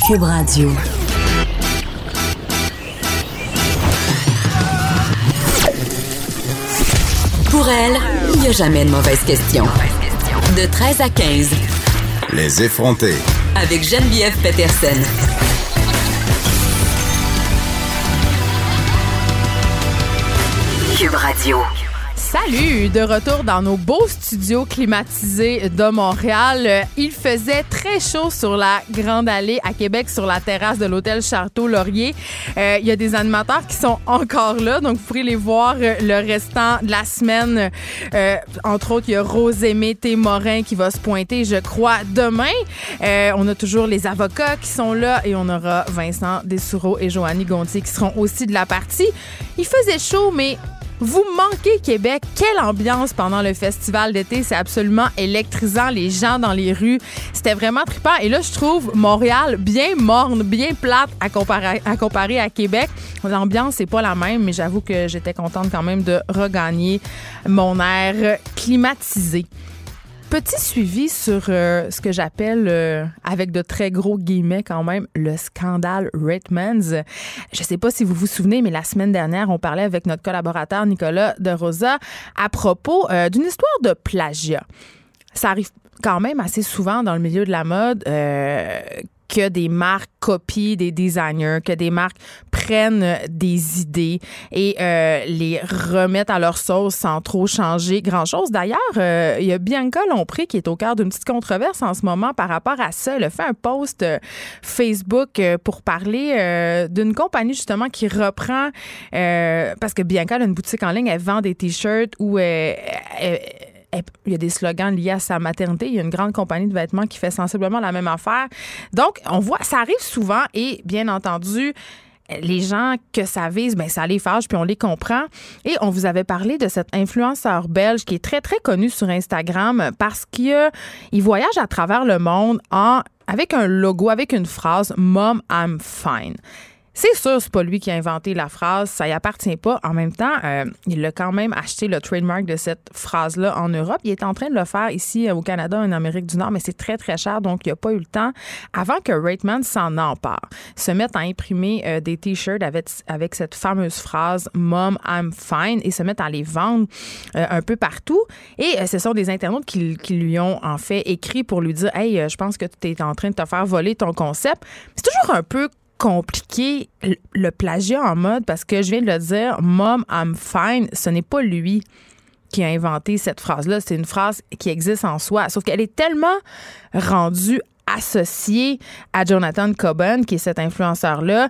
Cube Radio. Pour elle, il n'y a jamais de mauvaise question. De 13 à 15. Les effrontés. Avec Geneviève Peterson. Cube Radio. Salut! De retour dans nos beaux studios climatisés de Montréal. Il faisait très chaud sur la Grande Allée à Québec, sur la terrasse de l'hôtel Château-Laurier. Il y a des animateurs qui sont encore là, donc vous pourrez les voir le restant de la semaine. Entre autres, il y a Rosemée Morin qui va se pointer, je crois, demain. On a toujours les avocats qui sont là et on aura Vincent Dessoureau et Joannie Gontier qui seront aussi de la partie. Il faisait chaud, mais vous manquez Québec. Quelle ambiance pendant le festival d'été. C'est absolument électrisant. Les gens dans les rues, c'était vraiment trippant. Et là, je trouve Montréal bien morne, bien plate à comparer à Québec. L'ambiance, c'est pas la même, mais j'avoue que j'étais contente quand même de regagner mon air climatisé. Petit suivi sur ce que j'appelle, avec de très gros guillemets quand même, le scandale Ratemans. Je sais pas si vous vous souvenez, mais la semaine dernière, on parlait avec notre collaborateur Nicolas De Rosa à propos d'une histoire de plagiat. Ça arrive quand même assez souvent dans le milieu de la mode que des marques copient des designers, que des marques prennent des idées et les remettent à leur sauce sans trop changer grand-chose. D'ailleurs, il y a Bianca Lompré qui est au cœur d'une petite controverse en ce moment par rapport à ça. Elle a fait un post Facebook pour parler d'une compagnie justement qui reprend, parce que Bianca a une boutique en ligne, elle vend des t-shirts où il y a des slogans liés à sa maternité. Il y a une grande compagnie de vêtements qui fait sensiblement la même affaire. Donc, on voit, ça arrive souvent et bien entendu, les gens que ça vise, ben ça les fâche puis on les comprend. Et on vous avait parlé de cet influenceur belge qui est très, très connu sur Instagram parce qu'il voyage à travers le monde avec un logo, avec une phrase « Mom, I'm fine ». C'est sûr, c'est pas lui qui a inventé la phrase, ça y appartient pas. En même temps, il a quand même acheté le trademark de cette phrase-là en Europe. Il est en train de le faire ici au Canada, en Amérique du Nord, mais c'est très, très cher, donc il n'a pas eu le temps. Avant que Ratemans s'en empare, se mette à imprimer des T-shirts avec cette fameuse phrase « Mom, I'm fine » et se mettent à les vendre un peu partout. Et ce sont des internautes qui lui ont en fait écrit pour lui dire « Hey, je pense que tu es en train de te faire voler ton concept. » C'est toujours un peu compliqué le plagiat en mode parce que je viens de le dire, Mom, I'm fine, ce n'est pas lui qui a inventé cette phrase-là, c'est une phrase qui existe en soi, sauf qu'elle est tellement rendue associée à Jonathan Coben, qui est cet influenceur-là,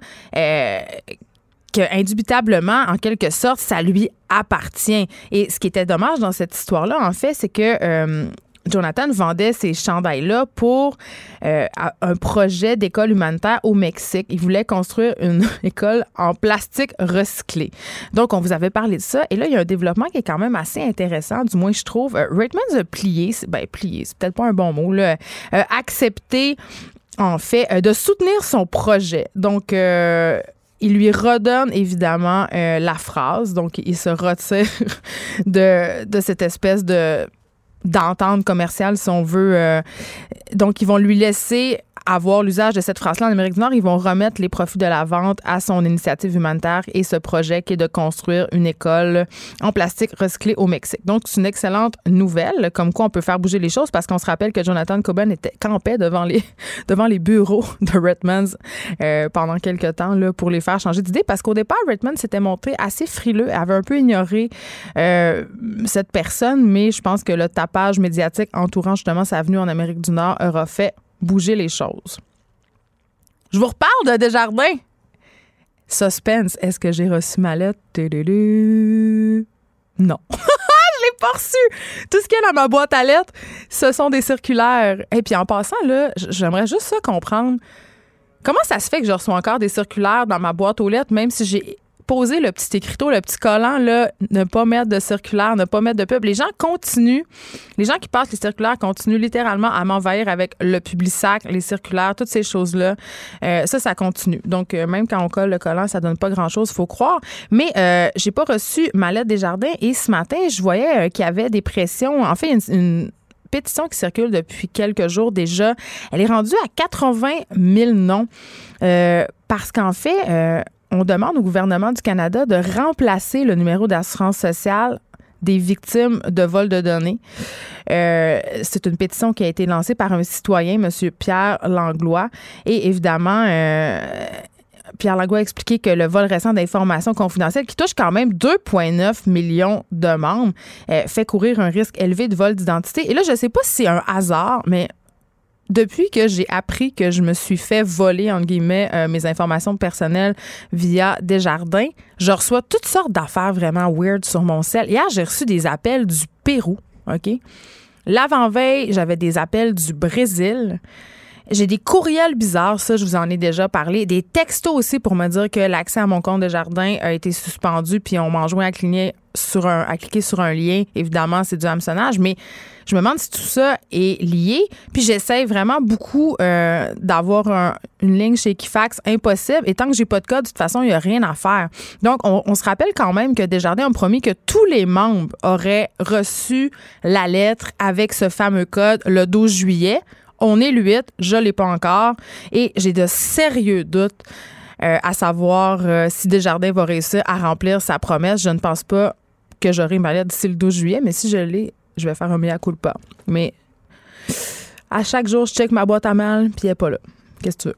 que indubitablement, en quelque sorte, ça lui appartient. Et ce qui était dommage dans cette histoire-là, en fait, c'est que Jonathan vendait ces chandails-là pour un projet d'école humanitaire au Mexique. Il voulait construire une école en plastique recyclé. Donc, on vous avait parlé de ça. Et là, il y a un développement qui est quand même assez intéressant, du moins, je trouve. Ratemans a plié, c'est peut-être pas un bon mot, là, accepté, en fait, de soutenir son projet. Donc, il lui redonne évidemment la phrase. Donc, il se retire de cette espèce d'entente commerciale, si on veut. Donc, ils vont lui laisser avoir l'usage de cette phrase-là en Amérique du Nord. Ils vont remettre les profits de la vente à son initiative humanitaire et ce projet qui est de construire une école en plastique recyclé au Mexique. Donc, c'est une excellente nouvelle, comme quoi on peut faire bouger les choses parce qu'on se rappelle que Jonathan Coben campait devant les bureaux de Ratemans pendant quelques temps là, pour les faire changer d'idée parce qu'au départ, Ratemans s'était montré assez frileux, avait un peu ignoré cette personne, mais je pense que le tapage médiatique entourant justement sa venue en Amérique du Nord aura fait bouger les choses. Je vous reparle de Desjardins. Suspense. Est-ce que j'ai reçu ma lettre? Non. Je l'ai pas reçu. Tout ce qu'il y a dans ma boîte à lettres, ce sont des circulaires. Et puis en passant, là, j'aimerais juste ça comprendre. Comment ça se fait que je reçois encore des circulaires dans ma boîte aux lettres, même si j'ai posé le petit écriteau, le petit collant, là, ne pas mettre de circulaire, ne pas mettre de pub. Les gens qui passent les circulaires continuent littéralement à m'envahir avec le Publisac, les circulaires, toutes ces choses-là. Ça continue. Donc, même quand on colle le collant, ça donne pas grand-chose, faut croire. Mais j'ai pas reçu ma lettre Desjardins et ce matin, je voyais qu'il y avait des pressions. En fait, pétition qui circule depuis quelques jours déjà. Elle est rendue à 80 000 noms parce qu'en fait, on demande au gouvernement du Canada de remplacer le numéro d'assurance sociale des victimes de vol de données. C'est une pétition qui a été lancée par un citoyen, M. Pierre Langlois. Et évidemment, Pierre Langlois a expliqué que le vol récent d'informations confidentielles, qui touche quand même 2,9 millions de membres, fait courir un risque élevé de vol d'identité. Et là, je ne sais pas si c'est un hasard, mais depuis que j'ai appris que je me suis fait voler, entre guillemets, mes informations personnelles via Desjardins, je reçois toutes sortes d'affaires vraiment weird sur mon cell. Hier, j'ai reçu des appels du Pérou, OK? L'avant-veille, j'avais des appels du Brésil. J'ai des courriels bizarres, ça, je vous en ai déjà parlé. Des textos aussi pour me dire que l'accès à mon compte Desjardins a été suspendu, puis on m'a enjoint à cliquer sur un lien. Évidemment, c'est du hameçonnage, mais je me demande si tout ça est lié. Puis j'essaie vraiment beaucoup d'avoir une ligne chez Equifax. Impossible. Et tant que j'ai pas de code, de toute façon, il n'y a rien à faire. Donc, on se rappelle quand même que Desjardins ont promis que tous les membres auraient reçu la lettre avec ce fameux code le 12 juillet. On est le 8, je ne l'ai pas encore. Et j'ai de sérieux doutes à savoir si Desjardins va réussir à remplir sa promesse. Je ne pense pas que j'aurai ma lettre d'ici le 12 juillet, mais si je l'ai, je vais faire un mea culpa. Mais à chaque jour, je check ma boîte à mal, puis elle n'est pas là. Qu'est-ce que tu veux?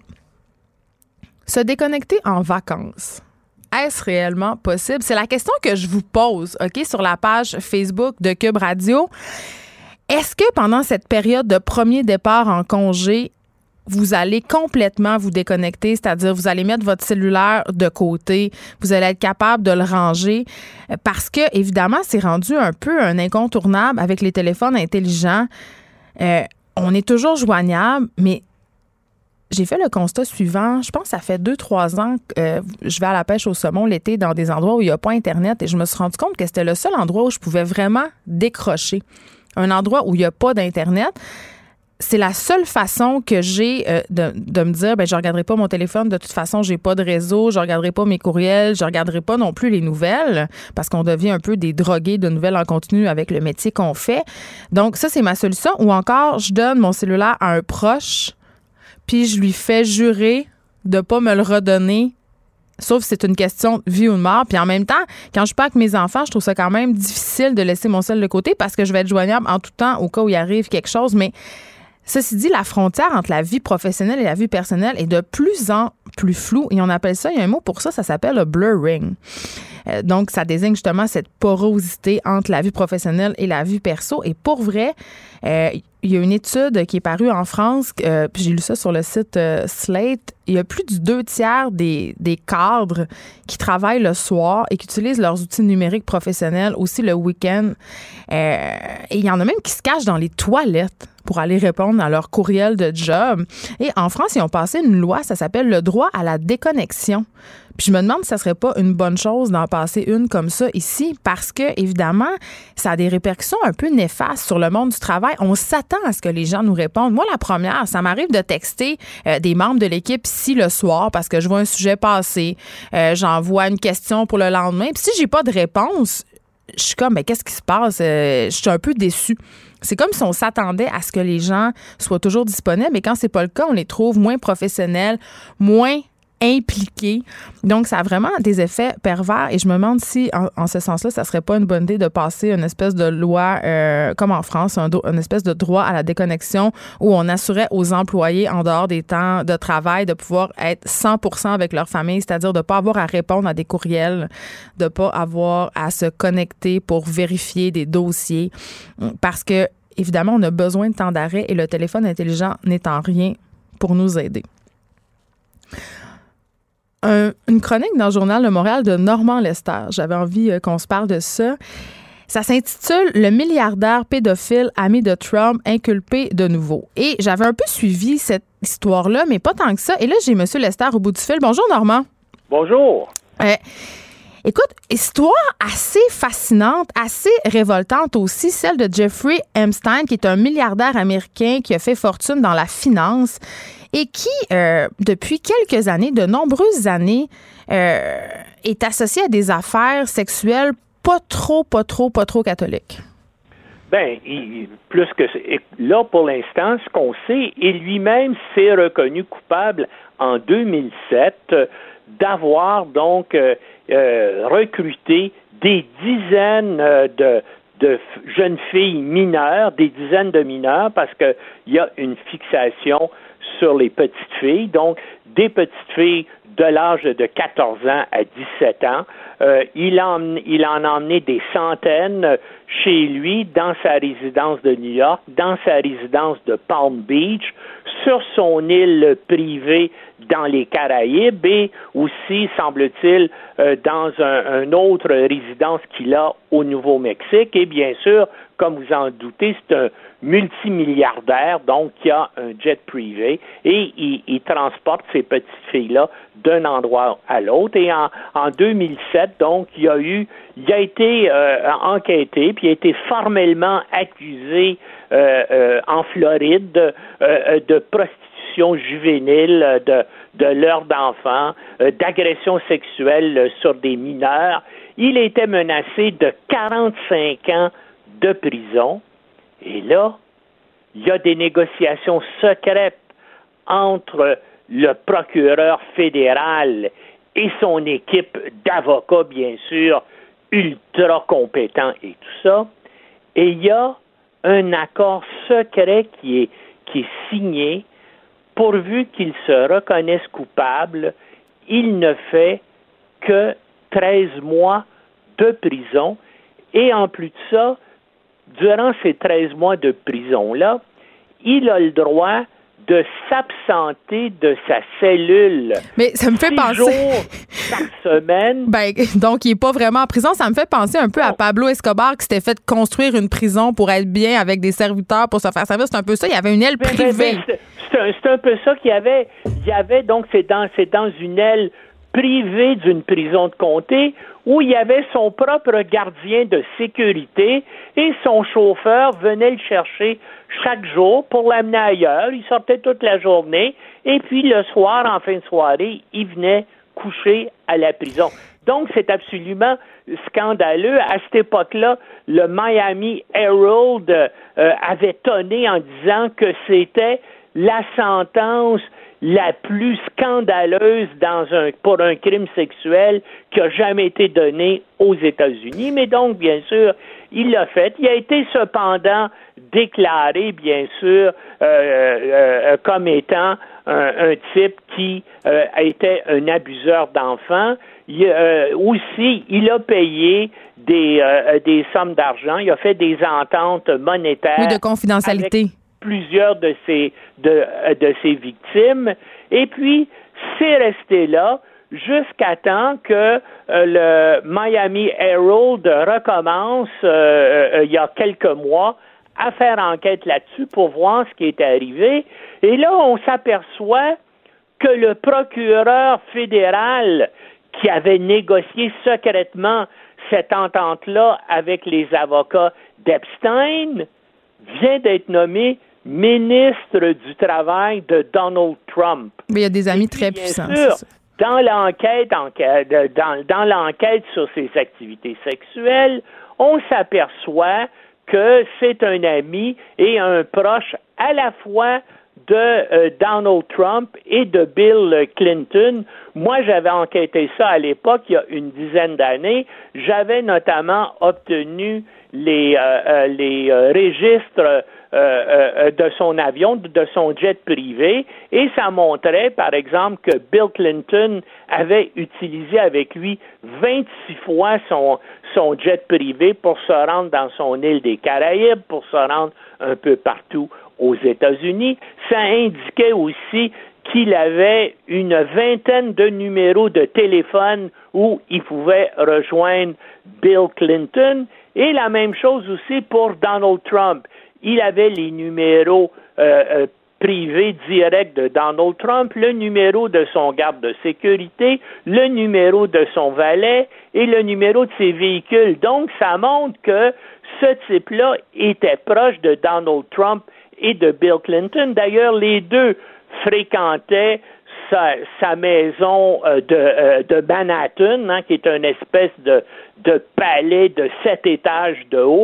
Se déconnecter en vacances. Est-ce réellement possible? C'est la question que je vous pose, OK, sur la page Facebook de Cube Radio. Est-ce que pendant cette période de premier départ en congé, vous allez complètement vous déconnecter, c'est-à-dire vous allez mettre votre cellulaire de côté, vous allez être capable de le ranger parce que, évidemment, c'est rendu un peu un incontournable avec les téléphones intelligents. On est toujours joignable, mais j'ai fait le constat suivant. Je pense que ça fait 2-3 ans que je vais à la pêche au saumon l'été dans des endroits où il n'y a pas Internet et je me suis rendu compte que c'était le seul endroit où je pouvais vraiment décrocher. Un endroit où il n'y a pas d'Internet. C'est la seule façon que j'ai de me dire, je ne regarderai pas mon téléphone. De toute façon, j'ai pas de réseau. Je ne regarderai pas mes courriels. Je ne regarderai pas non plus les nouvelles parce qu'on devient un peu des drogués de nouvelles en continu avec le métier qu'on fait. Donc, ça, c'est ma solution. Ou encore, je donne mon cellulaire à un proche puis je lui fais jurer de ne pas me le redonner. Sauf si c'est une question de vie ou de mort. Puis en même temps, quand je suis pas avec mes enfants, je trouve ça quand même difficile de laisser mon cell de côté parce que je vais être joignable en tout temps au cas où il arrive quelque chose. Mais ceci dit, la frontière entre la vie professionnelle et la vie personnelle est de plus en plus floue. Et on appelle ça, il y a un mot pour ça, ça s'appelle le blurring. Donc, ça désigne justement cette porosité entre la vie professionnelle et la vie perso. Et pour vrai, il y a une étude qui est parue en France, puis j'ai lu ça sur le site Slate. Il y a plus du 2/3 des cadres qui travaillent le soir et qui utilisent leurs outils numériques professionnels aussi le week-end. Et il y en a même qui se cachent dans les toilettes pour aller répondre à leur courriel de job. Et en France, ils ont passé une loi, ça s'appelle le droit à la déconnexion. Puis je me demande si ça serait pas une bonne chose d'en passer une comme ça ici parce que, évidemment, ça a des répercussions un peu néfastes sur le monde du travail. On s'attend à ce que les gens nous répondent. Moi, la première, ça m'arrive de texter des membres de l'équipe ici le soir parce que je vois un sujet passer. J'envoie une question pour le lendemain. Puis si j'ai pas de réponse, je suis comme, qu'est-ce qui se passe? Je suis un peu déçue. C'est comme si on s'attendait à ce que les gens soient toujours disponibles. Et quand c'est pas le cas, on les trouve moins professionnels, moins impliqués. Donc, ça a vraiment des effets pervers et je me demande si, en ce sens-là, ça serait pas une bonne idée de passer une espèce de loi, comme en France, une espèce de droit à la déconnexion où on assurait aux employés, en dehors des temps de travail, de pouvoir être 100% avec leur famille, c'est-à-dire de pas avoir à répondre à des courriels, de pas avoir à se connecter pour vérifier des dossiers parce que, évidemment, on a besoin de temps d'arrêt et le téléphone intelligent n'est en rien pour nous aider. Une chronique dans le Journal de Montréal de Normand Lester. J'avais envie qu'on se parle de ça. Ça s'intitule « Le milliardaire pédophile ami de Trump inculpé de nouveau ». Et j'avais un peu suivi cette histoire-là, mais pas tant que ça. Et là, j'ai M. Lester au bout du fil. Bonjour, Normand. Bonjour. Écoute, histoire assez fascinante, assez révoltante aussi, celle de Jeffrey Epstein, qui est un milliardaire américain qui a fait fortune dans la finance et qui, depuis quelques années, de nombreuses années, est associé à des affaires sexuelles pas trop catholiques. Plus que là, pour l'instant, ce qu'on sait, et lui-même s'est reconnu coupable en 2007 d'avoir donc recruté des dizaines de jeunes filles mineures, des dizaines de mineurs, parce qu'il y a une fixation sur les petites filles, donc des petites filles de l'âge de 14 ans à 17 ans. Il en a emmené des centaines chez lui, dans sa résidence de New York, dans sa résidence de Palm Beach, sur son île privée dans les Caraïbes et aussi, semble-t-il, dans une autre résidence qu'il a au Nouveau-Mexique. Et bien sûr, comme vous en doutez, c'est un multimilliardaire, donc qui a un jet privé et il transporte ces petites filles-là d'un endroit à l'autre. Et en 2007, donc, il a été enquêté, puis il a été formellement accusé en Floride de prostitution juvénile, de leurre d'enfants, d'agression sexuelle sur des mineurs. Il était menacé de 45 ans de prison. Et là, il y a des négociations secrètes entre le procureur fédéral et son équipe d'avocats, bien sûr, ultra compétents et tout ça. Et il y a un accord secret qui est signé. Pourvu qu'il se reconnaisse coupable, il ne fait que 13 mois de prison. Et en plus de ça, durant ces 13 mois de prison-là, il a le droit de s'absenter de sa cellule. Mais ça me fait 6 penser... jours par semaine. Donc, il n'est pas vraiment en prison. Ça me fait penser un peu à Pablo Escobar qui s'était fait construire une prison pour être bien avec des serviteurs pour se faire servir. C'est un peu ça. Il y avait une aile privée. C'est un peu ça qu'il y avait. Il y avait donc, c'est dans une aile privée d'une prison de comté où il y avait son propre gardien de sécurité et son chauffeur venait le chercher chaque jour pour l'amener ailleurs. Il sortait toute la journée et puis le soir, en fin de soirée, il venait coucher à la prison. Donc, c'est absolument scandaleux. À cette époque-là, le Miami Herald avait tonné en disant que c'était la sentence la plus scandaleuse pour un crime sexuel qui a jamais été donnée aux États-Unis. Mais donc, bien sûr, il l'a fait. Il a été cependant déclaré, bien sûr, comme étant un type qui était un abuseur d'enfants. Aussi, il a payé des sommes d'argent. Il a fait des ententes monétaires. Oui, de confidentialité. Avec plusieurs de ses victimes. Et puis, c'est resté là jusqu'à temps que le Miami Herald recommence, il y a quelques mois, à faire enquête là-dessus pour voir ce qui est arrivé. Et là, on s'aperçoit que le procureur fédéral qui avait négocié secrètement cette entente-là avec les avocats d'Epstein vient d'être nommé ministre du Travail de Donald Trump. Mais il y a des amis très puissants. Bien sûr, dans l'enquête sur ses activités sexuelles, on s'aperçoit que c'est un ami et un proche à la fois de Donald Trump et de Bill Clinton. Moi, j'avais enquêté ça à l'époque, il y a une dizaine d'années. J'avais notamment obtenu les registres de son avion, de son jet privé, et ça montrait, par exemple, que Bill Clinton avait utilisé avec lui 26 fois son jet privé pour se rendre dans son île des Caraïbes, pour se rendre un peu partout aux États-Unis. Ça indiquait aussi qu'il avait une vingtaine de numéros de téléphone où il pouvait rejoindre Bill Clinton. Et la même chose aussi pour Donald Trump. Il avait les numéros privés directs de Donald Trump, le numéro de son garde de sécurité, le numéro de son valet et le numéro de ses véhicules. Donc, ça montre que ce type-là était proche de Donald Trump et de Bill Clinton. D'ailleurs, les deux fréquentaient sa maison de Manhattan, qui est une espèce de palais de 7 étages de haut,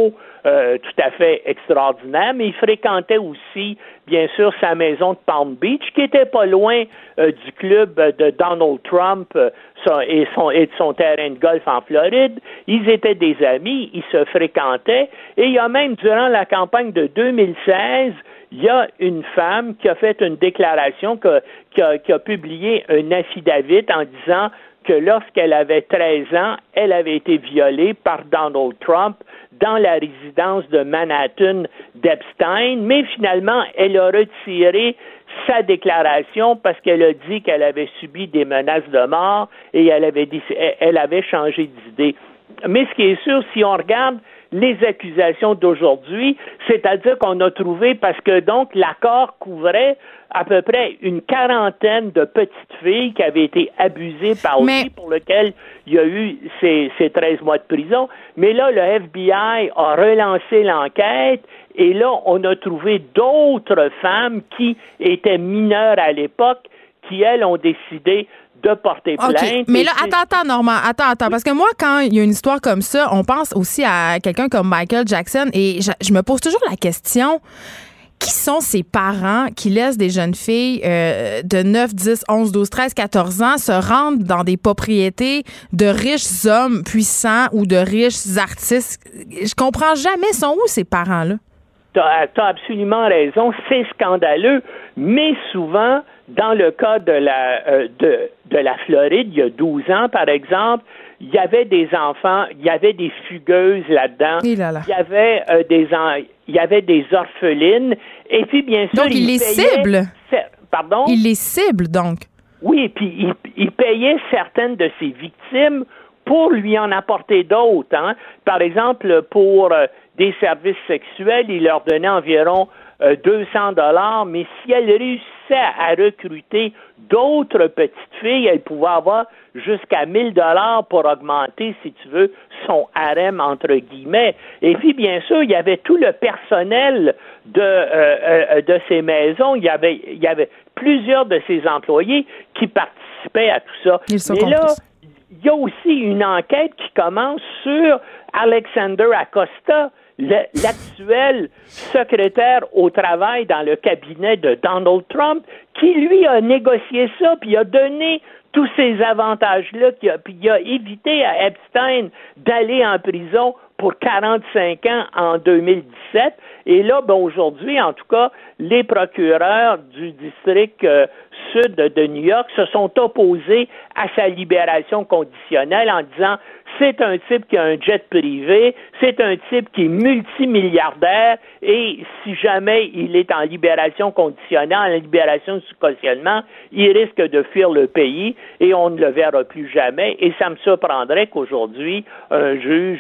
tout à fait extraordinaire, mais il fréquentait aussi, bien sûr, sa maison de Palm Beach, qui était pas loin du club de Donald Trump et de son terrain de golf en Floride. Ils étaient des amis, ils se fréquentaient, et il y a même, durant la campagne de 2016, il y a une femme qui a fait une déclaration, qui a publié un affidavit en disant que lorsqu'elle avait 13 ans, elle avait été violée par Donald Trump dans la résidence de Manhattan d'Epstein, mais finalement, elle a retiré sa déclaration parce qu'elle a dit qu'elle avait subi des menaces de mort et elle avait changé d'idée. Mais ce qui est sûr, si on regarde les accusations d'aujourd'hui, c'est-à-dire qu'on a trouvé, parce que donc l'accord couvrait à peu près une quarantaine de petites filles qui avaient été abusées par lui, pour lequel il y a eu ces 13 mois de prison. Mais là, le FBI a relancé l'enquête et là, on a trouvé d'autres femmes qui étaient mineures à l'époque qui, elles, ont décidé de porter plainte. Okay. Mais là, attends, Normand, attends, parce que moi, quand il y a une histoire comme ça, on pense aussi à quelqu'un comme Michael Jackson et je me pose toujours la question, qui sont ces parents qui laissent des jeunes filles de 9, 10, 11, 12, 13, 14 ans se rendre dans des propriétés de riches hommes puissants ou de riches artistes? Je comprends jamais, sont où ces parents-là? T'as absolument raison, c'est scandaleux, mais souvent, dans le cas de la Floride, il y a 12 ans, par exemple, il y avait des enfants, il y avait des fugueuses là-dedans, il y avait des orphelines, et puis bien sûr... Donc, il les cible? Pardon? Il les cible, donc? Oui, puis il payait certaines de ses victimes pour lui en apporter d'autres. Hein? Par exemple, pour des services sexuels, il leur donnait environ $200, mais si elle réussissait à recruter d'autres petites filles, elle pouvait avoir jusqu'à $1,000 pour augmenter, si tu veux, son harem, entre guillemets. Et puis, bien sûr, il y avait tout le personnel de ces maisons. Il y avait plusieurs de ces employés qui participaient à tout ça. Mais là, il y a aussi une enquête qui commence sur Alexander Acosta, l'actuel secrétaire au travail dans le cabinet de Donald Trump, qui, lui, a négocié ça, puis a donné tous ces avantages-là, puis il a évité à Epstein d'aller en prison pour 45 ans en 2017. Et là, aujourd'hui, en tout cas, les procureurs du district sud de New York se sont opposés à sa libération conditionnelle en disant c'est un type qui a un jet privé, c'est un type qui est multimilliardaire et si jamais il est en libération conditionnelle, en libération sous cautionnement, il risque de fuir le pays et on ne le verra plus jamais. Et ça me surprendrait qu'aujourd'hui, un juge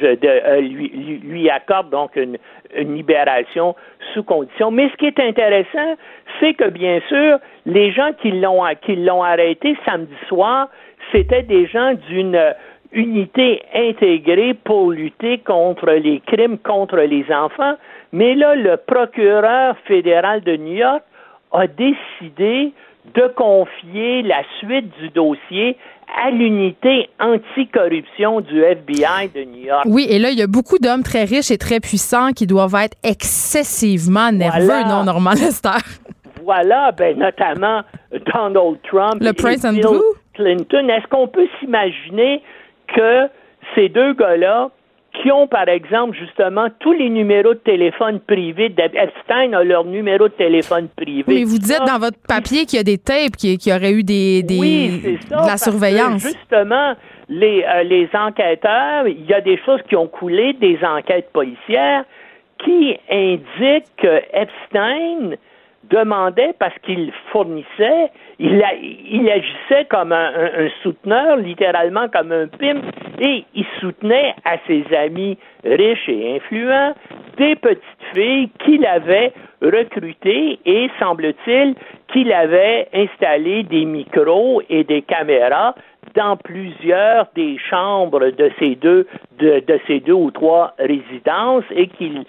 lui accorde donc une libération sous condition. Mais ce qui est intéressant, c'est que bien sûr, les gens qui l'ont arrêté samedi soir, c'était des gens d'une unité intégrée pour lutter contre les crimes contre les enfants. Mais là, le procureur fédéral de New York a décidé de confier la suite du dossier à l'unité anticorruption du FBI de New York. Oui, et là, il y a beaucoup d'hommes très riches et très puissants qui doivent être excessivement nerveux, non, Normand Lester? Voilà, notamment Donald Trump et Bill Clinton. Est-ce qu'on peut s'imaginer que ces deux gars-là, qui ont, par exemple, justement, tous les numéros de téléphone privés, Epstein a leur numéro de téléphone privé. Mais vous dites dans votre papier qu'il y a des tapes, qu'il y aurait eu oui, c'est ça, de la surveillance. Justement, les enquêteurs, il y a des choses qui ont coulé, des enquêtes policières, qui indiquent que Epstein demandait, parce qu'il fournissait, il agissait comme un souteneur, littéralement comme un pimp, et il soutenait à ses amis riches et influents des petites filles qu'il avait recrutées et, semble-t-il, qu'il avait installé des micros et des caméras dans plusieurs des chambres de ces deux ou trois résidences et qu'il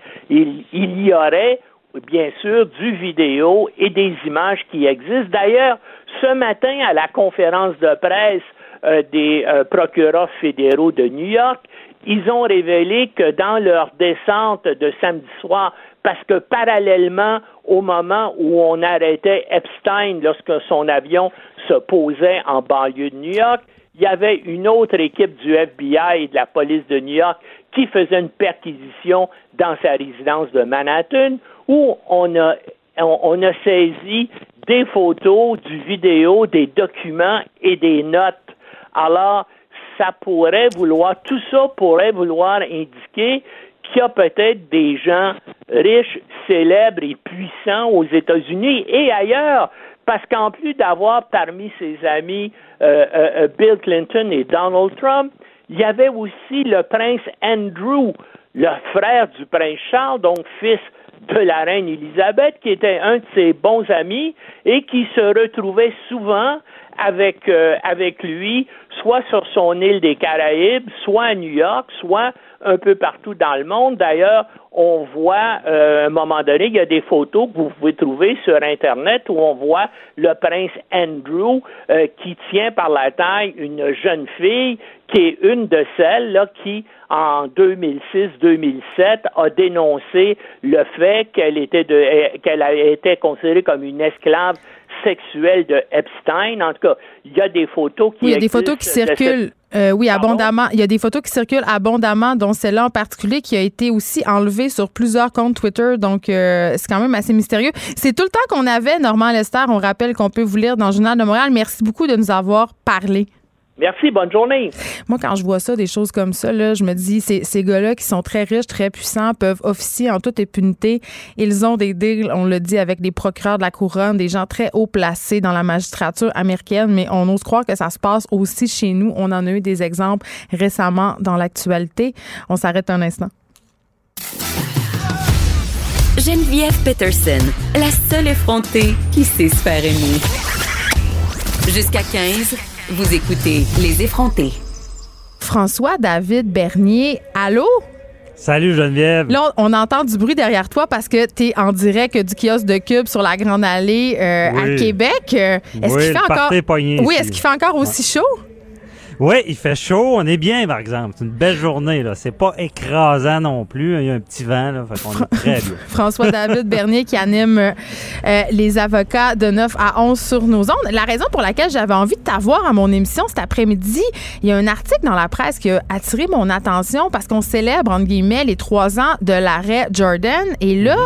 y aurait bien sûr, du vidéo et des images qui existent. D'ailleurs, ce matin, à la conférence de presse des procureurs fédéraux de New York, ils ont révélé que dans leur descente de samedi soir, parce que parallèlement au moment où on arrêtait Epstein lorsque son avion se posait en banlieue de New York, il y avait une autre équipe du FBI et de la police de New York qui faisait une perquisition dans sa résidence de Manhattan où on a saisi des photos, du vidéo, des documents et des notes. Alors, tout ça pourrait vouloir indiquer qu'il y a peut-être des gens riches, célèbres et puissants aux États-Unis et ailleurs, parce qu'en plus d'avoir parmi ses amis Bill Clinton et Donald Trump, il y avait aussi le prince Andrew, le frère du prince Charles, donc fils de la reine Élisabeth, qui était un de ses bons amis et qui se retrouvait souvent avec lui, soit sur son île des Caraïbes, soit à New York, soit un peu partout dans le monde. D'ailleurs, on voit, à un moment donné, il y a des photos que vous pouvez trouver sur Internet où on voit le prince Andrew qui tient par la taille une jeune fille qui est une de celles là qui, en 2006-2007, a dénoncé le fait qu'elle a été considérée comme une esclave sexuelle de Epstein. En tout cas, il y a des photos qui il y a des photos qui circulent. Abondamment. Il y a des photos qui circulent abondamment, dont celle-là en particulier qui a été aussi enlevée sur plusieurs comptes Twitter. Donc, c'est quand même assez mystérieux. C'est tout le temps qu'on avait, Normand Lester. On rappelle qu'on peut vous lire dans le Journal de Montréal. Merci beaucoup de nous avoir parlé. Merci, bonne journée. Moi, quand je vois ça, des choses comme ça, là, je me dis, ces gars-là qui sont très riches, très puissants, peuvent officier en toute impunité. Ils ont des deals, on le dit, avec des procureurs de la couronne, des gens très haut placés dans la magistrature américaine, mais on ose croire que ça se passe aussi chez nous. On en a eu des exemples récemment dans l'actualité. On s'arrête un instant. Geneviève Peterson, la seule effrontée qui sait se faire aimer. Jusqu'à 15, vous écoutez Les effrontés. François-David Bernier, allô? Salut Geneviève. Là, on entend du bruit derrière toi parce que tu es en direct du kiosque de Cube sur la Grande Allée à Québec. Est-ce qu'il fait encore... Est-ce qu'il fait encore aussi chaud? Oui, il fait chaud. On est bien, par exemple. C'est une belle journée, là. C'est pas écrasant non plus. Il y a un petit vent, là. Fait qu'on est très bien. François-David Bernier qui anime les avocats de 9 à 11 sur nos ondes. La raison pour laquelle j'avais envie de t'avoir à mon émission cet après-midi, il y a un article dans la presse qui a attiré mon attention parce qu'on célèbre, entre guillemets, les 3 ans de l'arrêt Jordan. Et là,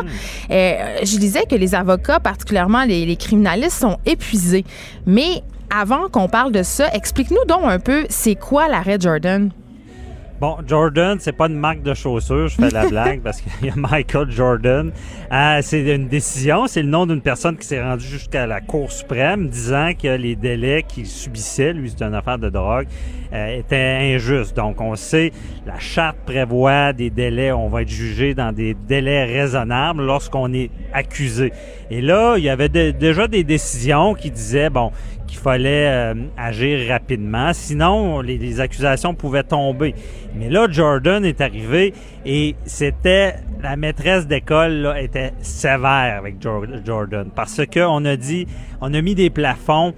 je disais que les avocats, particulièrement les criminalistes, sont épuisés. Mais avant qu'on parle de ça, explique-nous donc un peu, c'est quoi l'arrêt Jordan? Bon, Jordan, c'est pas une marque de chaussures, je fais la blague parce qu'il y a Michael Jordan. C'est une décision, c'est le nom d'une personne qui s'est rendue jusqu'à la Cour suprême disant que les délais qu'il subissait, lui c'est une affaire de drogue, étaient injustes. Donc on sait, la charte prévoit des délais, on va être jugé dans des délais raisonnables lorsqu'on est accusé. Et là, il y avait déjà des décisions qui disaient, bon, qu'il fallait agir rapidement, sinon les accusations pouvaient tomber. Mais là, Jordan est arrivé et c'était la maîtresse d'école là, était sévère avec Jordan parce que on a mis des plafonds.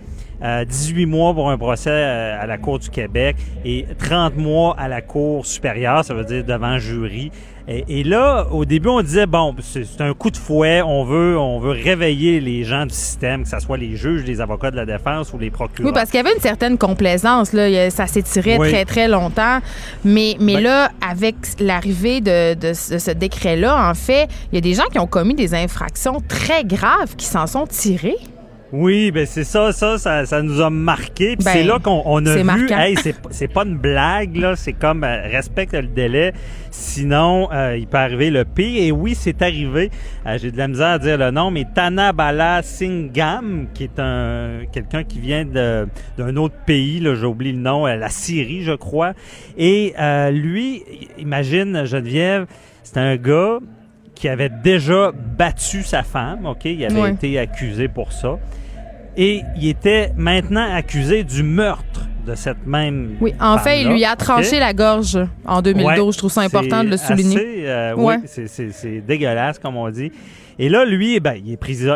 18 mois pour un procès à la Cour du Québec et 30 mois à la Cour supérieure, ça veut dire devant jury. Et là, au début, on disait, bon, c'est un coup de fouet, on veut réveiller les gens du système, que ce soit les juges, les avocats de la défense ou les procureurs. Oui, parce qu'il y avait une certaine complaisance, là, ça s'étirait très, très longtemps. Mais là, avec l'arrivée de ce décret-là, en fait, il y a des gens qui ont commis des infractions très graves qui s'en sont tirés. Oui, ben c'est ça nous a marqué. Puis c'est là qu'on a vu, hey, c'est pas une blague là, c'est comme respecte le délai, sinon il peut arriver le pire. Et oui, c'est arrivé. J'ai de la misère à dire le nom, mais Tana Bala Singham, qui est quelqu'un qui vient d'un autre pays, là, j'ai oublié le nom, la Syrie, je crois. Et lui, imagine Geneviève, c'est un gars qui avait déjà battu sa femme, OK? Il avait été accusé pour ça. Et il était maintenant accusé du meurtre de cette même Oui, en fait, il lui a tranché la gorge en 2012. Je trouve ça important de le souligner. Oui, c'est dégueulasse, comme on dit. Et là, lui, il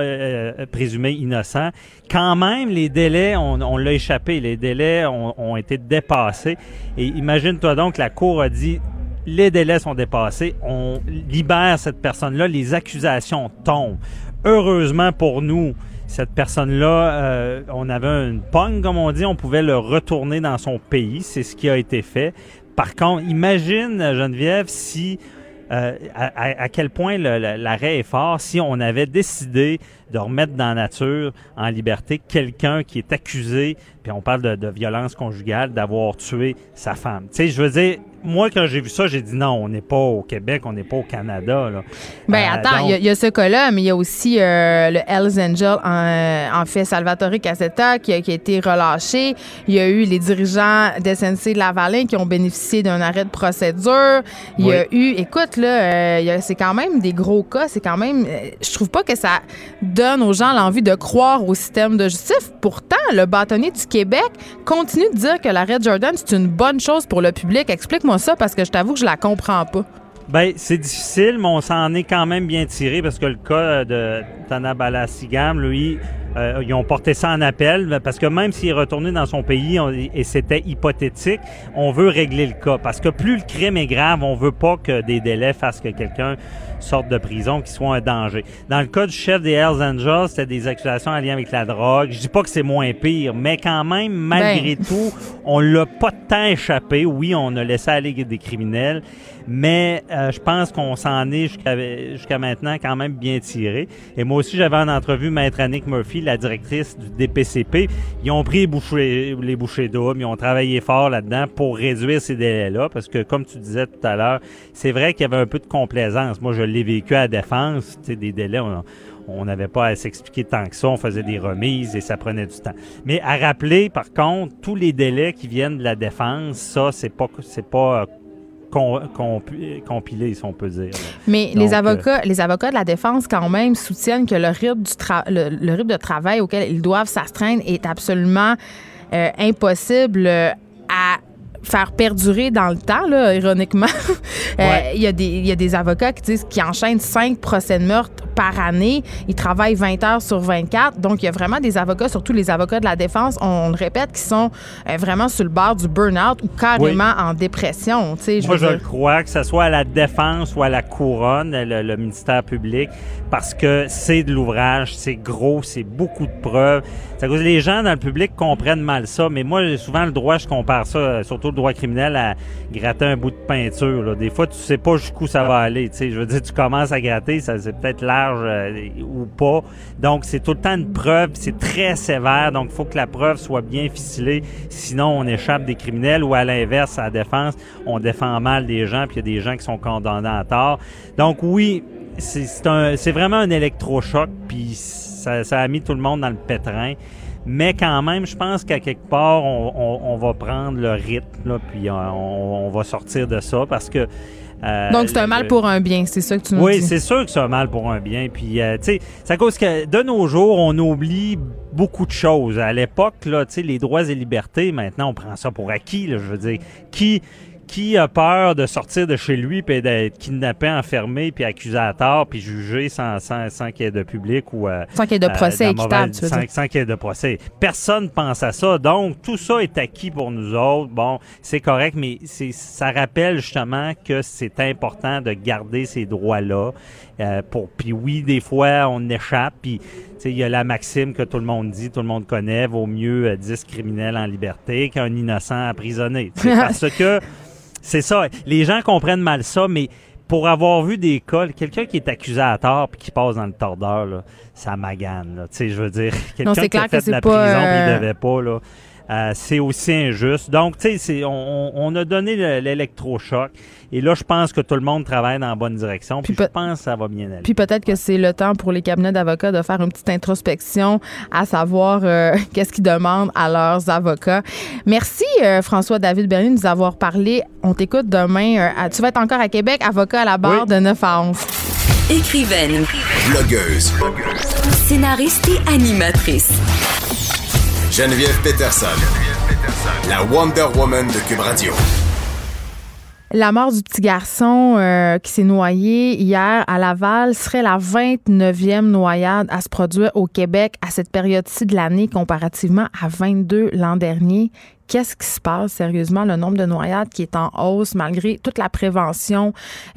est présumé innocent. Quand même, les délais, on l'a échappé. Les délais ont été dépassés. Et imagine-toi donc, la Cour a dit les délais sont dépassés, on libère cette personne-là, les accusations tombent. Heureusement pour nous, cette personne-là, on avait une pogne, comme on dit, on pouvait le retourner dans son pays, c'est ce qui a été fait. Par contre, imagine, Geneviève, si à quel point l'arrêt est fort si on avait décidé de remettre dans la nature, en liberté, quelqu'un qui est accusé, puis on parle de violence conjugale, d'avoir tué sa femme. Tu sais, je veux dire, moi, quand j'ai vu ça, j'ai dit non, on n'est pas au Québec, on n'est pas au Canada. Là. Ben attends, il y a ce cas-là, mais il y a aussi le Hells Angel, en fait, Salvatore Cassetta, qui a été relâché. Il y a eu les dirigeants d'SNC-Lavalin qui ont bénéficié d'un arrêt de procédure. Il y a eu, écoute, là, c'est quand même des gros cas. C'est quand même, je trouve pas que ça donne aux gens l'envie de croire au système de justice. Pourtant, le bâtonnier du Québec continue de dire que l'arrêt de Jordan, c'est une bonne chose pour le public. Explique-moi ça, parce que je t'avoue que je la comprends pas. Ben, c'est difficile, mais on s'en est quand même bien tiré parce que le cas de Tanabalacigam, lui, ils ont porté ça en appel parce que même s'il est retourné dans son pays et c'était hypothétique, on veut régler le cas parce que plus le crime est grave, on veut pas que des délais fassent que quelqu'un sorte de prison, qui soit un danger. Dans le cas du chef des Hells Angels, c'était des accusations en lien avec la drogue. Je dis pas que c'est moins pire, mais quand même, malgré tout, on l'a pas tant échappé. Oui, on a laissé aller des criminels, mais je pense qu'on s'en est jusqu'à maintenant quand même bien tiré. Et moi aussi, j'avais en entrevue Maître Annick Murphy, la directrice du DPCP. Ils ont pris les bouchées doubles, ils ont travaillé fort là-dedans pour réduire ces délais-là, parce que, comme tu disais tout à l'heure, c'est vrai qu'il y avait un peu de complaisance. Moi, je l'ai vécu à la défense, tu sais, des délais, on n'avait pas à s'expliquer tant que ça, on faisait des remises et ça prenait du temps. Mais à rappeler, par contre, tous les délais qui viennent de la défense, ça, c'est pas compilé, si on peut dire. Mais donc, les avocats de la défense, quand même, soutiennent que le rythme de travail auquel ils doivent s'astreindre est absolument impossible à faire perdurer dans le temps, là, ironiquement. Il y a des avocats qui disent qu'ils enchaînent 5 procès de meurtre par année. Ils travaillent 20 heures sur 24. Donc, il y a vraiment des avocats, surtout les avocats de la défense, on le répète, qui sont vraiment sur le bord du burn-out ou carrément en dépression. Moi, je le crois, que ce soit à la défense ou à la couronne, le ministère public, parce que c'est de l'ouvrage, c'est gros, c'est beaucoup de preuves. C'est à cause que les gens dans le public comprennent mal ça, mais moi, souvent, le droit, je compare ça, surtout le droit criminel, à gratter un bout de peinture. Là. Des fois, tu sais pas jusqu'où ça va aller. T'sais. Je veux dire, tu commences à gratter, ça c'est peut-être large ou pas. Donc, c'est tout le temps une preuve, c'est très sévère. Donc, il faut que la preuve soit bien ficelée. Sinon, on échappe des criminels ou à l'inverse, à la défense, on défend mal des gens, puis il y a des gens qui sont condamnés à tort. Donc, oui, c'est vraiment un électrochoc, puis ça a mis tout le monde dans le pétrin. Mais quand même, je pense qu'à quelque part, on va prendre le rythme, là, puis on va sortir de ça parce que... Donc, c'est un mal pour un bien, c'est ça que tu nous dis? Oui, c'est sûr que c'est un mal pour un bien. Puis, tu sais, c'est à cause que de nos jours, on oublie beaucoup de choses. À l'époque, là, tu sais, les droits et libertés, maintenant, on prend ça pour acquis, là, je veux dire. Qui a peur de sortir de chez lui puis d'être kidnappé, enfermé, puis accusé à tort, puis jugé sans qu'il y ait de public ou... sans qu'il y ait de procès équitable, tu veux dire. Sans qu'il y ait de procès. Personne pense à ça. Donc, tout ça est acquis pour nous autres. Bon, c'est correct, mais ça rappelle justement que c'est important de garder ces droits-là. Puis oui, des fois, on échappe, puis il y a la maxime que tout le monde dit, tout le monde connaît, vaut mieux 10 criminels en liberté qu'un innocent emprisonné. Parce que... C'est ça. Les gens comprennent mal ça, mais pour avoir vu des cas, quelqu'un qui est accusé à tort puis qui passe dans le tordeur, là, ça magane. Tu sais, je veux dire, quelqu'un qui a fait de la prison puis il devait pas, là, c'est aussi injuste. Donc, tu sais, on a donné l'électrochoc. Et là, je pense que tout le monde travaille dans la bonne direction. Puis je pense que ça va bien aller. Puis peut-être que c'est le temps pour les cabinets d'avocats de faire une petite introspection, à savoir qu'est-ce qu'ils demandent à leurs avocats. Merci, François-David Bernier, de nous avoir parlé. On t'écoute demain. Tu vas être encore à Québec, avocat à la barre de 9 à 11. Écrivaine. Blogueuse. Scénariste et animatrice. Geneviève Peterson. La Wonder Woman de Cube Radio. La mort du petit garçon qui s'est noyé hier à Laval serait la 29e noyade à se produire au Québec à cette période-ci de l'année, comparativement à 22 l'an dernier. qu'est-ce qui se passe sérieusement? Le nombre de noyades qui est en hausse malgré toute la prévention,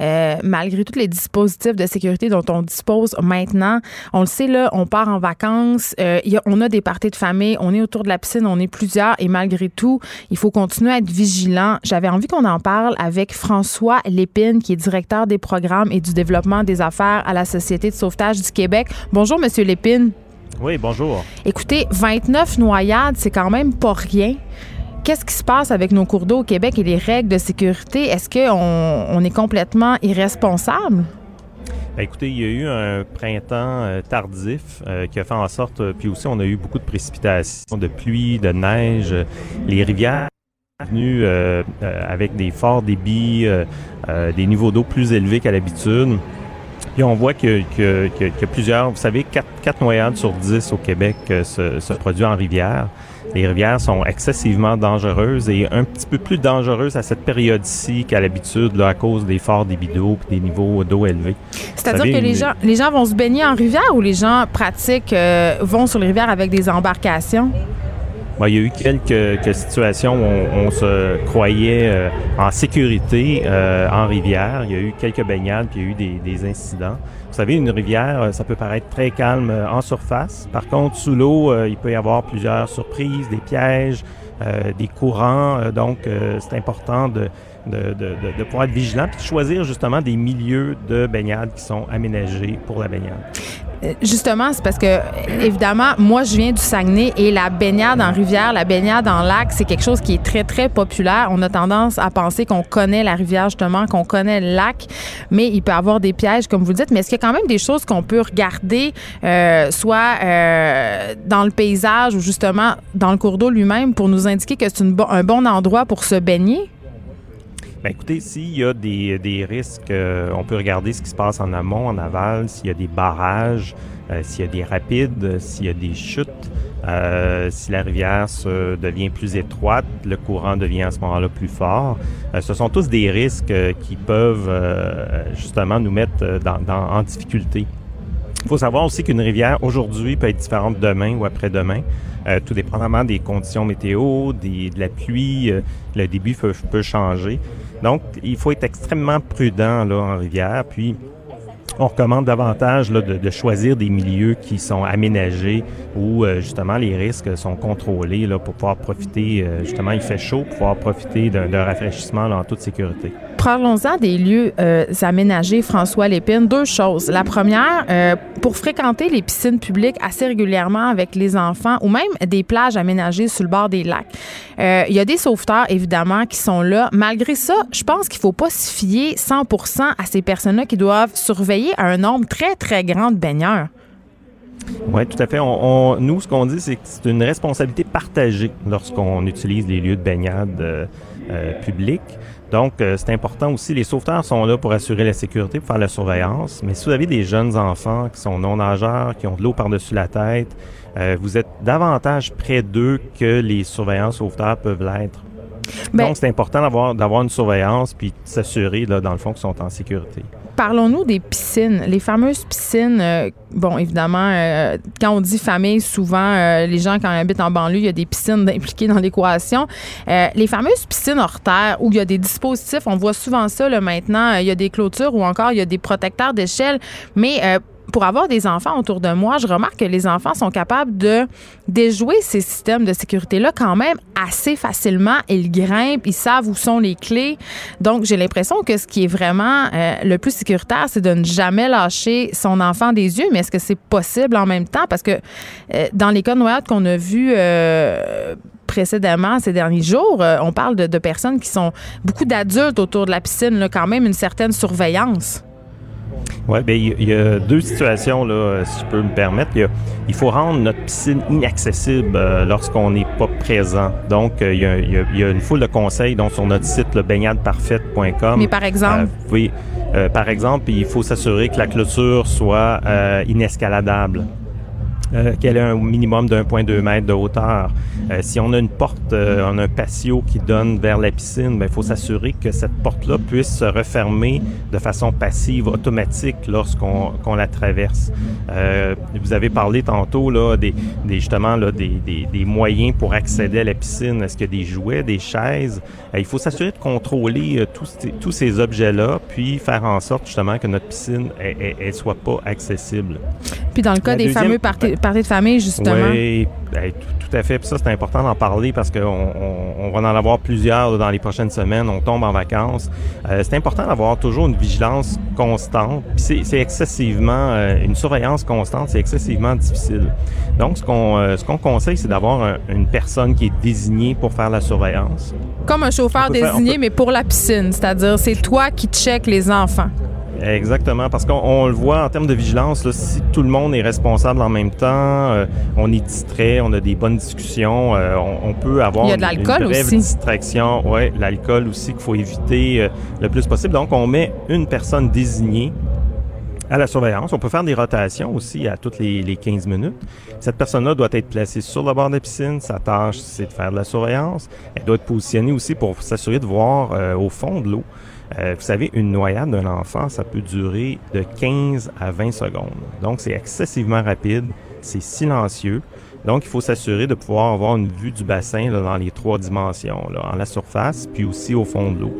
malgré tous les dispositifs de sécurité dont on dispose maintenant. On le sait, là, on part en vacances, on a des parties de famille, on est autour de la piscine, on est plusieurs et malgré tout, il faut continuer à être vigilant. J'avais envie qu'on en parle avec François Lépine, qui est directeur des programmes et du développement des affaires à la Société de sauvetage du Québec. Bonjour, Monsieur Lépine. Oui, bonjour. Écoutez, 29 noyades, c'est quand même pas rien. Qu'est-ce qui se passe avec nos cours d'eau au Québec et les règles de sécurité? Est-ce qu'on est complètement irresponsable? Bien, écoutez, il y a eu un printemps tardif qui a fait en sorte, puis aussi on a eu beaucoup de précipitations, de pluie, de neige. Les rivières sont venues avec des forts débits, des niveaux d'eau plus élevés qu'à l'habitude. Puis on voit que plusieurs, vous savez, 4 noyades sur 10 au Québec se produisent en rivière. Les rivières sont excessivement dangereuses et un petit peu plus dangereuses à cette période-ci qu'à l'habitude là, à cause des forts débits d'eau et des niveaux d'eau élevés. C'est-à-dire que les gens vont se baigner en rivière ou les gens pratiquent, vont sur les rivières avec des embarcations? Bon, il y a eu quelques situations où on se croyait en sécurité en rivière. Il y a eu quelques baignades puis il y a eu des incidents. Vous savez, une rivière, ça peut paraître très calme en surface. Par contre, sous l'eau, il peut y avoir plusieurs surprises, des pièges, des courants. Donc, c'est important de pouvoir être vigilant puis de choisir justement des milieux de baignade qui sont aménagés pour la baignade. Justement, c'est parce que, évidemment, moi, je viens du Saguenay et la baignade en rivière, la baignade en lac, c'est quelque chose qui est très, très populaire. On a tendance à penser qu'on connaît la rivière, justement, qu'on connaît le lac, mais il peut y avoir des pièges, comme vous le dites. Mais est-ce qu'il y a quand même des choses qu'on peut regarder, soit dans le paysage ou justement dans le cours d'eau lui-même pour nous indiquer que c'est un bon endroit pour se baigner? Bien, écoutez, s'il y a des risques, on peut regarder ce qui se passe en amont, en aval, s'il y a des barrages, s'il y a des rapides, s'il y a des chutes, si la rivière devient plus étroite, le courant devient à ce moment-là plus fort. Ce sont tous des risques qui peuvent justement nous mettre en difficulté. Il faut savoir aussi qu'une rivière aujourd'hui peut être différente demain ou après-demain. Tout dépendamment des conditions météo, de la pluie, le débit peut changer. Donc, il faut être extrêmement prudent là en rivière. Puis, on recommande davantage là, de choisir des milieux qui sont aménagés où justement les risques sont contrôlés là, pour pouvoir profiter, justement il fait chaud, pour pouvoir profiter d'un rafraîchissement là, en toute sécurité. Parlons-en des lieux aménagés, François Lépine. 2 choses. La première, pour fréquenter les piscines publiques assez régulièrement avec les enfants ou même des plages aménagées sur le bord des lacs, il y a des sauveteurs, évidemment, qui sont là. Malgré ça, je pense qu'il ne faut pas se fier 100% à ces personnes-là qui doivent surveiller un nombre très, très grand de baigneurs. Oui, tout à fait. Nous, ce qu'on dit, c'est que c'est une responsabilité partagée lorsqu'on utilise les lieux de baignade publics. Donc, c'est important aussi. Les sauveteurs sont là pour assurer la sécurité, pour faire la surveillance. Mais si vous avez des jeunes enfants qui sont non-nageurs, qui ont de l'eau par-dessus la tête, vous êtes davantage près d'eux que les surveillants sauveteurs peuvent l'être. Donc, c'est important d'avoir une surveillance puis de s'assurer, là, dans le fond, qu'ils sont en sécurité. Parlons-nous des piscines, les fameuses piscines. Bon, évidemment, quand on dit famille, souvent, les gens, quand ils habitent en banlieue, il y a des piscines impliquées dans l'équation. Les fameuses piscines hors terre, où il y a des dispositifs, on voit souvent ça là, maintenant, il y a des clôtures ou encore il y a des protecteurs d'échelle, mais pour avoir des enfants autour de moi, je remarque que les enfants sont capables de déjouer ces systèmes de sécurité-là quand même assez facilement. Ils grimpent, ils savent où sont les clés. Donc, j'ai l'impression que ce qui est vraiment le plus sécuritaire, c'est de ne jamais lâcher son enfant des yeux. Mais est-ce que c'est possible en même temps? Parce que dans les cas de noyade qu'on a vus précédemment, ces derniers jours, on parle de personnes qui sont beaucoup d'adultes autour de la piscine, là, quand même une certaine surveillance. Oui, bien, il y a 2 situations, là, si je peux me permettre. Il faut rendre notre piscine inaccessible lorsqu'on n'est pas présent. Donc, il y a une foule de conseils donc, sur notre site, le baignadeparfaite.com. Mais par exemple? Par exemple, il faut s'assurer que la clôture soit inescaladable. qu'elle ait un minimum d'1,2 mètre de hauteur. Si on a une porte, on a un patio qui donne vers la piscine, il faut s'assurer que cette porte-là puisse se refermer de façon passive, automatique, lorsqu'on la traverse. Vous avez parlé tantôt là, des moyens pour accéder à la piscine. Est-ce qu'il y a des jouets, des chaises? Il faut s'assurer de contrôler tous ces objets-là, puis faire en sorte justement que notre piscine elle soit pas accessible. Puis dans le cas des fameux parties de famille, justement. Oui, tout à fait. Puis ça, c'est important d'en parler parce qu'on va en avoir plusieurs là, dans les prochaines semaines. On tombe en vacances. C'est important d'avoir toujours une vigilance constante. Puis c'est excessivement... une surveillance constante, c'est excessivement difficile. Donc, ce qu'on conseille, c'est d'avoir une personne qui est désignée pour faire la surveillance. Comme un chauffeur désigné, mais pour la piscine. C'est-à-dire, c'est toi qui check les enfants. Exactement, parce qu'on le voit en termes de vigilance, là, si tout le monde est responsable en même temps, on est distrait, on a des bonnes discussions, on peut avoir Il y a de l'alcool une brève aussi. distraction. Oui, l'alcool aussi qu'il faut éviter le plus possible. Donc, on met une personne désignée à la surveillance. On peut faire des rotations aussi à toutes les 15 minutes. Cette personne-là doit être placée sur le bord de la piscine. Sa tâche, c'est de faire de la surveillance. Elle doit être positionnée aussi pour s'assurer de voir au fond de l'eau. Vous savez, une noyade d'un enfant, ça peut durer de 15 à 20 secondes. Donc, c'est excessivement rapide, c'est silencieux. Donc, il faut s'assurer de pouvoir avoir une vue du bassin là, dans les 3 dimensions, là, en la surface, puis aussi au fond de l'eau.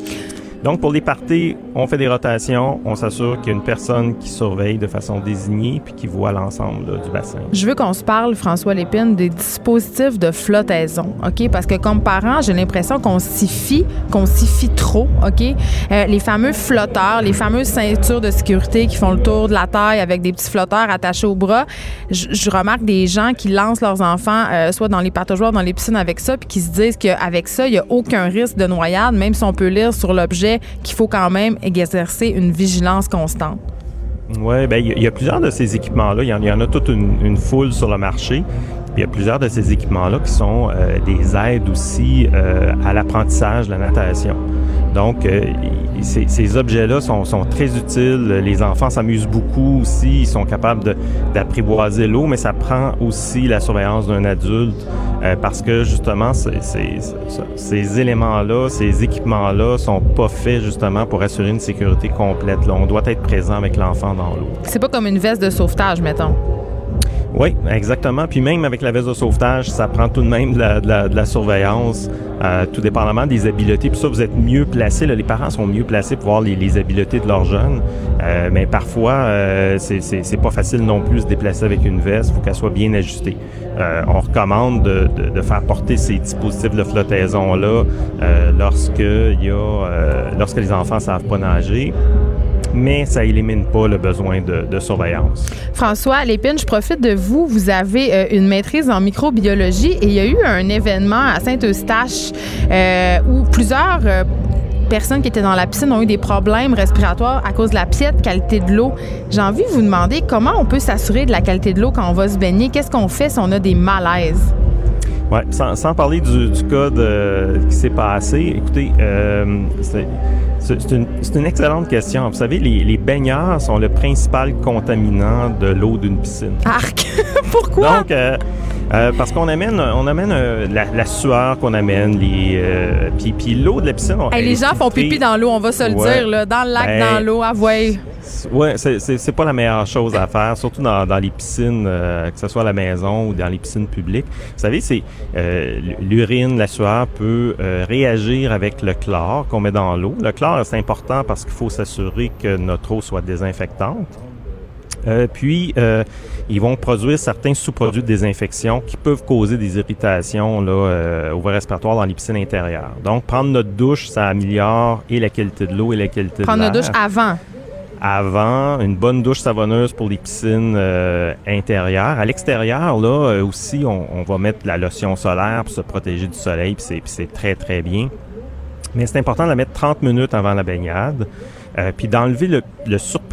Donc, pour les parties, on fait des rotations, on s'assure qu'il y a une personne qui surveille de façon désignée puis qui voit l'ensemble là, du bassin. Je veux qu'on se parle, François Lépine, des dispositifs de flottaison, OK? Parce que comme parent, j'ai l'impression qu'on s'y fie trop, OK? Les fameux flotteurs, les fameuses ceintures de sécurité qui font le tour de la taille avec des petits flotteurs attachés au bras. Je remarque des gens qui lancent leurs enfants soit dans les pataugeoires, dans les piscines avec ça, puis qui se disent qu'avec ça, il n'y a aucun risque de noyade, même si on peut lire sur l'objet qu'il faut quand même exercer une vigilance constante. Oui, bien, il y a plusieurs de ces équipements-là. Il y en a toute une foule sur le marché. Il y a plusieurs de ces équipements-là qui sont des aides aussi à l'apprentissage de la natation. Donc, ces objets-là sont très utiles. Les enfants s'amusent beaucoup aussi. Ils sont capables d'apprivoiser l'eau, mais ça prend aussi la surveillance d'un adulte parce que, justement, ces éléments-là, ces équipements-là sont pas faits, justement, pour assurer une sécurité complète. Là, on doit être présent avec l'enfant dans l'eau. C'est pas comme une veste de sauvetage, mettons. Oui, exactement. Puis même avec la veste de sauvetage, ça prend tout de même de la surveillance, tout dépendamment des habiletés. Puis ça, vous êtes mieux placés. Là, les parents sont mieux placés pour voir les habiletés de leurs jeunes. Mais parfois, c'est pas facile non plus de se déplacer avec une veste. Il faut qu'elle soit bien ajustée. On recommande de faire porter ces dispositifs de flottaison-là lorsque les enfants savent pas nager. Mais ça élimine pas le besoin de surveillance. François Lépine, je profite de vous. Vous avez une maîtrise en microbiologie et il y a eu un événement à Saint-Eustache où plusieurs personnes qui étaient dans la piscine ont eu des problèmes respiratoires à cause de la piètre qualité de l'eau. J'ai envie de vous demander comment on peut s'assurer de la qualité de l'eau quand on va se baigner. Qu'est-ce qu'on fait si on a des malaises? Oui, sans parler du cas qui s'est passé, écoutez, c'est une excellente question. Vous savez, les baigneurs sont le principal contaminant de l'eau d'une piscine. Arc! Pourquoi? Donc, parce qu'on amène la sueur qu'on amène, puis l'eau de la piscine. Les gens font pipi dans l'eau, on va se le dire, là, dans le lac, dans l'eau, avouez. Oui, c'est pas la meilleure chose à faire, surtout dans les piscines, que ce soit à la maison ou dans les piscines publiques. Vous savez, l'urine, la sueur peut réagir avec le chlore qu'on met dans l'eau. Le chlore, c'est important parce qu'il faut s'assurer que notre eau soit désinfectante. Puis, ils vont produire certains sous-produits de désinfection qui peuvent causer des irritations là, aux voies respiratoires dans les piscines intérieures. Donc, prendre notre douche, ça améliore et la qualité de l'eau et la qualité de l'air. Prendre notre douche avant, une bonne douche savonneuse pour les piscines intérieures. À l'extérieur, là, aussi, on va mettre de la lotion solaire pour se protéger du soleil, puis c'est très, très bien. Mais c'est important de la mettre 30 minutes avant la baignade, puis d'enlever le surplus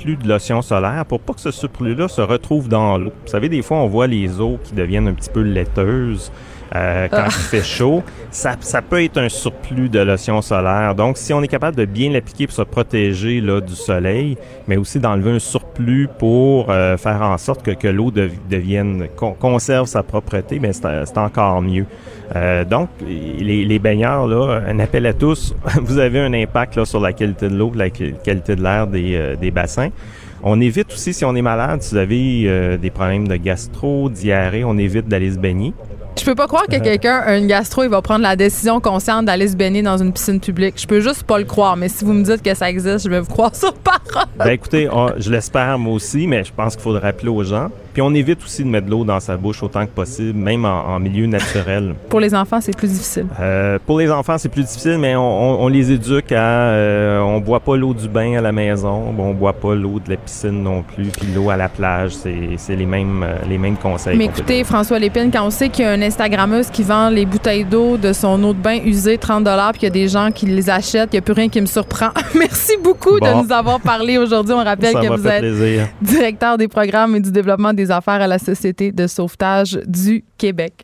surplus de lotion solaire pour pas que ce surplus-là se retrouve dans l'eau. Vous savez, des fois, on voit les eaux qui deviennent un petit peu laiteuses. Quand il fait chaud, ça peut être un surplus de lotion solaire. Donc, si on est capable de bien l'appliquer pour se protéger là, du soleil, mais aussi d'enlever un surplus pour faire en sorte que l'eau conserve sa propreté, bien, c'est encore mieux. Donc, les baigneurs, là, un appel à tous, vous avez un impact là, sur la qualité de l'eau, la qualité de l'air des bassins. On évite aussi, si on est malade, si vous avez des problèmes de gastro, diarrhée, on évite d'aller se baigner. Je peux pas croire que quelqu'un a une gastro, il va prendre la décision consciente d'aller se baigner dans une piscine publique. Je peux juste pas le croire, mais si vous me dites que ça existe, je vais vous croire sur parole. Ben écoutez, je l'espère moi aussi, mais je pense qu'il faudrait rappeler aux gens. Puis on évite aussi de mettre de l'eau dans sa bouche autant que possible, même en milieu naturel. Pour les enfants, c'est plus difficile. Pour les enfants, c'est plus difficile, mais on les éduque à... on boit pas l'eau du bain à la maison, on boit pas l'eau de la piscine non plus, puis l'eau à la plage, c'est les mêmes conseils. Mais écoutez, François Lépine, quand on sait qu'il y a un Instagrammeuse qui vend les bouteilles d'eau de son eau de bain usée 30 $, puis qu'il y a des gens qui les achètent, il n'y a plus rien qui me surprend. Merci beaucoup de nous avoir parlé aujourd'hui. On rappelle que vous êtes directeur des programmes et du développement des affaires à la Société de sauvetage du Québec.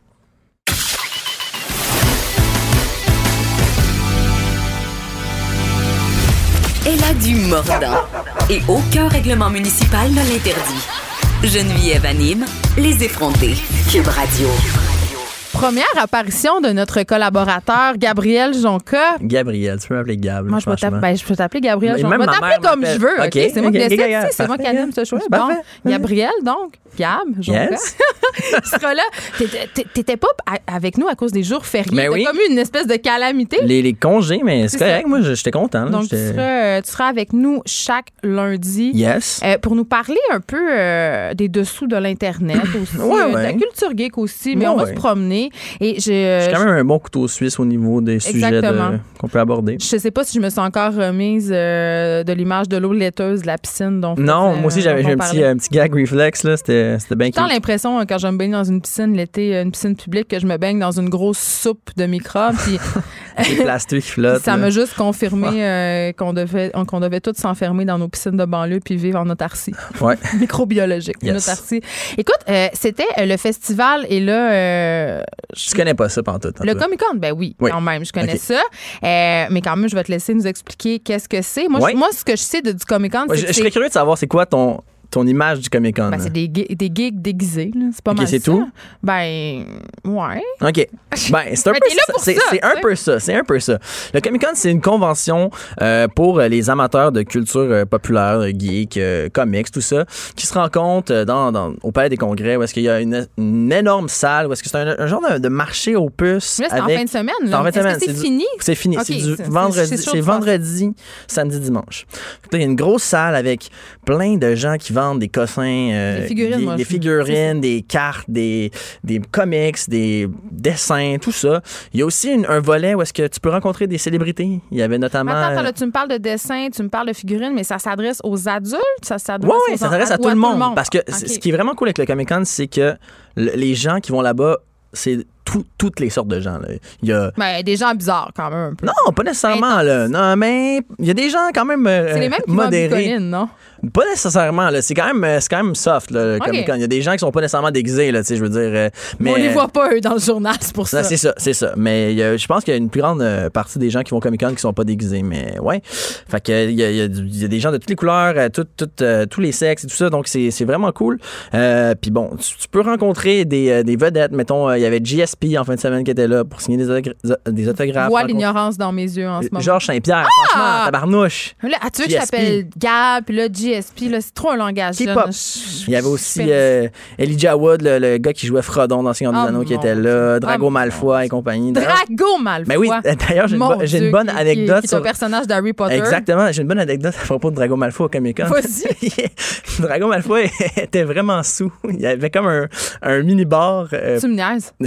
Elle a du mordant et aucun règlement municipal ne l'interdit. Geneviève anime Les effrontés. Cube Radio. Première apparition de notre collaborateur Gabriel Jonca. Gabriel, tu peux m'appeler Gab. Moi, je peux t'appeler Gabriel Jonca. Je vais t'appeler comme je veux. OK? C'est moi qui décide. C'est moi qui anime ce show. Bon, Gabriel, donc. Gab, Jonca. Yes. Il sera là. T'étais pas avec nous à cause des jours fériés. Mais oui. T'as comme eu une espèce de calamité. Les congés, mais c'est correct. Moi, j'étais content. Donc, tu seras avec nous chaque lundi. Yes. Pour nous parler un peu des dessous de l'Internet aussi. De la culture geek aussi. Mais on va se promener. Et je suis quand même un bon couteau suisse au niveau des sujets qu'on peut aborder. Je sais pas si je me suis encore remise de l'image de l'eau laiteuse de la piscine. Non, moi aussi, j'avais un petit gag reflex. C'était bien cute. J'ai l'impression, quand je me baigne dans une piscine l'été, une piscine publique, que je me baigne dans une grosse soupe de microbes. Puis des plastiques qui flottent. Ça m'a juste confirmé qu'on devait tous s'enfermer dans nos piscines de banlieue puis vivre en autarcie. Ouais. Microbiologique. Yes. Une autarcie. Écoute, c'était le festival et là... Tu connais pas ça pantoute. Le Comic-Con, ben oui, quand même, je connais ça. Mais quand même, je vais te laisser nous expliquer qu'est-ce que c'est. Moi, ce que je sais du Comic-Con, c'est que je serais curieux de savoir c'est quoi ton image du Comic-Con. Ben, c'est des geeks déguisés. Là. C'est pas mal c'est ça. tout? Ben, ouais. OK. Ben, c'est un peu ça. C'est un peu ça. Le Comic-Con, c'est une convention pour les amateurs de culture populaire, geek, comics, tout ça, qui se rencontrent au Palais des Congrès, où est-ce qu'il y a une énorme salle, où est-ce que c'est un genre de marché aux puces. Là, c'est en fin de semaine. Là. Est-ce que c'est fini? C'est fini. Okay, c'est vendredi, samedi, dimanche. Là, il y a une grosse salle avec plein de gens qui vendent des cossins, des figurines, des cartes, des comics, des dessins, tout ça. Il y a aussi un volet où est-ce que tu peux rencontrer des célébrités. Il y avait notamment... Attends, là, tu me parles de dessins, tu me parles de figurines, mais ça s'adresse aux adultes? Ça s'adresse ça s'adresse à tout le monde. Parce que ce qui est vraiment cool avec le Comic-Con, c'est que les gens qui vont là-bas, c'est toutes les sortes de gens. Là. Il y a... des gens bizarres quand même un peu. Non, pas nécessairement. Là. Non, mais il y a des gens quand même c'est les mêmes qui modérés. Vont en bicoline, non? Pas nécessairement. Là. C'est quand même soft, là, le Comic-Con. Il y a des gens qui sont pas nécessairement déguisés, là, je veux dire. Mais... On les voit pas, eux, dans le journal, c'est pour ça. C'est ça. Mais je pense qu'il y a une plus grande partie des gens qui vont au Comic-Con qui sont pas déguisés. Mais ouais. Fait que il y a des gens de toutes les couleurs, tous les sexes et tout ça. Donc, c'est vraiment cool. Puis bon, tu peux rencontrer des vedettes. Mettons, il y avait GSP en fin de semaine qui était là pour signer des autographes. Je vois l'ignorance dans mes yeux en ce moment. Georges Saint-Pierre, franchement, tabarnouche. Là, tu veux que je t'appelle Gab, puis là, GSP, là, c'est trop un langage jeune. Il y avait aussi Elijah Wood, le gars qui jouait Frodon dans Seigneur des Anneaux qui était là, Drago Malfoy et compagnie. Drago Malfoy? Mais oui, d'ailleurs, j'ai une bonne anecdote. C'est un personnage d'Harry Potter. Exactement, j'ai une bonne anecdote à propos de Drago Malfoy au Comic-Con. Vas-y. Drago Malfoy était vraiment sous. Il y avait comme un mini-bar. Tu me niaises? Je te jure.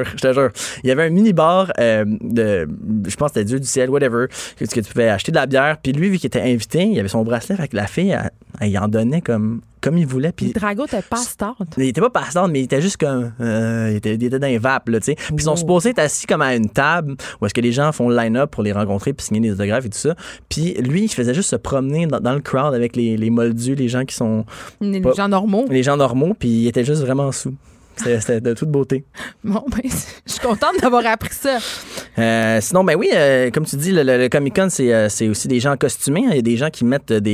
je te jure. Il y avait un mini-bar je pense que c'était Dieu du ciel, whatever, que tu pouvais acheter de la bière. Puis lui, vu qu'il était invité, il avait son bracelet, fait que la fille, elle en donnait comme il voulait. Puis Drago était passe-tard. Il était pas passe-tard, mais il était juste comme... il était dans les vapes, là, tu sais. Puis ils sont supposés être assis comme à une table où est-ce que les gens font le line-up pour les rencontrer puis signer des autographes et tout ça. Puis lui, il faisait juste se promener dans le crowd avec les moldus, les gens qui sont... Les gens normaux. Les gens normaux, puis il était juste vraiment sous. C'était de toute beauté. Bon, ben, je suis contente d'avoir appris ça. Sinon, ben oui, comme tu dis, le Comic-Con, c'est aussi des gens costumés. Il y a des gens qui mettent dans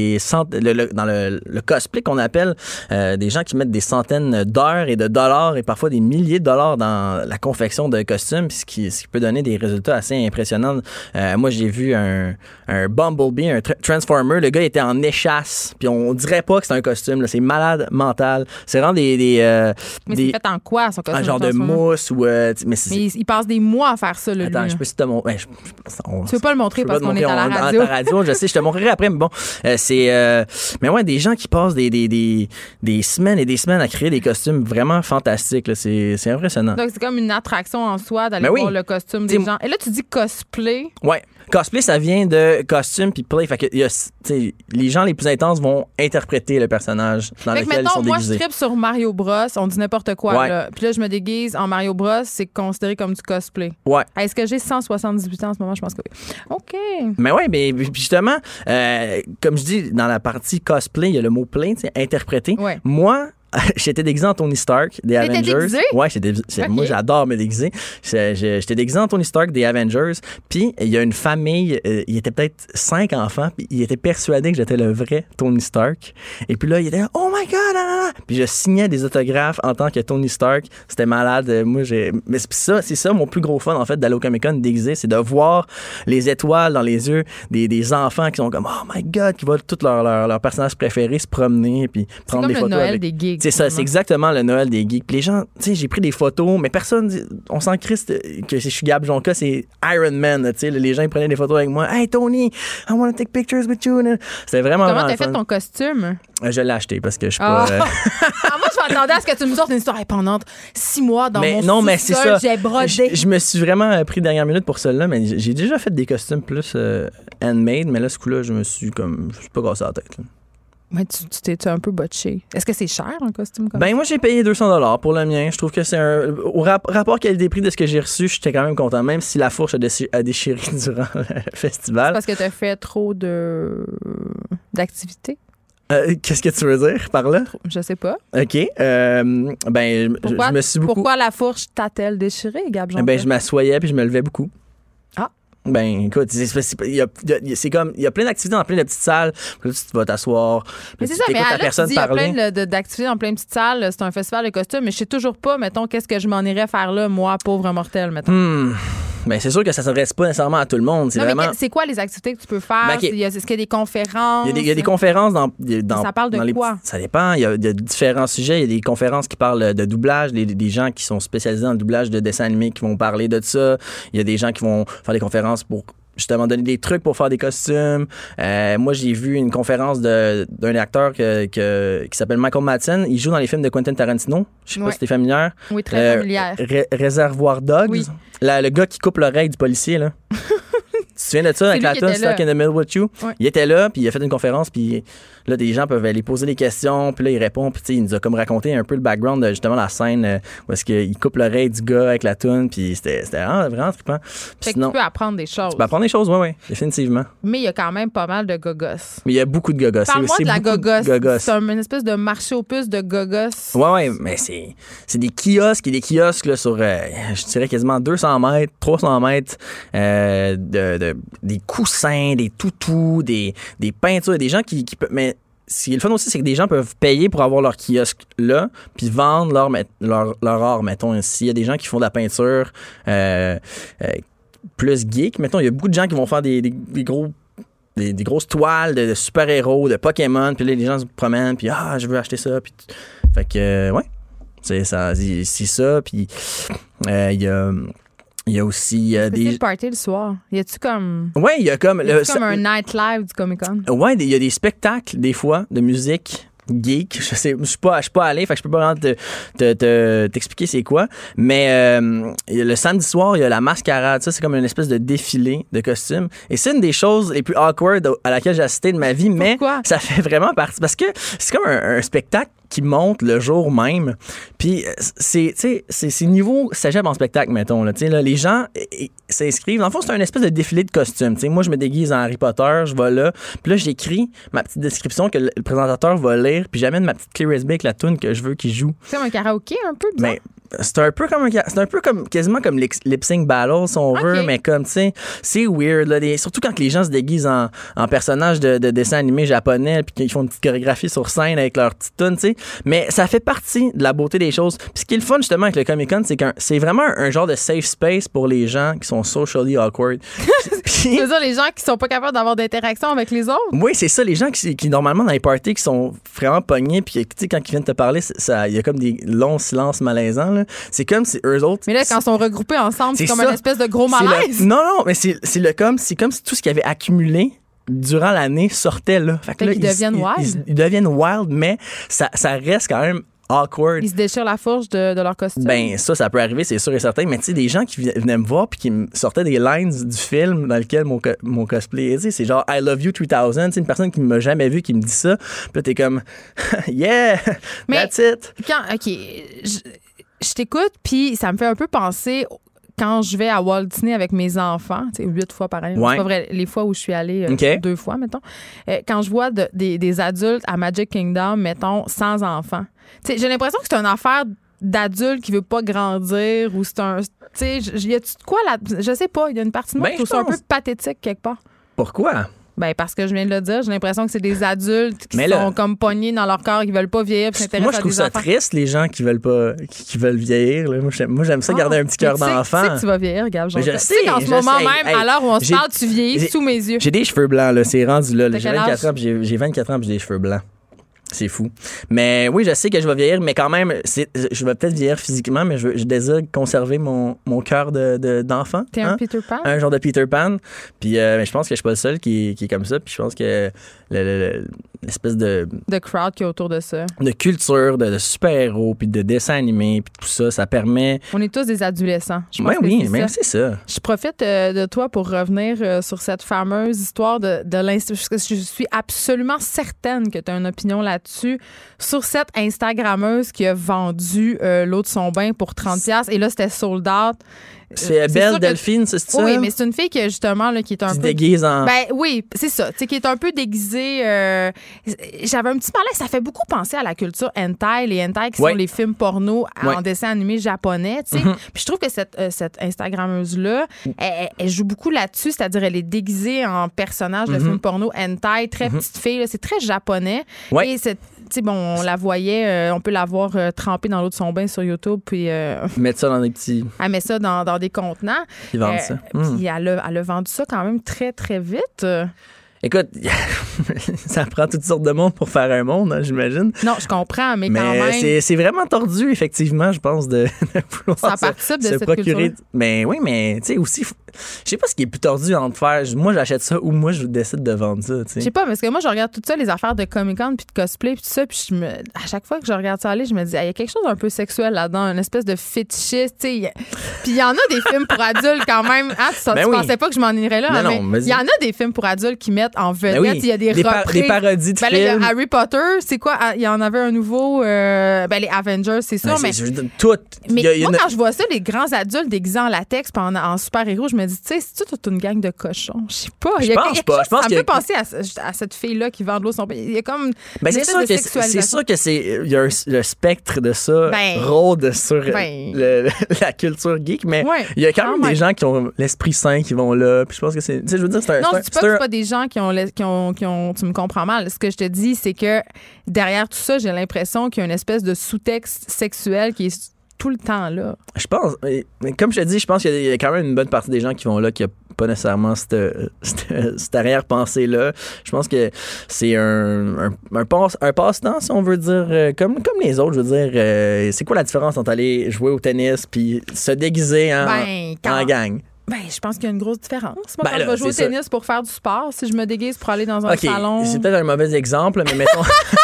le cosplay qu'on appelle, des gens qui mettent des centaines d'heures et de dollars et parfois des milliers de dollars dans la confection de costumes, ce qui peut donner des résultats assez impressionnants. Moi, j'ai vu un Bumblebee, un Transformer. Le gars était en échasse, puis on dirait pas que c'est un costume. Là. C'est malade mental. C'est vraiment Mais c'est fait en quoi, son costume? Un genre de mousse ou... mais il passe des mois à faire ça, là, Attends, lui. je peux te montrer... Tu veux pas le montrer parce qu'on est à la radio. À la radio, je sais, je te montrerai après, mais bon, mais ouais, des gens qui passent des semaines et des semaines à créer des costumes vraiment fantastiques, là, c'est impressionnant. Donc, c'est comme une attraction en soi d'aller voir le costume des gens. Et là, tu dis cosplay. Ouais. Cosplay, ça vient de costume puis play. Fait que les gens les plus intenses vont interpréter le personnage dans lequel ils sont déguisés. Moi, je trippe sur Mario Bros. On dit n'importe quoi. Ouais. Là. Puis là, je me déguise en Mario Bros. C'est considéré comme du cosplay. Ouais. Est-ce que j'ai 178 ans en ce moment? Je pense que oui. OK. Mais ouais, mais justement, comme je dis, dans la partie cosplay, il y a le mot play, interpréter. Ouais. Moi, j'étais déguisé en Tony Stark des Avengers. Déguisé? Ouais, moi j'adore me déguiser. J'étais déguisé en Tony Stark des Avengers. Puis il y a une famille, il était peut-être 5 enfants, puis il était persuadé que j'étais le vrai Tony Stark. Et puis là, il était là, oh my god, ah, ah. Puis je signais des autographes en tant que Tony Stark. C'était malade. Mais c'est ça mon plus gros fun en fait d'aller au Comic-Con déguisé, c'est de voir les étoiles dans les yeux des enfants qui sont comme oh my god, qui voient tous leurs personnages préférés se promener puis prendre des photos. C'est comme le Noël des geeks. C'est ça, c'est exactement le Noël des geeks. Puis les gens, tu sais, j'ai pris des photos, mais personne, on s'en criste que je suis Gab Jonca, c'est Iron Man, tu sais. Les gens, ils prenaient des photos avec moi. Hey, Tony, I want to take pictures with you. C'était vraiment Comment t'as fait ton costume? Je l'ai acheté parce que je suis pas... moi, je m'attendais à ce que tu me sortes une histoire pendant 6 mois dans mon mais c'est ça. J'ai brodé. Je me suis vraiment pris dernière minute pour celle-là, mais j'ai déjà fait des costumes plus handmade, mais là, ce coup-là, je suis pas cassé la tête, là. Mais tu t'es un peu botché. Est-ce que c'est cher, un costume comme ça? Ben moi, j'ai payé 200$ pour le mien. Je trouve que c'est au rapport qualité-prix de ce que j'ai reçu, j'étais quand même content, même si la fourche a déchiré durant le festival. C'est parce que tu as fait trop d'activités? Qu'est-ce que tu veux dire par là? Je sais pas. OK. Je me suis beaucoup... Pourquoi la fourche t'a-t-elle déchiré, Gab Jonca? Ben, je m'assoyais puis je me levais beaucoup. Ben, écoute, il y a plein d'activités dans plein de petites salles. Puis là, tu vas t'asseoir. Mais c'est ça, mais là, tu dis, il y a plein d'activités dans plein de petites salles. C'est un festival de costumes, mais je sais toujours pas, mettons, qu'est-ce que je m'en irais faire là, moi, pauvre mortel, mettons. Ben, c'est sûr que ça s'adresse pas nécessairement à tout le monde. Mais c'est quoi les activités que tu peux faire? Est-ce qu'il y a des conférences? Il y a des conférences dans ça parle de quoi? Ça dépend. Il y a différents sujets. Il y a des conférences qui parlent de doublage, des gens qui sont spécialisés dans le doublage de dessins animés qui vont parler de ça. Il y a des gens qui vont faire des conférences pour justement donner des trucs pour faire des costumes. Moi, j'ai vu une conférence d'un acteur qui s'appelle Michael Madsen. Il joue dans les films de Quentin Tarantino. Je sais pas si t'es familière. Oui, très familière. Réservoir Dogs. Oui. Le gars qui coupe l'oreille du policier, là. Tu te souviens de ça avec la tune Stuck in the Middle with You? Ouais. Il était là, puis il a fait une conférence, puis là, des gens peuvent aller poser des questions, puis là, il répond, puis il nous a comme raconté un peu le background de justement la scène où est-ce qu'il coupe l'oreille du gars avec la tune, puis c'était vraiment trippant. Fait que tu peux apprendre des choses. Tu peux apprendre des choses, oui, définitivement. Mais il y a quand même pas mal de gogos. Mais il y a beaucoup de gogos. Parle-moi de la gogos. C'est une espèce de marché aux puces de gogos. Oui, mais c'est des kiosques et des kiosques là, sur, je dirais quasiment 200 mètres, 300 mètres des coussins, des toutous, des peintures, des gens qui peuvent... Mais ce qui est le fun aussi, c'est que des gens peuvent payer pour avoir leur kiosque là, puis vendre leur art, mettons. S'il y a des gens qui font de la peinture plus geek, mettons, il y a beaucoup de gens qui vont faire des grosses toiles de super-héros, de Pokémon, puis là, les gens se promènent, puis je veux acheter ça, puis... Fait que, ouais, c'est ça, puis il y a aussi des parties le soir. Y a-tu comme ouais, il y a comme un night live du Comic-Con. Ouais, il y a des spectacles des fois de musique geek. Je suis pas allé, fait que je peux pas vraiment t'expliquer c'est quoi. Mais le samedi soir, il y a la mascarade. Ça, c'est comme une espèce de défilé de costumes. Et c'est une des choses les plus awkward à laquelle j'ai assisté de ma vie. Mais ça fait vraiment partie. Parce que c'est comme un spectacle qui monte le jour même. Puis c'est niveau cégep en spectacle, mettons. Là, les gens s'inscrivent. Dans le fond, c'est un espèce de défilé de costumes. Moi, je me déguise en Harry Potter, je vais là. Puis là, j'écris ma petite description que le présentateur va lire, puis j'amène ma petite clé USB avec la tune que je veux qu'il joue. C'est comme un karaoké un peu, bizarre. Mais c'est un peu comme quasiment comme lip sync battle si on veut, mais comme tu sais, c'est weird là, surtout quand les gens se déguisent en personnages de dessins animés japonais puis qu'ils font une petite chorégraphie sur scène avec leur petite tune, tu sais. Mais ça fait partie de la beauté des choses. Puis ce qui est le fun justement avec le Comic-Con, c'est que c'est vraiment un genre de safe space pour les gens qui sont socially awkward. Tu veux dire les gens qui sont pas capables d'avoir d'interaction avec les autres? Oui, c'est ça, les gens qui normalement dans les parties qui sont vraiment pognés puis tu sais quand ils viennent te parler, il y a comme des longs silences malaisants là. C'est comme si eux autres. Mais là, quand ils sont regroupés ensemble, c'est comme une espèce de gros malaise. Non, mais c'est comme si tout ce qu'ils avaient accumulé durant l'année sortait là. Fait que là, ils deviennent wild. Ils deviennent wild, mais ça reste quand même awkward. Ils se déchirent la fourche de leur costume. Ben ça peut arriver, c'est sûr et certain. Mais tu sais, des gens qui venaient me voir puis qui me sortaient des lines du film dans lequel mon cosplay est. C'est genre I love you 3000. C'est une personne qui ne m'a jamais vu qui me dit ça. Puis là, t'es comme yeah, that's it. Je t'écoute, puis ça me fait un peu penser quand je vais à Walt Disney avec mes enfants, 8 fois par année. C'est pas vrai, les fois où je suis allée 2 fois, mettons. Quand je vois des adultes à Magic Kingdom, mettons, sans enfants. J'ai l'impression que c'est une affaire d'adulte qui veut pas grandir ou c'est un... y a-tu de quoi là? Je sais pas, il y a une partie de moi qui trouve ça un peu pathétique quelque part. Pourquoi? Ben parce que je viens de le dire, j'ai l'impression que c'est des adultes qui sont comme pognés dans leur corps, qui veulent pas vieillir, puis s'intéressent à des enfants. Moi, je trouve ça triste, les gens qui veulent pas, qui veulent vieillir. Là. Moi, j'aime ça garder un petit cœur d'enfant. Tu sais que tu vas vieillir, Gab. Je sais qu'en ce moment même, à l'heure où on se parle, tu vieillis sous mes yeux. J'ai des cheveux blancs, là. C'est rendu là. J'ai 24 ans, puis j'ai 24 ans, puis j'ai des cheveux blancs. C'est fou. Mais oui, je sais que je vais vieillir, mais quand même, je vais peut-être vieillir physiquement, mais je désire conserver mon cœur d'enfant. T'es un Peter Pan? Un genre de Peter Pan. Puis je pense que je suis pas le seul qui est comme ça. Puis je pense que l'espèce de crowd qui est autour de ça. De culture, de super-héros, puis de dessins animés, puis tout ça, ça permet... On est tous des adolescents. Oui, même c'est ça. Je profite de toi pour revenir sur cette fameuse histoire de l'institution. Je suis absolument certaine que tu as une opinion là-dessus. Sur cette Instagrammeuse qui a vendu l'eau de son bain pour 30$, et là, c'était sold out. C'est Belle Delphine, c'est ça? Oui, mais c'est une fille qui, justement, là, qui est un peu... Qui se déguise en... Ben oui, c'est ça. Tu sais, qui est un peu déguisée... J'avais un petit malaise. Ça fait beaucoup penser à la culture hentai. Les hentai qui sont les films porno en dessin animé japonais, tu sais. Puis je trouve que cette Instagrammeuse-là, elle joue beaucoup là-dessus. C'est-à-dire, elle est déguisée en personnage de film porno hentai. Très petite fille. Là. C'est très japonais. Et tu sais, bon, on la voyait... on peut la voir trempée dans l'eau de son bain sur YouTube. Puis... mettre ça dans des petits... Elle met ça dans des contenants. Ils vendent ça. Puis elle a vendu ça quand même très, très vite. Écoute, ça prend toutes sortes de monde pour faire un monde, hein, j'imagine. Non, je comprends, mais quand même... c'est vraiment tordu, effectivement, je pense, de vouloir ça participe de cette culture. Mais oui, mais tu sais, aussi, je sais pas ce qui est plus tordu entre faire. Moi, j'achète ça ou moi, je décide de vendre ça, tu sais. Je sais pas, parce que moi, je regarde tout ça, les affaires de Comic-Con puis de cosplay puis tout ça, puis à chaque fois que je regarde ça aller, je me dis, il y a quelque chose d'un peu sexuel là-dedans, une espèce de fétichiste, tu sais. Puis il y en a des films pour adultes quand même. Hein, tu pensais pas que je m'en irais là, mais il y en a des films pour adultes qui mettent en vedette. Il y a des reprises. Des parodies de films. Il y a Harry Potter, c'est quoi? Il y en avait un nouveau, les Avengers, c'est sûr, mais... Tout. Mais moi, quand je vois ça, les grands adultes déguisés en latex pis en super-héros, je me dis, tu sais, c'est toute une gang de cochons. Je sais pas. Je pense pas. Ça me fait penser à cette fille-là qui vend de l'eau son pays. Il y a comme c'est sûr que il y a le spectre de ça rôde sur la culture geek, mais il y a quand même des gens qui ont l'esprit sain qui vont là. Puis je pense que c'est... Tu sais, je veux dire, c'est un... Non, je dis pas que c'est pas des gens qui ont... Tu me comprends mal. Ce que je te dis, c'est que derrière tout ça, j'ai l'impression qu'il y a une espèce de sous-texte sexuel qui est tout le temps là. Je pense... Mais comme je te dis, je pense qu'il y a quand même une bonne partie des gens qui vont là qui a pas nécessairement cette arrière-pensée-là. Je pense que c'est un passe-temps, si on veut dire, comme les autres, je veux dire. C'est quoi la différence entre aller jouer au tennis puis se déguiser en gang? Ben, je pense qu'il y a une grosse différence. Moi, quand je vais jouer au tennis pour faire du sport, si je me déguise pour aller dans un salon... C'est peut-être un mauvais exemple, mais mettons...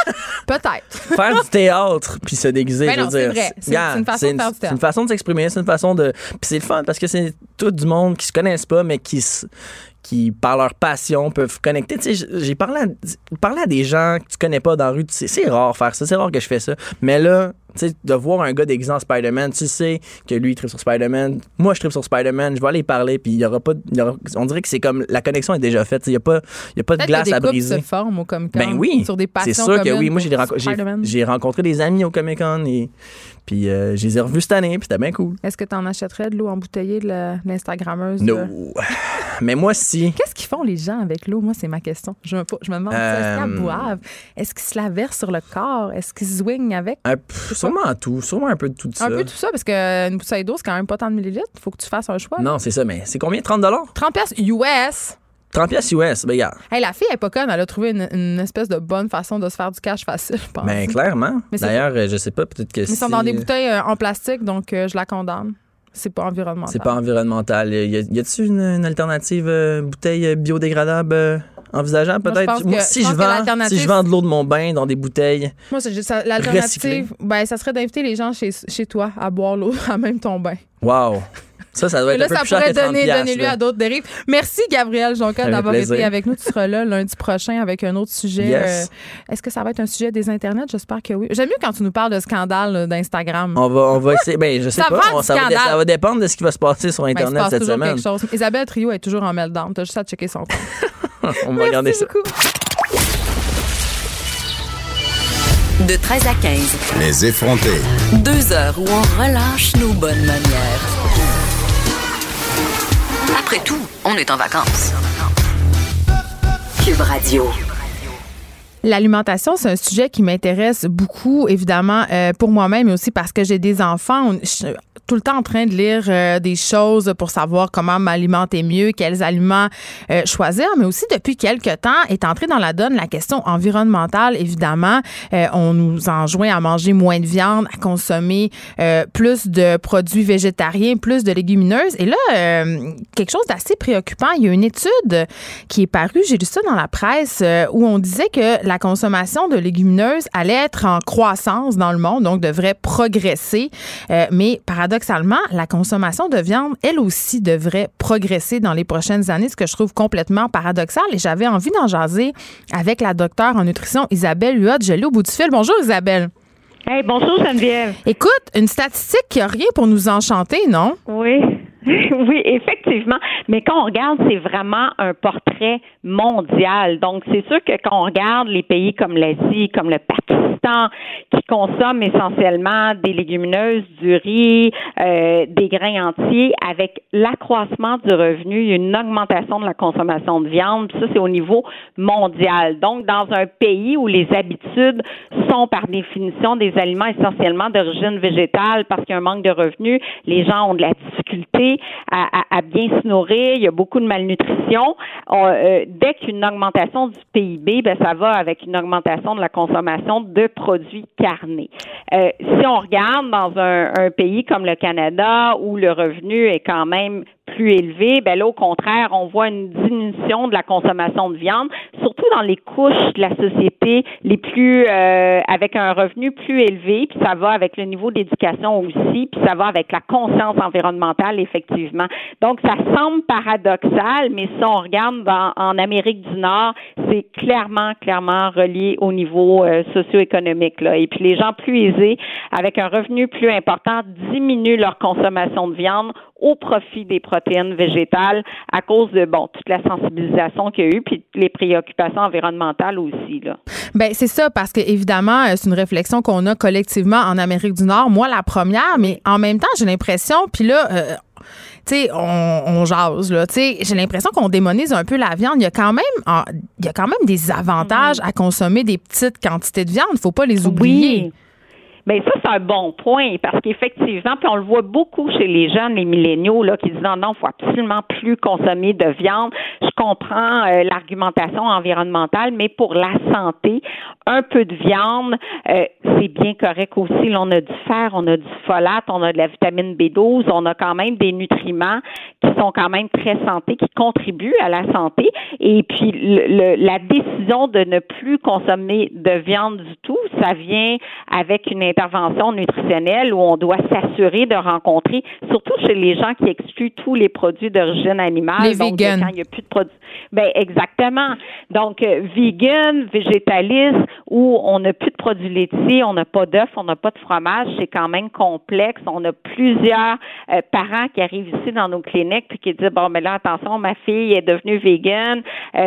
Peut-être. Faire du théâtre puis se déguiser, Ben je veux non, c'est dire. vrai. C'est une façon de faire du théâtre. C'est une façon de s'exprimer, c'est une façon de... Puis c'est le fun parce que c'est tout du monde qui se connaissent pas, mais qui par leur passion, peuvent connecter. Tu sais, j'ai parlé à des gens que tu connais pas dans la rue. C'est rare faire ça. C'est rare que je fais ça. Mais là, tu sais, de voir un gars déguisé en Spider-Man, tu sais que lui, il tripe sur Spider-Man. Moi, je tripe sur Spider-Man. Je vais aller parler, puis il y aura pas... on dirait que c'est comme... La connexion est déjà faite. Il y a pas de glace à briser. Peut-être que des couples se forment au Comic-Con. Ben oui. Sur des passions c'est sûr que oui. Moi, Spider-Man. j'ai rencontré des amis au Comic-Con puis je les ai revus cette année, puis c'était bien cool. Est-ce que tu en achèterais de l'eau embouteillée de l'Instagrammeuse? No. Mais moi, si. Qu'est-ce qu'ils font les gens avec l'eau? Moi, c'est ma question. Je me demande est-ce qu'ils boivent? Est-ce qu'ils se la versent sur le corps? Est-ce qu'ils se swingent avec? Sûrement tout. Sûrement un peu de tout ça. Un peu de tout ça, parce qu'une bouteille d'eau, c'est quand même pas tant de millilitres. Il faut que tu fasses un choix. Non, c'est ça, mais c'est combien? 30 $30 US. 30$ US, ben regarde. Hey, la fille, elle est pas conne. Elle a trouvé une espèce de bonne façon de se faire du cash facile, je pense. Ben clairement. Mais d'ailleurs, je sais pas, peut-être que ils sont dans des bouteilles en plastique, donc je la condamne. C'est pas environnemental. C'est pas environnemental. Y a-t-il une alternative bouteille biodégradable envisageable, peut-être? Moi, si je vends de l'eau de mon bain dans des bouteilles. Moi, l'alternative, ben, ça serait d'inviter les gens chez toi à boire l'eau à même ton bain. Wow! Ça doit être un peu plus cher que 30$. Ça pourrait donner lieu à d'autres dérives. Merci, Gabriel Jonca, d'avoir été avec nous. Tu seras là lundi prochain avec un autre sujet. Yes. Est-ce que ça va être un sujet des Internets? J'espère que oui. J'aime mieux quand tu nous parles de scandale d'Instagram. On va essayer. Ben, je sais pas. Ça va dépendre de ce qui va se passer sur Internet cette semaine. Quelque chose. Isabelle Trio est toujours en meltdown. T'as juste à checker son compte. On va regarder ça. Beaucoup. De 13 à 15. Les effrontés. 2 heures où on relâche nos bonnes manières. Après tout, on est en vacances. Cube Radio. L'alimentation, c'est un sujet qui m'intéresse beaucoup, évidemment, pour moi-même, mais aussi parce que j'ai des enfants. Je suis tout le temps en train de lire des choses pour savoir comment m'alimenter mieux, quels aliments choisir, mais aussi depuis quelque temps est entrée dans la donne la question environnementale, évidemment. On nous enjoint à manger moins de viande, à consommer plus de produits végétariens, plus de légumineuses. Et là, quelque chose d'assez préoccupant, il y a une étude qui est parue, j'ai lu ça dans la presse, où on disait que la consommation de légumineuses allait être en croissance dans le monde, donc devrait progresser. Mais paradoxalement, la consommation de viande, elle aussi, devrait progresser dans les prochaines années, ce que je trouve complètement paradoxal. Et j'avais envie d'en jaser avec la docteure en nutrition Isabelle Huot. Je l'ai au bout du fil. Bonjour Isabelle. Hey, bonjour Geneviève. Écoute, une statistique qui n'a rien pour nous enchanter, non? Oui. Oui, effectivement. Mais quand on regarde, c'est vraiment un portrait mondial. Donc, c'est sûr que quand on regarde les pays comme l'Asie, comme le Pakistan, qui consomment essentiellement des légumineuses, du riz, des grains entiers, avec l'accroissement du revenu, il y a une augmentation de la consommation de viande. Puis ça, c'est au niveau mondial. Donc, dans un pays où les habitudes sont par définition des aliments essentiellement d'origine végétale parce qu'il y a un manque de revenus, les gens ont de la difficulté à bien se nourrir, il y a beaucoup de malnutrition. Dès qu'il y a une augmentation du PIB, ben ça va avec une augmentation de la consommation de produits carnés. Si on regarde dans un pays comme le Canada où le revenu est quand même plus élevé, ben là, au contraire, on voit une diminution de la consommation de viande, surtout dans les couches de la société les plus avec un revenu plus élevé, puis ça va avec le niveau d'éducation aussi, puis ça va avec la conscience environnementale, effectivement. Donc, ça semble paradoxal, mais si on regarde en Amérique du Nord, c'est clairement relié au niveau socio-économique, là. Et puis, les gens plus aisés, avec un revenu plus important, diminuent leur consommation de viande au profit des protéines végétales à cause de, toute la sensibilisation qu'il y a eu, puis les préoccupations environnementales aussi, là. Ben c'est ça, parce que évidemment, c'est une réflexion qu'on a collectivement en Amérique du Nord. Moi, la première, mais en même temps, j'ai l'impression, puis là, tu sais, on jase, là, tu sais, j'ai l'impression qu'on démonise un peu la viande. Il y a quand même des avantages à consommer des petites quantités de viande. Il ne faut pas les oublier. Oui. Bien, ça, c'est un bon point parce qu'effectivement, puis on le voit beaucoup chez les jeunes, les milléniaux, là, qui disent non, il faut absolument plus consommer de viande. Je comprends l'argumentation environnementale, mais pour la santé, un peu de viande, c'est bien correct aussi. Là, on a du fer, on a du folate, on a de la vitamine B12, on a quand même des nutriments qui sont quand même très santé, qui contribuent à la santé. Et puis, la décision de ne plus consommer de viande du tout, ça vient avec une intervention nutritionnelle où on doit s'assurer de rencontrer, surtout chez les gens qui excluent tous les produits d'origine animale. Les donc, vegans. Quand il n'y a plus de produits. Ben exactement. Donc, vegan, végétaliste, où on n'a plus de produits laitiers, on n'a pas d'œufs, on n'a pas de fromage, c'est quand même complexe. On a plusieurs parents qui arrivent ici dans nos cliniques puis qui disent, bon, mais là, attention, ma fille est devenue vegan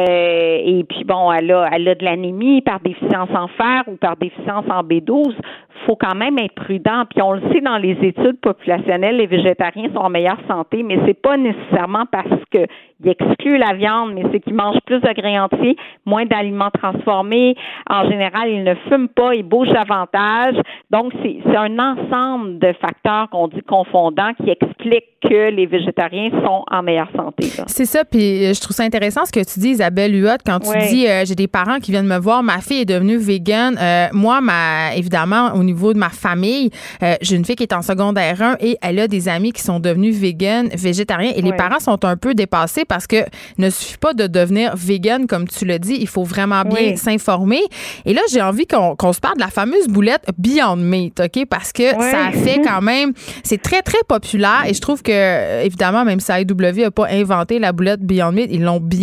et puis, bon, elle a de l'anémie par déficience en fer ou par déficience en B12. Faut quand même être prudent. Puis on le sait dans les études populationnelles, les végétariens sont en meilleure santé, mais c'est pas nécessairement parce qu'ils excluent la viande, mais c'est qu'ils mangent plus de grains entiers, moins d'aliments transformés. En général, ils ne fument pas, ils bougent davantage. Donc, c'est un ensemble de facteurs qu'on dit confondants qui expliquent que les végétariens sont en meilleure santé. Là. C'est ça, puis je trouve ça intéressant ce que tu dis, Isabelle Huot, quand tu dis j'ai des parents qui viennent me voir, ma fille est devenue végane. Moi, évidemment, au niveau de ma famille, j'ai une fille qui est en secondaire 1 et elle a des amis qui sont devenus véganes, végétariens, et les parents sont un peu dépassés parce que il ne suffit pas de devenir végane, comme tu l'as dit, il faut vraiment bien s'informer. Et là, j'ai envie qu'on se parle de la fameuse boulette Beyond Meat, OK? Parce que ça fait quand même, c'est très, très populaire et je trouve que, évidemment, même si AEW n'a pas inventé la boulette Beyond Meat,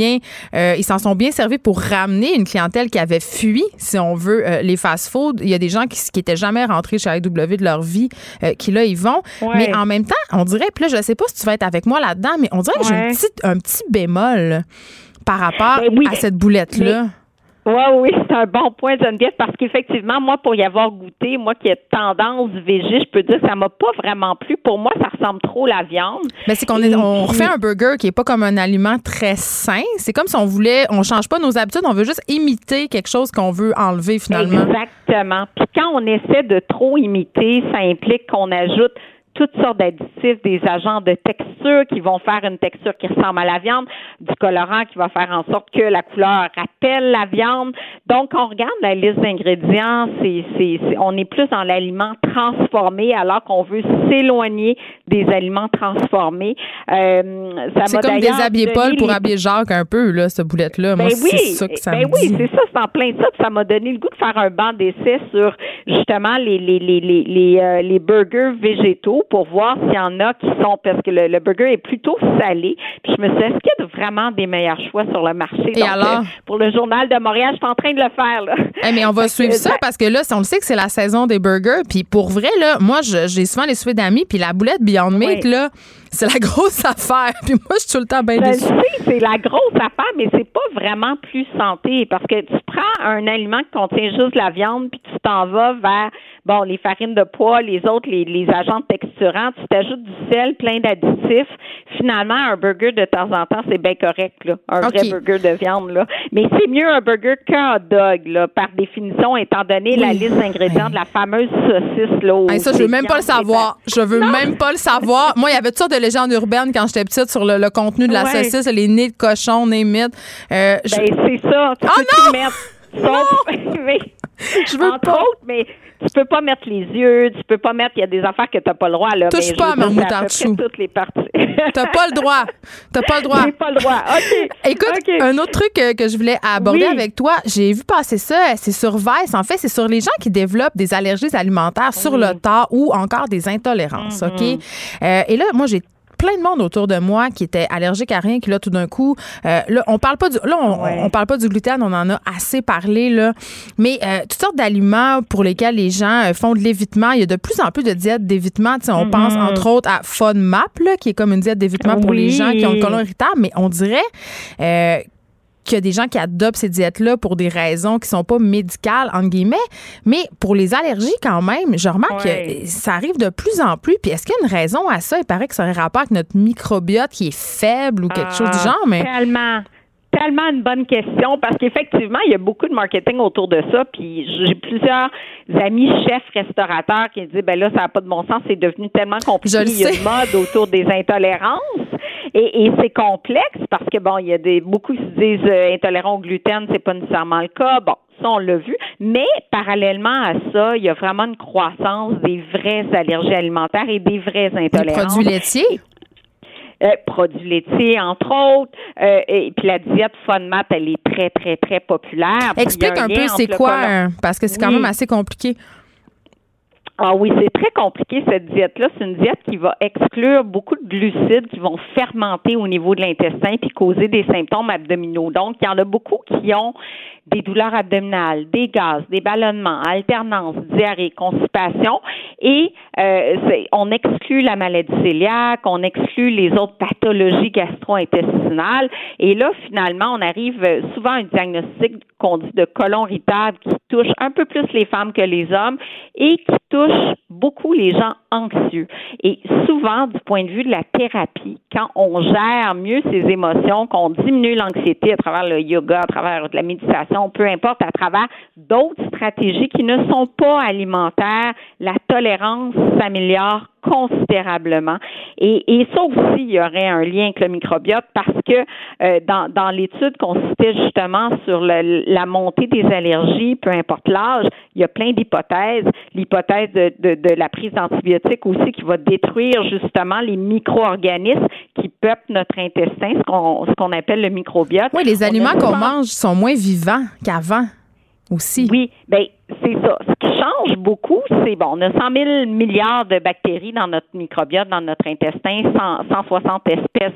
ils s'en sont bien servis pour ramener une clientèle qui avait fui, si on veut, les fast-food. Il y a des gens qui étaient jamais rentrés chez AEW de leur vie, qui là, ils vont. Mais en même temps, on dirait, puis là, je sais pas si tu vas être avec moi là-dedans, mais on dirait que j'ai un petit bémol par rapport à cette boulette-là. Oui, c'est un bon point, Geneviève, parce qu'effectivement, moi, pour y avoir goûté, moi qui ai tendance végé, je peux dire que ça m'a pas vraiment plu. Pour moi, ça ressemble trop à la viande. Mais c'est on refait un burger qui est pas comme un aliment très sain. C'est comme si on change pas nos habitudes, on veut juste imiter quelque chose qu'on veut enlever finalement. Exactement. Puis quand on essaie de trop imiter, ça implique qu'on ajoute toutes sortes d'additifs, des agents de texture qui vont faire une texture qui ressemble à la viande, du colorant qui va faire en sorte que la couleur rappelle la viande. Donc, on regarde la liste d'ingrédients, on est plus dans l'aliment transformé alors qu'on veut s'éloigner des aliments transformés. C'est comme déshabiller Paul pour habiller Jacques un peu, là, cette boulette-là. Moi, c'est ça que ça me dit. Oui, c'est ça, c'est en plein ça. Puis ça m'a donné le goût de faire un banc d'essai sur justement les burgers végétaux pour voir s'il y en a qui sont, parce que le burger est plutôt salé. Puis je me suis dit, est-ce qu'il y a vraiment des meilleurs choix sur le marché? Et donc, alors? Pour le Journal de Montréal, je suis en train de le faire, là. Mais on va suivre ça parce que là, on le sait que c'est la saison des burgers. Puis pour vrai, là, moi, j'ai souvent les souhaits d'amis. Puis la boulette Beyond Meat, là, c'est la grosse affaire. Puis moi, je suis tout le temps bien déçue. C'est la grosse affaire, mais c'est pas vraiment plus santé parce que tu prends un aliment qui contient juste de la viande puis tu t'en vas vers, les farines de pois, les autres, les agents texturants, tu t'ajoutes du sel, plein d'additifs. Finalement, un burger de temps en temps, c'est bien correct, là. Un vrai burger de viande, là. Mais c'est mieux un burger qu'un hot dog, là, par définition, étant donné la liste d'ingrédients de la fameuse saucisse, là. Ça, je veux même pas le savoir. Je veux même pas le savoir. Moi, il y avait toutes sortes de légendes urbaines quand j'étais petite sur le contenu de la saucisse, les nez de cochon, nez mythes. C'est ça. Tu peux tout mettre. Je veux entre autres, mais tu peux pas mettre les yeux, tu peux pas mettre, il y a des affaires que t'as pas le droit, là. Touche pas à ma moutarde chou. Toutes les parties. T'as pas le droit. J'ai pas le droit. OK. Écoute, un autre truc que je voulais aborder avec toi, j'ai vu passer ça, c'est sur Vice. En fait, c'est sur les gens qui développent des allergies alimentaires sur le tard ou encore des intolérances, OK? Et là, moi, j'ai plein de monde autour de moi qui était allergique à rien, qui là tout d'un coup là on parle pas on parle pas du gluten, on en a assez parlé là, mais toutes sortes d'aliments pour lesquels les gens font de l'évitement. Il y a de plus en plus de diètes d'évitement. On pense entre autres à FODMAP là, qui est comme une diète d'évitement pour les gens qui ont le côlon irritable, mais on dirait qu'il y a des gens qui adoptent ces diètes-là pour des raisons qui sont pas médicales, entre guillemets, mais pour les allergies quand même, je remarque que ça arrive de plus en plus. Puis est-ce qu'il y a une raison à ça? Il paraît que ça aurait rapport avec notre microbiote qui est faible ou quelque chose du genre, mais... tellement une bonne question parce qu'effectivement, il y a beaucoup de marketing autour de ça. Puis j'ai plusieurs amis chefs restaurateurs qui disent, ben là, ça n'a pas de bon sens, c'est devenu tellement compliqué. Il y a une mode autour des intolérances. Et c'est complexe parce que, bon, il y a beaucoup qui se disent intolérants au gluten, c'est pas nécessairement le cas. Bon, ça, on l'a vu. Mais, parallèlement à ça, il y a vraiment une croissance des vraies allergies alimentaires et des vraies intolérances. Des produits laitiers? Produits laitiers, entre autres. Et puis la diète FODMAP, elle est très, très, très populaire. Explique un peu c'est quoi, parce que c'est quand même assez compliqué. Ah oui, c'est très compliqué cette diète-là. C'est une diète qui va exclure beaucoup de glucides qui vont fermenter au niveau de l'intestin puis causer des symptômes abdominaux. Donc, il y en a beaucoup qui ont des douleurs abdominales, des gaz, des ballonnements, alternance, diarrhée, constipation. Et on exclut la maladie cœliaque, on exclut les autres pathologies gastro-intestinales. Et là, finalement, on arrive souvent à un diagnostic qu'on dit de côlon irritable qui touche un peu plus les femmes que les hommes et qui touche beaucoup les gens anxieux. Et souvent, du point de vue de la thérapie, quand on gère mieux ses émotions, qu'on diminue l'anxiété à travers le yoga, à travers de la méditation, peu importe, à travers d'autres stratégies qui ne sont pas alimentaires, la tolérance s'améliore considérablement. Et ça aussi, il y aurait un lien avec le microbiote parce que dans l'étude qu'on citait justement sur la montée des allergies, peu importe l'âge, il y a plein d'hypothèses. L'hypothèse de la prise d'antibiotiques aussi qui va détruire justement les micro-organismes qui peuplent notre intestin, ce qu'on appelle le microbiote. Oui, les aliments qu'on mange sont moins vivants qu'avant aussi. Oui, bien, c'est ça. Ce qui change beaucoup, c'est, bon, on a 100 000 milliards de bactéries dans notre microbiote, dans notre intestin, 160 espèces,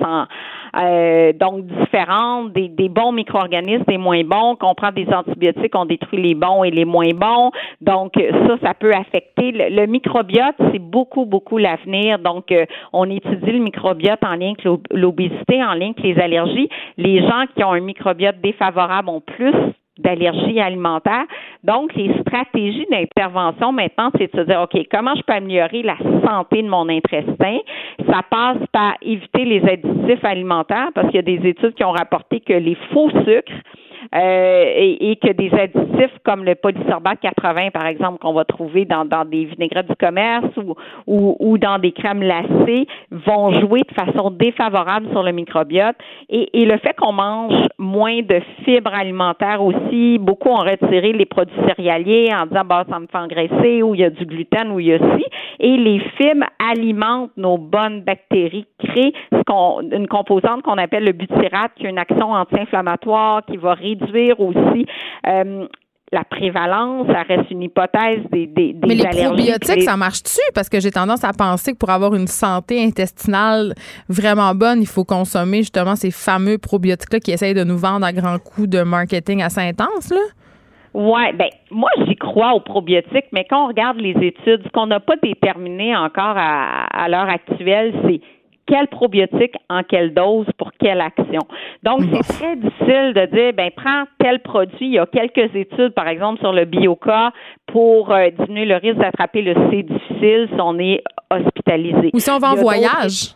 donc différentes, des bons micro-organismes, des moins bons. Qu'on prend des antibiotiques, on détruit les bons et les moins bons. Donc, ça peut affecter. Le microbiote, c'est beaucoup, beaucoup l'avenir. Donc, on étudie le microbiote en lien avec l'obésité, en lien avec les allergies. Les gens qui ont un microbiote défavorable ont plus d'allergies alimentaires. Donc, les stratégies d'intervention maintenant, c'est de se dire, OK, comment je peux améliorer la santé de mon intestin? Ça passe par éviter les additifs alimentaires parce qu'il y a des études qui ont rapporté que les faux sucres et que des additifs comme le polysorbate 80, par exemple, qu'on va trouver dans des vinaigrettes du commerce ou dans des crèmes glacées, vont jouer de façon défavorable sur le microbiote. Et le fait qu'on mange moins de fibres alimentaires aussi, beaucoup ont retiré les produits céréaliers en disant, bah, ça me fait engraisser, ou il y a du gluten, ou il y a ci. Et les fibres alimentent nos bonnes bactéries, créent une composante qu'on appelle le butyrate, qui a une action anti-inflammatoire, qui va réduire aussi la prévalence. Ça reste une hypothèse des Mais les allergies. probiotiques, ça marche-tu? Parce que j'ai tendance à penser que pour avoir une santé intestinale vraiment bonne, il faut consommer justement ces fameux probiotiques-là qui essayent de nous vendre à grands coups de marketing assez intense, là? Ouais, ben moi j'y crois aux probiotiques, mais quand on regarde les études, ce qu'on n'a pas déterminé encore à l'heure actuelle, c'est quel probiotique en quelle dose pour quelle action. Donc, c'est très difficile de dire, ben prends tel produit. Il y a quelques études, par exemple, sur le Bioca pour diminuer le risque d'attraper le C difficile si on est hospitalisé. Ou si on va en voyage.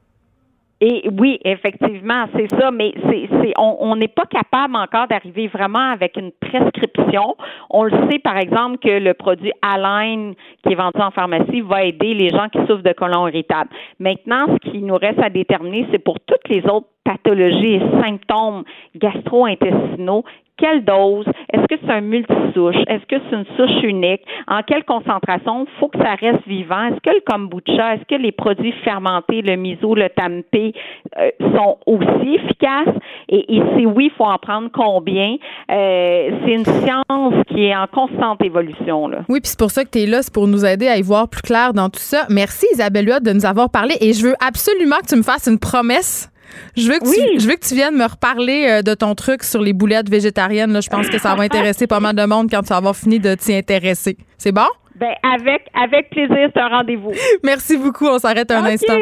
Et oui, effectivement, c'est ça, mais on n'est pas capable encore d'arriver vraiment avec une prescription. On le sait, par exemple, que le produit Align qui est vendu en pharmacie va aider les gens qui souffrent de côlon irritable. Maintenant, ce qui nous reste à déterminer, c'est pour toutes les autres pathologies et symptômes gastro-intestinaux, quelle dose? Est-ce que c'est un multisouche? Est-ce que c'est une souche unique? En quelle concentration? Il faut que ça reste vivant. Est-ce que le kombucha, est-ce que les produits fermentés, le miso, le tempeh sont aussi efficaces? Et si oui, il faut en prendre combien? C'est une science qui est en constante évolution, là. Oui, puis c'est pour ça que tu es là, c'est pour nous aider à y voir plus clair dans tout ça. Merci Isabelle Huot de nous avoir parlé et je veux absolument que tu me fasses une promesse. Je veux que tu viennes me reparler de ton truc sur les boulettes végétariennes. Là, je pense que ça va intéresser pas mal de monde quand tu vas avoir fini de t'y intéresser. C'est bon? Ben avec plaisir, c'est un rendez-vous. Merci beaucoup. On s'arrête un instant.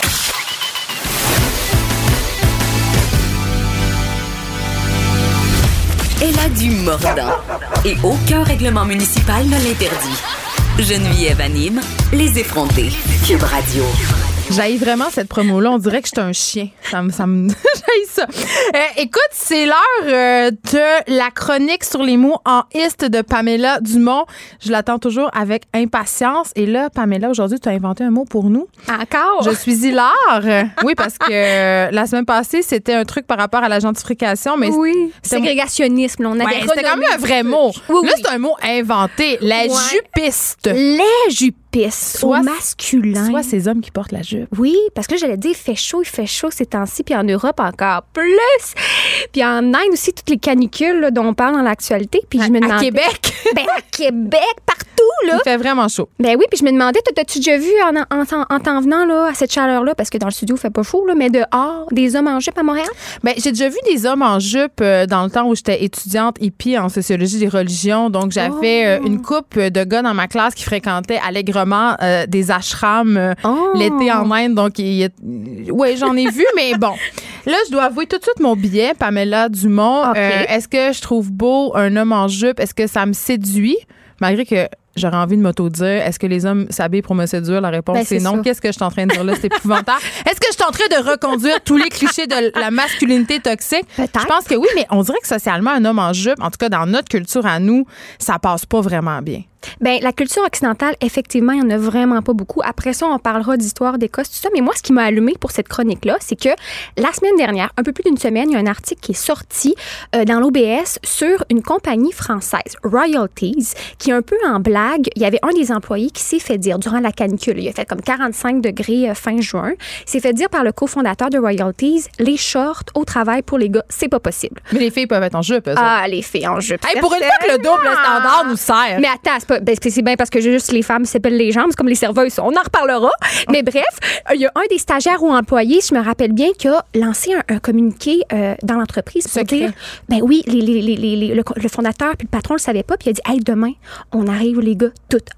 Elle a du mordant et aucun règlement municipal ne l'interdit. Geneviève anime Les effrontés. Cube Radio. J'haïs vraiment cette promo-là. On dirait que j'étais un chien. Ça me j'haïs ça. Écoute, c'est l'heure de la chronique sur les mots en iste de Pamela Dumont. Je l'attends toujours avec impatience. Et là, Pamela, aujourd'hui, tu as inventé un mot pour nous. Encore? Je suis hilar. Oui, parce que la semaine passée, c'était un truc par rapport à la gentrification. Mais oui, ségrégationnisme. On avait c'était quand même un vrai mot. Oui, là, c'est un mot inventé. La jupiste. Les jupistes au masculin. Soit ces hommes qui portent la jupe. Oui, parce que là, j'allais dire, il fait chaud ces temps-ci, puis en Europe encore plus. Puis en Inde aussi, toutes les canicules là, dont on parle dans l'actualité. Puis je me demandais, à Québec? Ben, à Québec, partout, là. Il fait vraiment chaud. Ben oui, puis je me demandais, t'as-tu déjà vu en t'en venant là, à cette chaleur-là, parce que dans le studio, il fait pas chaud, là, mais dehors, des hommes en jupe à Montréal? Ben, j'ai déjà vu des hommes en jupe dans le temps où j'étais étudiante hippie en sociologie des religions. Donc, j'avais une couple de gars dans ma classe qui fréquentaient allègrement des ashrams l'été en Inde. Donc, oui, j'en ai vu, mais bon. Là, je dois avouer tout de suite mon billet, Pamela Dumont. Okay. Est-ce que je trouve beau un homme en jupe? Est-ce que ça me séduit? Malgré que j'aurais envie de m'auto-dire, est-ce que les hommes s'habillent pour me séduire? La réponse, c'est non. Qu'est-ce que je suis en train de dire là? C'est épouvantable. Est-ce que je suis en train de reconduire tous les clichés de la masculinité toxique? Peut-être. Je pense que oui, mais on dirait que socialement, un homme en jupe, en tout cas dans notre culture à nous, ça passe pas vraiment bien. Bien, la culture occidentale, effectivement, il n'y en a vraiment pas beaucoup. Après ça, on parlera d'histoire d'Écosse, tout ça. Mais moi, ce qui m'a allumé pour cette chronique-là, c'est que la semaine dernière, un peu plus d'une semaine, il y a un article qui est sorti dans l'OBS sur une compagnie française, Royalties, qui est un peu en blague. Il y avait un des employés qui s'est fait dire durant la canicule, il a fait comme 45 degrés fin juin, il s'est fait dire par le cofondateur de Royalties, les shorts au travail pour les gars, c'est pas possible. Mais les filles peuvent être en jupe, ça. Ah, les filles en jupe. Hey, pour une fois que le double standard nous sert. Mais attends, c'est bien parce que juste les femmes s'épellent les jambes, c'est comme les serveuses, on en reparlera. Mais bref, il y a un des stagiaires ou employés, je me rappelle bien, qui a lancé un communiqué dans l'entreprise pour dire, ben oui, le fondateur puis le patron le savait pas, puis il a dit, hey, demain, on arrive les gars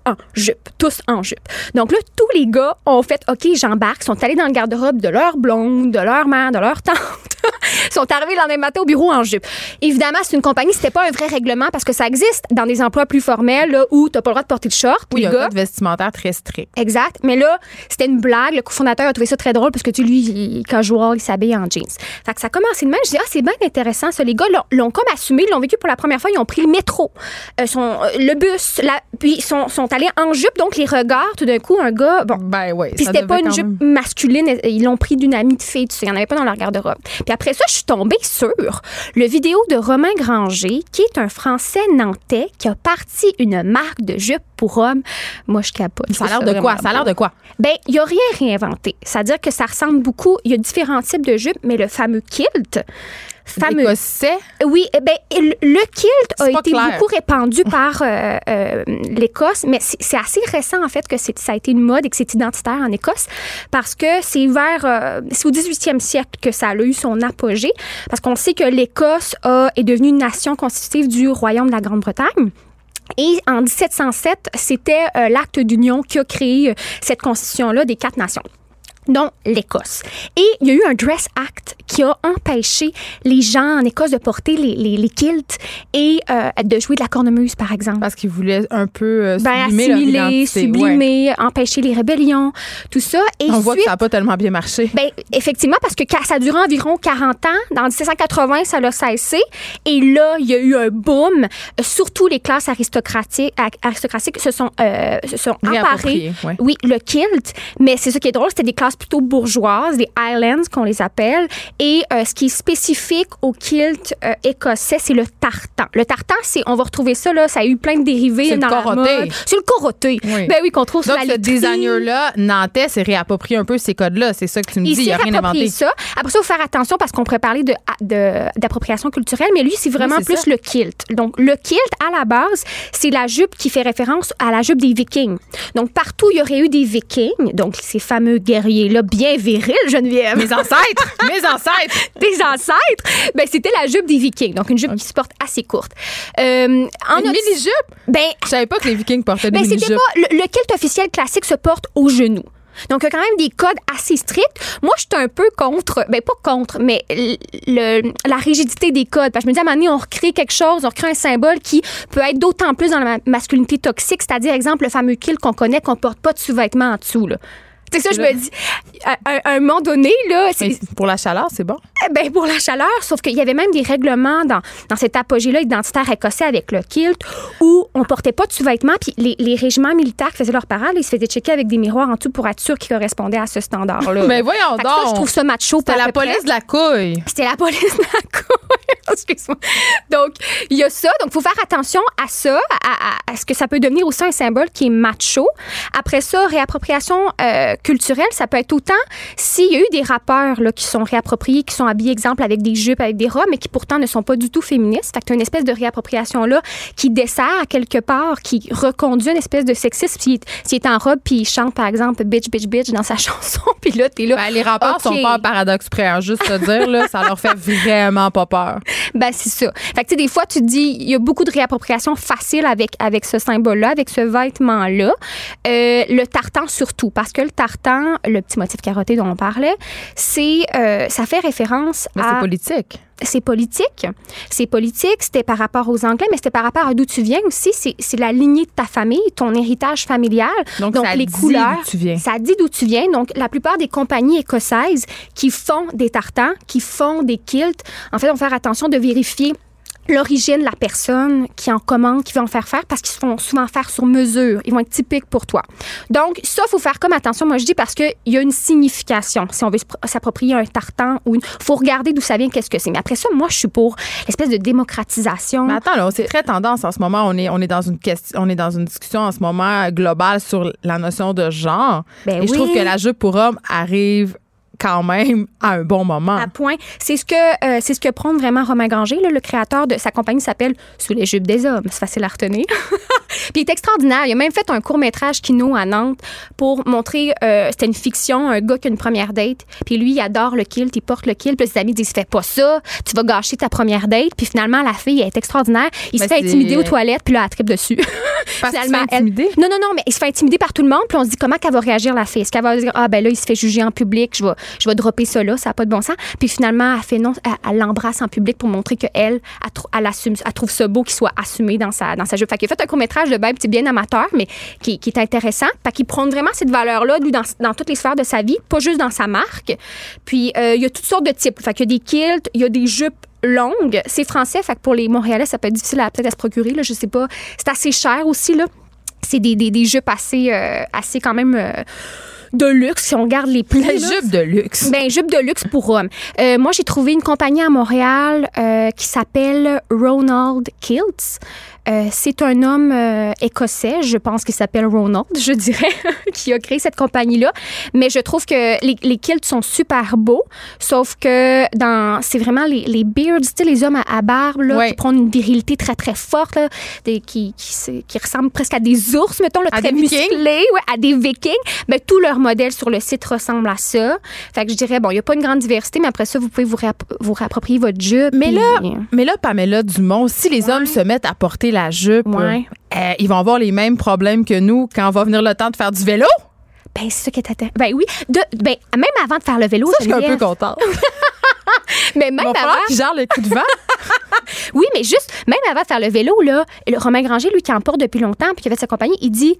tous en jupe. Donc là, tous les gars ont fait, OK, j'embarque, sont allés dans le garde-robe de leur blonde, de leur mère, de leur tante. Sont arrivés le lendemain matin au bureau en jupe. Évidemment, c'est une compagnie, c'était pas un vrai règlement parce que ça existe dans des emplois plus formels là, où t'as pas le droit de porter de short. Oui, il y a un code vestimentaire très strict. Exact. Mais là, c'était une blague. Le cofondateur a trouvé ça très drôle parce que tu lui, il casual, il s'habille en jeans. Fait que ça a commencé de même. Je dis, c'est bien intéressant ça. Les gars l'ont comme assumé, l'ont vécu pour la première fois. Ils ont pris le métro, le bus, puis sont allés en jupe. Donc, les regards, tout d'un coup, un gars, bon. Ben oui. Puis c'était pas une jupe masculine. Ils l'ont pris d'une amie de fille. Tu sais, il n'y en avait pas dans leur garde-robe. Puis après ça, je suis tombée sur le vidéo de Romain Granger, qui est un Français nantais qui a parti une marque de jupe pour hommes. Moi, je capote. Ça a l'air de quoi? Ça a l'air de quoi? Ben, il n'a rien réinventé. C'est-à-dire que ça ressemble beaucoup. Il y a différents types de jupes, mais le fameux kilt. Écossais? Oui, ben le kilt a été clair. beaucoup répandu par l'Écosse, mais c'est assez récent en fait que ça a été une mode et que c'est identitaire en Écosse parce que c'est au 18e siècle que ça a eu son apogée parce qu'on sait que l'Écosse est devenue une nation constitutive du Royaume de la Grande-Bretagne. Et en 1707, c'était l'acte d'union qui a créé cette constitution-là des 4 nations, dont l'Écosse. Et il y a eu un Dress Act qui a empêché les gens en Écosse de porter les kilts et de jouer de la cornemuse, par exemple. Parce qu'ils voulaient un peu sublimer, empêcher les rébellions, tout ça. Et on voit que ça n'a pas tellement bien marché. Ben, effectivement, parce que ça a duré environ 40 ans. Dans 1780, ça l'a cessé. Et là, il y a eu un boom. Surtout les classes aristocratiques se sont emparées. Ouais. Oui, le kilt. Mais c'est ça qui est drôle, c'était des classes plutôt bourgeoises, les Highlands qu'on les appelle. Et ce qui est spécifique au kilt écossais, c'est le tartan. Le tartan, on va retrouver ça, là, ça a eu plein de dérivés dans la mode. C'est le coroté. Oui. Ben oui, qu'on trouve sur la literie. Donc, ce designer-là, nantais, s'est réapproprié un peu ces codes-là. C'est ça que tu me dis, il n'y a rien inventé. Ça. Après ça, il faut faire attention parce qu'on pourrait parler d'appropriation culturelle, mais lui, c'est vraiment plus le kilt. Donc, le kilt, à la base, c'est la jupe qui fait référence à la jupe des Vikings. Donc, partout, il y aurait eu des Vikings, donc ces fameux guerriers-là bien virils, Geneviève. Mes ancêtres! Tes ancêtres! Ben, c'était la jupe des Vikings. Donc, une jupe qui se porte assez courte. Une mini-jupe? Ben, je savais pas que les Vikings portaient des mini-jupes. C'était pas, le kilt officiel classique se porte aux genoux. Donc, il y a quand même des codes assez stricts. Moi, je suis un peu contre, pas contre, mais la rigidité des codes. Parce que je me dis, à un moment donné, on recrée quelque chose, on recrée un symbole qui peut être d'autant plus dans la masculinité toxique, c'est-à-dire, exemple, le fameux kilt qu'on connaît, qu'on porte pas de sous-vêtements en dessous, là. C'est ça, je me dis, à un moment donné, là... Pour la chaleur, c'est bon? Ben pour la chaleur, sauf qu'il y avait même des règlements dans cet apogée-là identitaire écossais avec le kilt où on portait pas de sous-vêtements, puis les régiments militaires qui faisaient leur parade, ils se faisaient checker avec des miroirs en tout pour être sûr qu'ils correspondaient à ce standard-là. Mais voyons donc! Ça, je trouve ça macho. C'était la police de la couille. C'était la police de la couille. Excuse-moi. Donc, il y a ça. Donc, il faut faire attention à ça, à ce que ça peut devenir aussi un symbole qui est macho. Après ça, réappropriation culturelle, ça peut être autant s'il y a eu des rappeurs là, qui sont réappropriés, qui sont habillés, exemple, avec des jupes, avec des robes, mais qui pourtant ne sont pas du tout féministes. Fait que tu as une espèce de réappropriation-là qui dessert à quelque part, qui reconduit une espèce de sexisme. S'il est en robe, puis il chante, par exemple, bitch, bitch, bitch dans sa chanson, puis là, t'es là. Ben, les rappeurs sont pas un paradoxe près, hein, juste te dire, là, ça leur fait vraiment pas peur. Ben, c'est ça. Fait que, tu sais, des fois, tu te dis, il y a beaucoup de réappropriation facile avec ce symbole-là, avec ce vêtement-là. Le tartan, surtout, parce que le tartan, le petit motif carotté dont on parlait, ça fait référence Mais c'est politique. C'est politique. C'est politique. C'était par rapport aux Anglais, mais c'était par rapport à d'où tu viens aussi. C'est la lignée de ta famille, ton héritage familial. Donc ça les dit couleurs, d'où tu viens. Ça dit d'où tu viens. Donc, la plupart des compagnies écossaises qui font des tartans, qui font des kilts, en fait, vont faire attention de vérifier l'origine de la personne qui en commande, qui va en faire parce qu'ils se font souvent faire sur mesure. Ils vont être typiques pour toi. Donc, ça, il faut faire comme attention, moi, je dis, parce qu'il y a une signification. Si on veut s'approprier un tartan ou faut regarder d'où ça vient, qu'est-ce que c'est. Mais après ça, moi, je suis pour l'espèce de démocratisation. Mais attends, là, c'est très tendance en ce moment. On est dans une discussion en ce moment globale sur la notion de genre. Ben Et je trouve que la jupe pour homme arrive quand même à un bon moment. À point. C'est ce que prône vraiment Romain Granger, là, le créateur de sa compagnie s'appelle Sous les jupes des hommes. C'est facile à retenir. Puis il est extraordinaire. Il a même fait un court-métrage Kino à Nantes pour montrer, c'était une fiction, un gars qui a une première date. Puis lui, il adore le kilt, il porte le kilt. Puis ses amis disent, fais pas ça, tu vas gâcher ta première date. Puis finalement, la fille, elle est extraordinaire. Il se fait intimider aux toilettes, puis là, elle tripe dessus. Parce finalement, elle se fait intimider? Non, mais il se fait intimider par tout le monde. Puis on se dit, comment qu'elle va réagir, la fille? Est-ce qu'elle va dire, ah ben là, il se fait juger en public, je vais dropper ça là, ça n'a pas de bon sens. Puis finalement, elle fait non, elle l'embrasse en public pour montrer qu'elle trouve ça beau qu'il soit assumé dans sa jupe. Fait qu'il a fait un court-métrage de babe, bien amateur, mais qui est intéressant. Fait qu'il prône vraiment cette valeur-là, lui, dans toutes les sphères de sa vie, pas juste dans sa marque. Puis, il y a toutes sortes de types. Fait qu'il y a des kilts, il y a des jupes longues. C'est français, fait que pour les Montréalais, ça peut être difficile peut-être à se procurer, là, je sais pas. C'est assez cher aussi, là. C'est des jupes assez quand même... de luxe, si on regarde les prix. Les jupes de luxe. Ben, jupes de luxe pour hommes. Moi, j'ai trouvé une compagnie à Montréal qui s'appelle Ronald Kilts. C'est un homme écossais, je pense qu'il s'appelle Ronald, je dirais, qui a créé cette compagnie-là. Mais je trouve que les kilts sont super beaux, sauf que c'est vraiment les beards, tu sais, les hommes à barbe, là, ouais, qui prennent une virilité très, très forte, là, qui ressemblent presque à des ours, mettons, là, très musclés, ouais, à des vikings. Ben, tout leur modèle sur le site ressemble à ça. Fait que je dirais, bon, il n'y a pas une grande diversité, mais après ça, vous pouvez vous réapproprier votre jupe. Mais là, Pamela Dumont, si les hommes se mettent à porter la jupe, ils vont avoir les mêmes problèmes que nous quand va venir le temps de faire du vélo? Ben, c'est ça qui est intéressant. Ben oui. Même avant de faire le vélo, ça, je suis un peu contente. Mais même avant qu'ils gèrent le coup de vent. Oui, mais juste, même avant de faire le vélo, là, le Romain Granger, lui, qui en porte depuis longtemps, puis qui avait sa compagnie, il dit...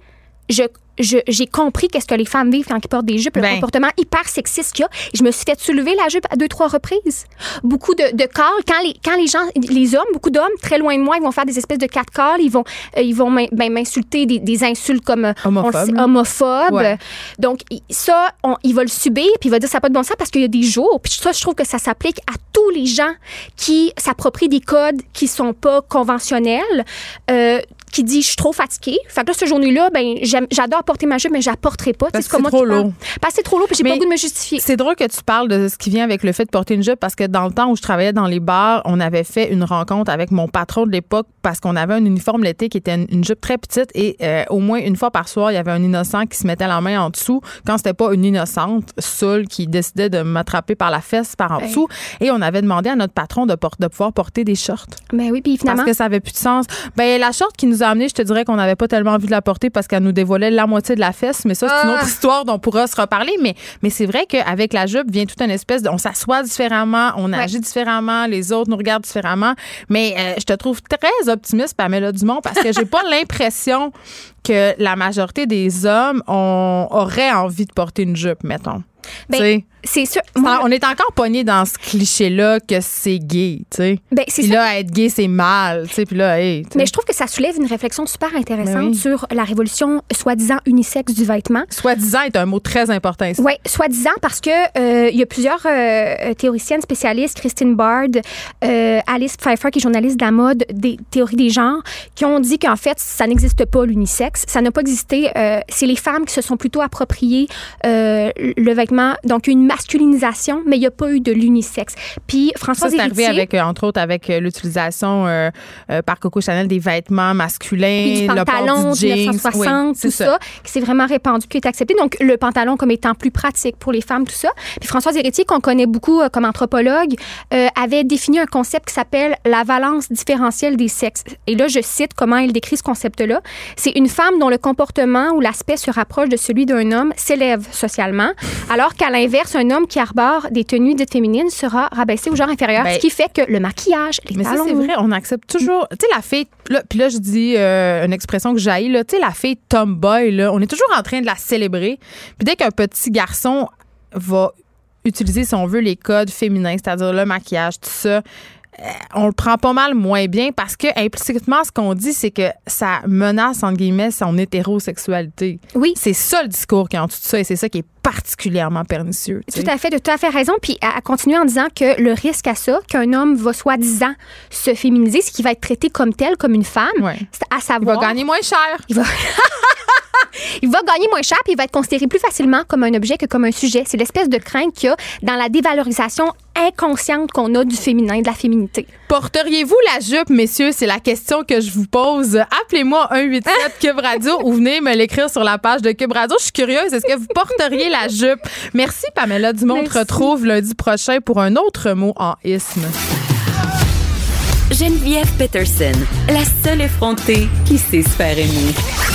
J'ai compris qu'est-ce que les femmes vivent quand ils portent des jupes, le comportement hyper sexiste qu'il y a. Je me suis fait soulever la jupe à 2-3 reprises. Beaucoup de calls. Quand les gens, les hommes, beaucoup d'hommes, très loin de moi, ils vont faire des espèces de catcalls. Ils vont m'insulter des insultes comme homophobes. Ouais. Donc, ça, il va le subir, puis il va dire ça n'a pas de bon sens parce qu'il y a des jours. Puis ça, je trouve que ça s'applique à tous les gens qui s'approprient des codes qui sont pas conventionnels. Qui dit je suis trop fatiguée. Fait que là, cette journée-là, ben j'adore porter ma jupe, mais je la porterai pas. Parce que c'est trop lourd. Parce que c'est trop lourd, puis j'ai pas le goût de me justifier. C'est drôle que tu parles de ce qui vient avec le fait de porter une jupe, parce que dans le temps où je travaillais dans les bars, on avait fait une rencontre avec mon patron de l'époque parce qu'on avait un uniforme l'été qui était une jupe très petite et au moins une fois par soir, il y avait un innocent qui se mettait la main en dessous quand c'était pas une innocente saoule qui décidait de m'attraper par la fesse par en dessous. Et on avait demandé à notre patron de pouvoir porter des shorts. Ben oui, puis finalement... Parce que ça avait plus de sens. Ben la short qui nous a amenée, je te dirais qu'on n'avait pas tellement envie de la porter parce qu'elle nous dévoilait la moitié de la fesse. Mais ça, c'est une autre histoire dont on pourra se reparler. Mais c'est vrai qu'avec la jupe vient toute une espèce de... On s'assoit différemment, on agit différemment, les autres nous regardent différemment. Mais je te trouve très optimiste, Pamela Dumont, parce que j'ai pas l'impression que la majorité des hommes auraient envie de porter une jupe, mettons. Ben, c'est sûr. On est encore pogné dans ce cliché-là que c'est gay, tu sais. Ben, c'est puis ça. là, être gay, c'est mal, tu sais. Puis là, hey. Mais je trouve que ça soulève une réflexion super intéressante oui. sur la révolution soi-disant unisexe du vêtement. Soi-disant est un mot très important ici. Oui, soi-disant parce que il y a plusieurs théoriciennes spécialistes, Christine Bard, Alice Pfeiffer, qui est journaliste de la mode, des théories des genres, qui ont dit qu'en fait, ça n'existe pas, l'unisexe. Ça n'a pas existé. C'est les femmes qui se sont plutôt appropriées le vêtement. Donc, une masculinisation, mais il n'y a pas eu de l'unisexe. Puis, Françoise Ça, c'est arrivé Héritier, avec, entre autres, avec l'utilisation par Coco Chanel des vêtements masculins, puis du le pantalon port du jeans. 1960, Oui, tout ça, qui s'est vraiment répandu, qui est accepté. Donc, le pantalon comme étant plus pratique pour les femmes, tout ça. Puis Françoise Héritier, qu'on connaît beaucoup comme anthropologue, avait défini un concept qui s'appelle la valence différentielle des sexes. Et là, je cite comment il décrit ce concept-là. C'est une femme dont le comportement ou l'aspect se rapproche de celui d'un homme s'élève socialement, alors qu'à l'inverse, un homme qui arbore des tenues dites féminines sera rabaissé au genre inférieur, ce qui fait que le maquillage, les talons... Mais ça, c'est vrai, on accepte toujours... Tu sais, la fille... Puis là, je dis une expression que j'haïs, là. Tu sais, la fille tomboy, là, on est toujours en train de la célébrer. Puis dès qu'un petit garçon va utiliser, si on veut, les codes féminins, c'est-à-dire le maquillage, tout ça... on le prend pas mal moins bien parce que implicitement ce qu'on dit c'est que ça menace entre guillemets son hétérosexualité. Oui, c'est ça le discours qui est en dessous de ça et c'est ça qui est particulièrement pernicieux. Tout à fait, de tout à fait raison. Puis à continuer en disant que le risque à ça, qu'un homme va soi-disant se féminiser, c'est qu'il va être traité comme tel, comme une femme, c'est à savoir. Il va gagner moins cher. Il va gagner moins cher puis il va être considéré plus facilement comme un objet que comme un sujet. C'est l'espèce de crainte qu'il y a dans la dévalorisation inconsciente qu'on a du féminin, de la féminité. Porteriez-vous la jupe, messieurs? C'est la question que je vous pose. Appelez-moi 187 Cube Radio ou venez me l'écrire sur la page de Cube Radio. Je suis curieuse. Est-ce que vous porteriez la jupe? Merci, Pamela Dumont. On te retrouve lundi prochain pour un autre mot en isme. Geneviève Peterson, la seule effrontée qui sait se faire aimer.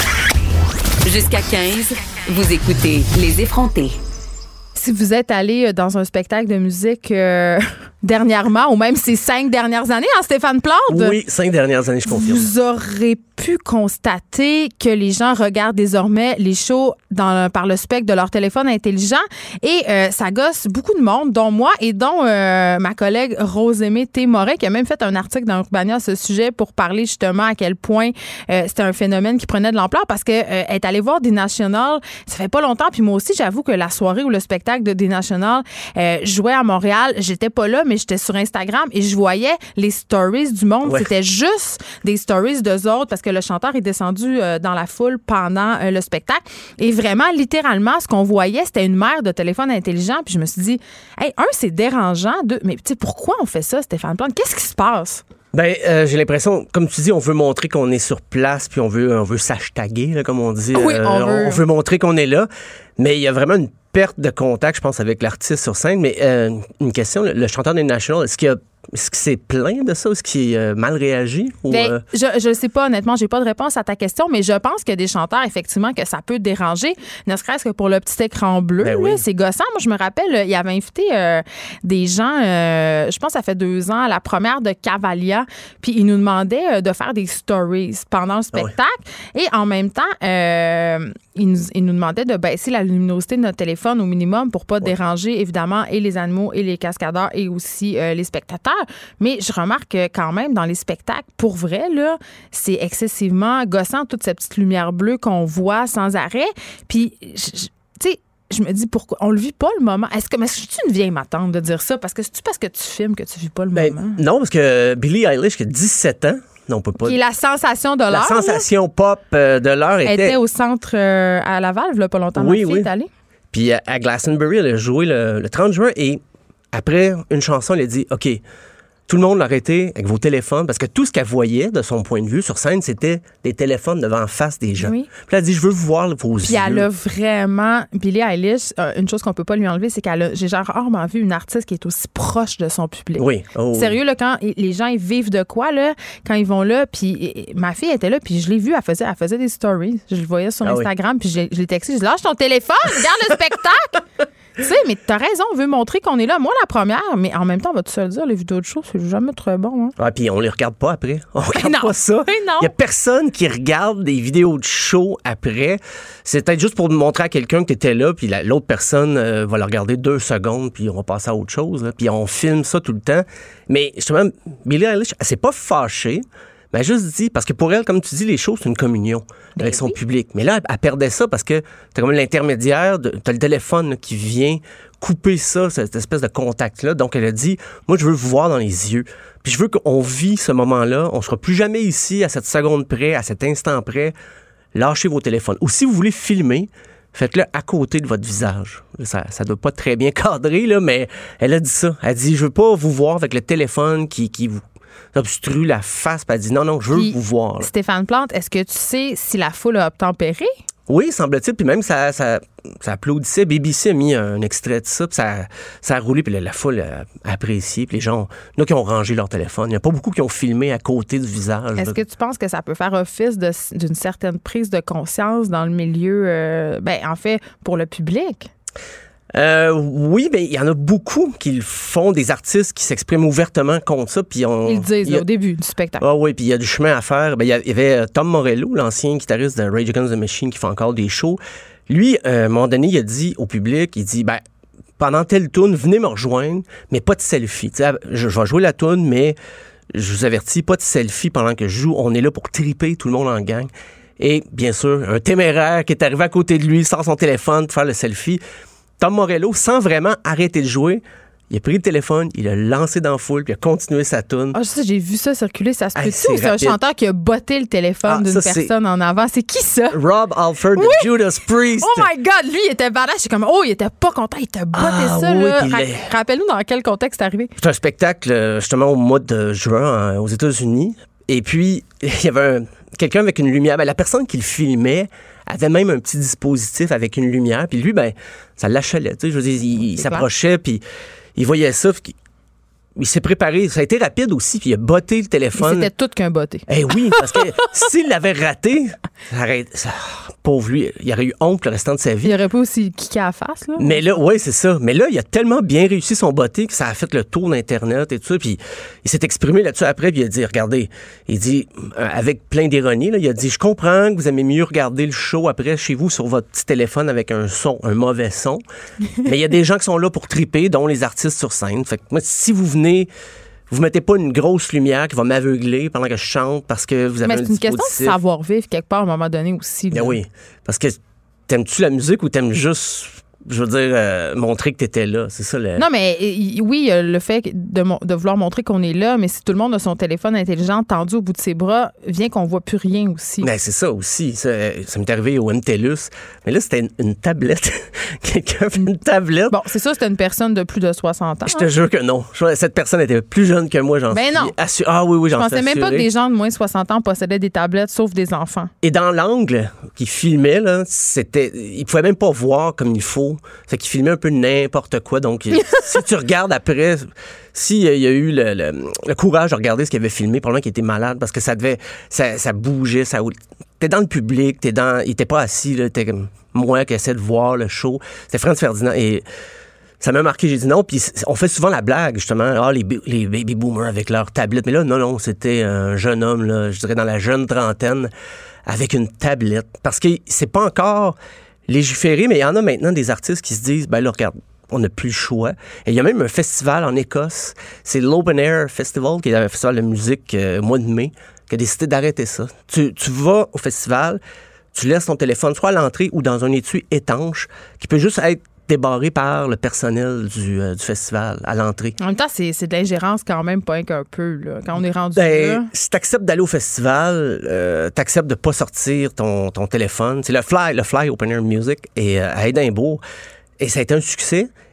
Jusqu'à 15, vous écoutez Les effrontés. Si vous êtes allé dans un spectacle de musique dernièrement, ou même ces 5 dernières années, hein, Stéphane Plante? Oui, 5 dernières années, je confirme. Vous aurez pu constater que les gens regardent désormais les shows par le spectre de leur téléphone intelligent et ça gosse beaucoup de monde, dont moi et dont ma collègue Rosemée T. Moret, qui a même fait un article dans Urbania à ce sujet pour parler justement à quel point c'était un phénomène qui prenait de l'ampleur parce que est allée voir des Nationals, ça fait pas longtemps, puis moi aussi, j'avoue que la soirée où le spectacle de des Nationals jouait à Montréal, j'étais pas là, mais j'étais sur Instagram et je voyais les stories du monde. Ouais. C'était juste des stories d'eux autres parce que le chanteur est descendu dans la foule pendant le spectacle. Et vraiment, littéralement, ce qu'on voyait, c'était une mer de téléphone intelligent. Puis je me suis dit, hey, c'est dérangeant. Mais tu sais, pourquoi on fait ça, Stéphane Plante? Qu'est-ce qui se passe? Ben, j'ai l'impression, comme tu dis, on veut montrer qu'on est sur place, puis on veut s'hashtaguer, là, comme on dit. Oui, on veut montrer qu'on est là. Mais il y a vraiment une perte de contact, je pense, avec l'artiste sur scène. Mais une question, le chanteur des Nationals, est-ce que c'est plein de ça? Est-ce qu'il a mal réagi? Ou, je ne sais pas, honnêtement, j'ai pas de réponse à ta question, mais je pense que des chanteurs, effectivement, que ça peut déranger, ne serait-ce que pour le petit écran bleu. Ben oui. Là, c'est gossant. Moi, je me rappelle, il avait invité des gens, je pense que ça fait 2 ans, à la première de Cavalia, puis il nous demandait de faire des stories pendant le spectacle. Et en même temps, il nous demandait de baisser la luminosité de notre téléphone au minimum pour pas déranger, évidemment, et les animaux, et les cascadeurs, et aussi les spectateurs. Mais je remarque que quand même, dans les spectacles, pour vrai, là, c'est excessivement gossant, toute cette petite lumière bleue qu'on voit sans arrêt. Puis, tu sais, je me dis, pourquoi? On le vit pas, le moment. Est-ce que c'est une vieille matante de dire ça? Parce que c'est-tu parce que tu filmes que tu vis pas le moment? Non, parce que Billie Eilish, qui a 17 ans, non, on peut pas. Qui est la sensation de l'heure. La sensation pop de l'heure était au centre à Laval, il y a pas longtemps. Oui, ma fille est allée. Puis à Glastonbury, elle a joué le 30 juin et après une chanson, elle a dit, OK, tout le monde l'a arrêté avec vos téléphones parce que tout ce qu'elle voyait de son point de vue sur scène, c'était des téléphones devant en face des gens. Oui. Puis elle a dit, je veux voir vos yeux. Puis elle a vraiment... Billie Eilish, une chose qu'on peut pas lui enlever, c'est j'ai rarement vu une artiste qui est aussi proche de son public. Oui. Oh, sérieux, là, quand les gens ils vivent de quoi, là, quand ils vont là, puis ma fille était là, puis je l'ai vue, elle faisait des stories. Je le voyais sur Instagram, puis je l'ai texté, je dis, lâche ton téléphone, regarde le spectacle! Tu sais, mais t'as raison, on veut montrer qu'on est là. Moi, la première, mais en même temps, on va tout se le dire, les vidéos de show, c'est jamais très bon. Hein? Ouais, puis on les regarde pas après. On regarde pas ça. Il y a personne qui regarde des vidéos de show après. C'est peut-être juste pour montrer à quelqu'un que t'étais là, puis l'autre personne va le regarder 2 secondes, puis on va passer à autre chose. Là. Puis on filme ça tout le temps. Mais justement, Billie Eilish, elle s'est pas fâchée. Mais elle a juste dit, parce que pour elle, comme tu dis, les shows, c'est une communion avec son public. Mais là, elle perdait ça parce que t'as comme l'intermédiaire, t'as le téléphone là, qui vient couper ça, cette espèce de contact-là. Donc, elle a dit, moi, je veux vous voir dans les yeux. Puis je veux qu'on vit ce moment-là. On sera plus jamais ici, à cette seconde près, à cet instant près. Lâchez vos téléphones. Ou si vous voulez filmer, faites-le à côté de votre visage. Ça doit pas très bien cadrer, là, mais elle a dit ça. Elle a dit, je veux pas vous voir avec le téléphone qui vous obstrue la face, puis elle dit non, je veux vous voir. Là. Stéphane Plante, est-ce que tu sais si la foule a obtempéré? Oui, semble-t-il, puis même ça applaudissait. BBC a mis un extrait de ça, puis ça a roulé, puis la foule a apprécié, puis les gens, il y en a qui ont rangé leur téléphone. Il n'y a pas beaucoup qui ont filmé à côté du visage. Est-ce que tu penses que ça peut faire office d'une certaine prise de conscience dans le milieu, en fait, pour le public? Oui, mais il y en a beaucoup qui font, des artistes qui s'expriment ouvertement contre ça. Puis ils le disent au début du spectacle. Ah oui, puis il y a du chemin à faire. Il y avait Tom Morello, l'ancien guitariste de Rage Against the Machine, qui fait encore des shows. Lui, à un moment donné, il a dit au public, il dit, pendant telle tune, venez me rejoindre, mais pas de selfie. T'sais, je vais jouer la tune, mais je vous avertis, pas de selfie pendant que je joue. On est là pour triper tout le monde en gang. Et bien sûr, un téméraire qui est arrivé à côté de lui, sort son téléphone pour faire le selfie. Tom Morello, sans vraiment arrêter de jouer, il a pris le téléphone, il l'a lancé dans la foule, puis il a continué sa toune. Ah, j'ai vu ça circuler, ça se peut-tu? C'est un chanteur qui a botté le téléphone d'une personne en avant. C'est qui ça? Rob Halford de Judas Priest. Oh my God, lui, il était badass. Je suis comme, il était pas content, il t'a botté ça. Oui, là. Rappelle-nous dans quel contexte c'est arrivé. C'est un spectacle, justement, au mois de juin, aux États-Unis. Et puis, il y avait quelqu'un avec une lumière. La personne qui le filmait avait même un petit dispositif avec une lumière. Puis lui, ça l'achalait. Je veux dire, il s'approchait, puis il voyait ça. Puis il s'est préparé. Ça a été rapide aussi, puis il a botté le téléphone. C'était tout qu'un botté. Eh oui, parce que s'il l'avait raté, pauvre lui, il aurait eu honte le restant de sa vie. Il aurait pas aussi kické à la face, là. Mais là, oui, c'est ça. Mais là, il a tellement bien réussi son botté que ça a fait le tour d'Internet et tout ça. Puis il s'est exprimé là-dessus après, puis il a dit, regardez, il dit, avec plein d'ironie, là, il a dit, je comprends que vous aimez mieux regarder le show après chez vous sur votre petit téléphone avec un mauvais son. Mais il y a des gens qui sont là pour triper, dont les artistes sur scène. Fait que moi, si vous venez, vous mettez pas une grosse lumière qui va m'aveugler pendant que je chante parce que vous avez un dispositif. Mais c'est une question de savoir-vivre quelque part à un moment donné aussi. Ben oui, parce que t'aimes-tu la musique ou t'aimes juste, je veux dire, montrer que t'étais là? C'est ça le... Non, mais oui, le fait de vouloir montrer qu'on est là, mais si tout le monde a son téléphone intelligent tendu au bout de ses bras, vient qu'on voit plus rien aussi. Ben, c'est ça aussi. Ça m'est arrivé au MTELUS. Mais là, c'était une tablette. Quelqu'un fait une tablette. Bon, c'est ça, c'était une personne de plus de 60 ans. Je te jure que non. Cette personne était plus jeune que moi, j'en suis assuré. Ah oui, j'en suis assuré. Je pensais même pas que des gens de moins de 60 ans possédaient des tablettes, sauf des enfants. Et dans l'angle qu'il filmait, là, il pouvait même pas voir comme il faut. C'est qu'il filmait un peu n'importe quoi. Donc, si tu regardes après, s'il y a eu le courage de regarder ce qu'il avait filmé, probablement qu'il était malade parce que ça bougeait, t'es dans le public, il était pas assis, là, t'es comme moi qui essaie de voir le show. C'était Franz Ferdinand et ça m'a marqué, j'ai dit non. Puis on fait souvent la blague, justement, les baby boomers avec leur tablette. Mais là, non, c'était un jeune homme, là, je dirais dans la jeune trentaine, avec une tablette. Parce que c'est pas encore légiféré, mais il y en a maintenant des artistes qui se disent, là, regarde, on n'a plus le choix. Et il y a même un festival en Écosse, c'est l'Open Air Festival, qui est un festival de musique au mois de mai, qui a décidé d'arrêter ça. Tu vas au festival, tu laisses ton téléphone soit à l'entrée ou dans un étui étanche qui peut juste être débarré par le personnel du festival à l'entrée. En même temps, c'est de l'ingérence quand même, pas qu'un peu. Là. Quand on est rendu là... Si tu acceptes d'aller au festival, tu acceptes de ne pas sortir ton téléphone. C'est le Fly Open Air Music à Édimbourg. Et ça a été un succès.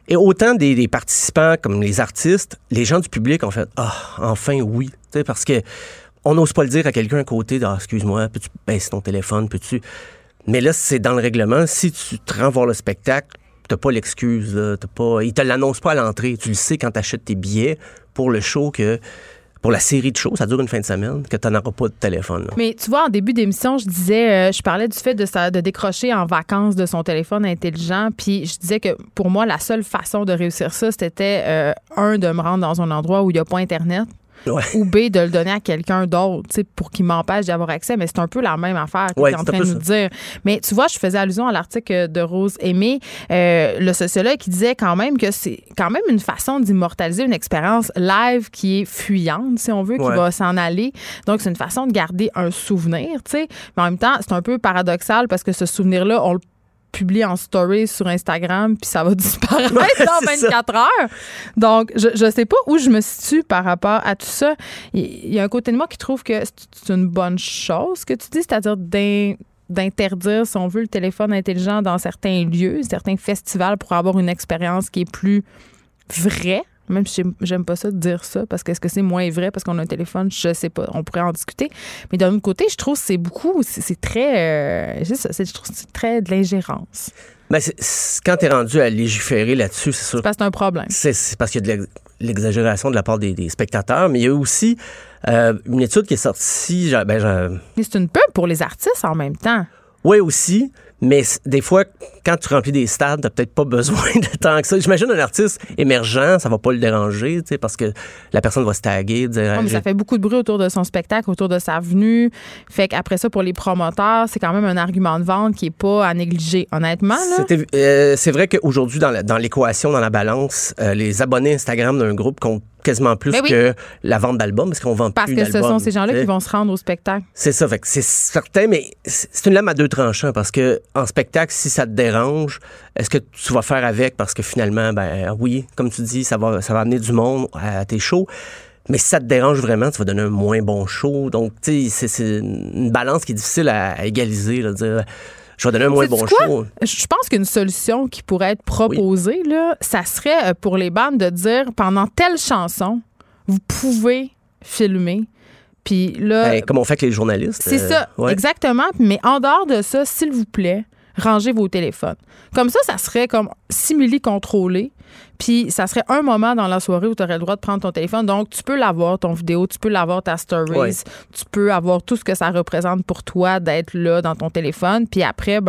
Et autant des participants comme les artistes, les gens du public ont fait « Ah, enfin, oui ». Tu sais, parce que on n'ose pas le dire à quelqu'un à côté, « Ah, excuse-moi, peux-tu baisser ton téléphone, peux-tu... » Mais là, c'est dans le règlement. Si tu te rends voir le spectacle, t'as pas l'excuse. Là, ils te l'annoncent pas à l'entrée. Tu le sais quand tu achètes tes billets pour le show que... Pour la série de shows, ça dure une fin de semaine, que tu n'auras pas de téléphone. Là. Mais tu vois, en début d'émission, je parlais du fait de décrocher en vacances de son téléphone intelligent, puis je disais que pour moi, la seule façon de réussir ça, c'était, de me rendre dans un endroit où il n'y a pas Internet. Ouais. Ou B, de le donner à quelqu'un d'autre, pour qu'il m'empêche d'y avoir accès. Mais c'est un peu la même affaire que tu es en train de nous dire. Mais tu vois, je faisais allusion à l'article de Rose Aimé, le sociologue, qui disait quand même que c'est quand même une façon d'immortaliser une expérience live qui est fuyante, si on veut, qui va s'en aller. Donc, c'est une façon de garder un souvenir, tu sais. Mais en même temps, c'est un peu paradoxal parce que ce souvenir-là, on le publie en story sur Instagram, puis ça va disparaître dans 24 heures. Donc, je sais pas où je me situe par rapport à tout ça. Il y a un côté de moi qui trouve que c'est une bonne chose que tu dis, c'est-à-dire d'interdire, si on veut, le téléphone intelligent dans certains lieux, certains festivals pour avoir une expérience qui est plus vraie. Même si j'aime pas ça de dire ça, parce que est-ce que c'est moins vrai parce qu'on a un téléphone? Je sais pas. On pourrait en discuter. Mais d'un autre côté, je trouve que c'est beaucoup, c'est très, je trouve que c'est très de l'ingérence. Ben quand t'es rendu à légiférer là-dessus, c'est sûr. C'est parce que c'est un problème. C'est parce qu'il y a de l'exagération de la part des spectateurs, mais il y a aussi une étude qui est sortie. Mais c'est une pub pour les artistes en même temps. Oui, aussi. Mais des fois, quand tu remplis des stades, t'as peut-être pas besoin de tant que ça. J'imagine un artiste émergent, ça va pas le déranger, tu sais, parce que la personne va se taguer, dire... mais ça fait beaucoup de bruit autour de son spectacle, autour de sa venue. Fait qu'après ça, pour les promoteurs, c'est quand même un argument de vente qui est pas à négliger, honnêtement. Là. C'est vrai qu'aujourd'hui, dans l'équation, dans la balance, les abonnés Instagram d'un groupe comptent quasiment plus que la vente d'albums, parce qu'on vend plus d'albums. Parce que ce sont ces gens-là qui vont se rendre au spectacle. C'est ça, fait que c'est certain, mais c'est une lame à deux tranchants, parce que en spectacle, si ça te dérange, est-ce que tu vas faire avec? Parce que finalement, oui, comme tu dis, ça va amener du monde à tes shows. Mais si ça te dérange vraiment, tu vas donner un moins bon show. Donc, tu sais, c'est une balance qui est difficile à égaliser, là, dire... Je vais donner un moins bon show. Je pense qu'une solution qui pourrait être proposée, là, ça serait pour les bandes de dire, pendant telle chanson, vous pouvez filmer. Puis là, comme on fait avec les journalistes. C'est ça, exactement. Mais en dehors de ça, s'il vous plaît, rangez vos téléphones. Comme ça serait comme simili-contrôlé. Puis ça serait un moment dans la soirée où tu aurais le droit de prendre ton téléphone. Donc, tu peux l'avoir, ton vidéo, tu peux l'avoir, ta stories, tu peux avoir tout ce que ça représente pour toi d'être là dans ton téléphone. Puis après,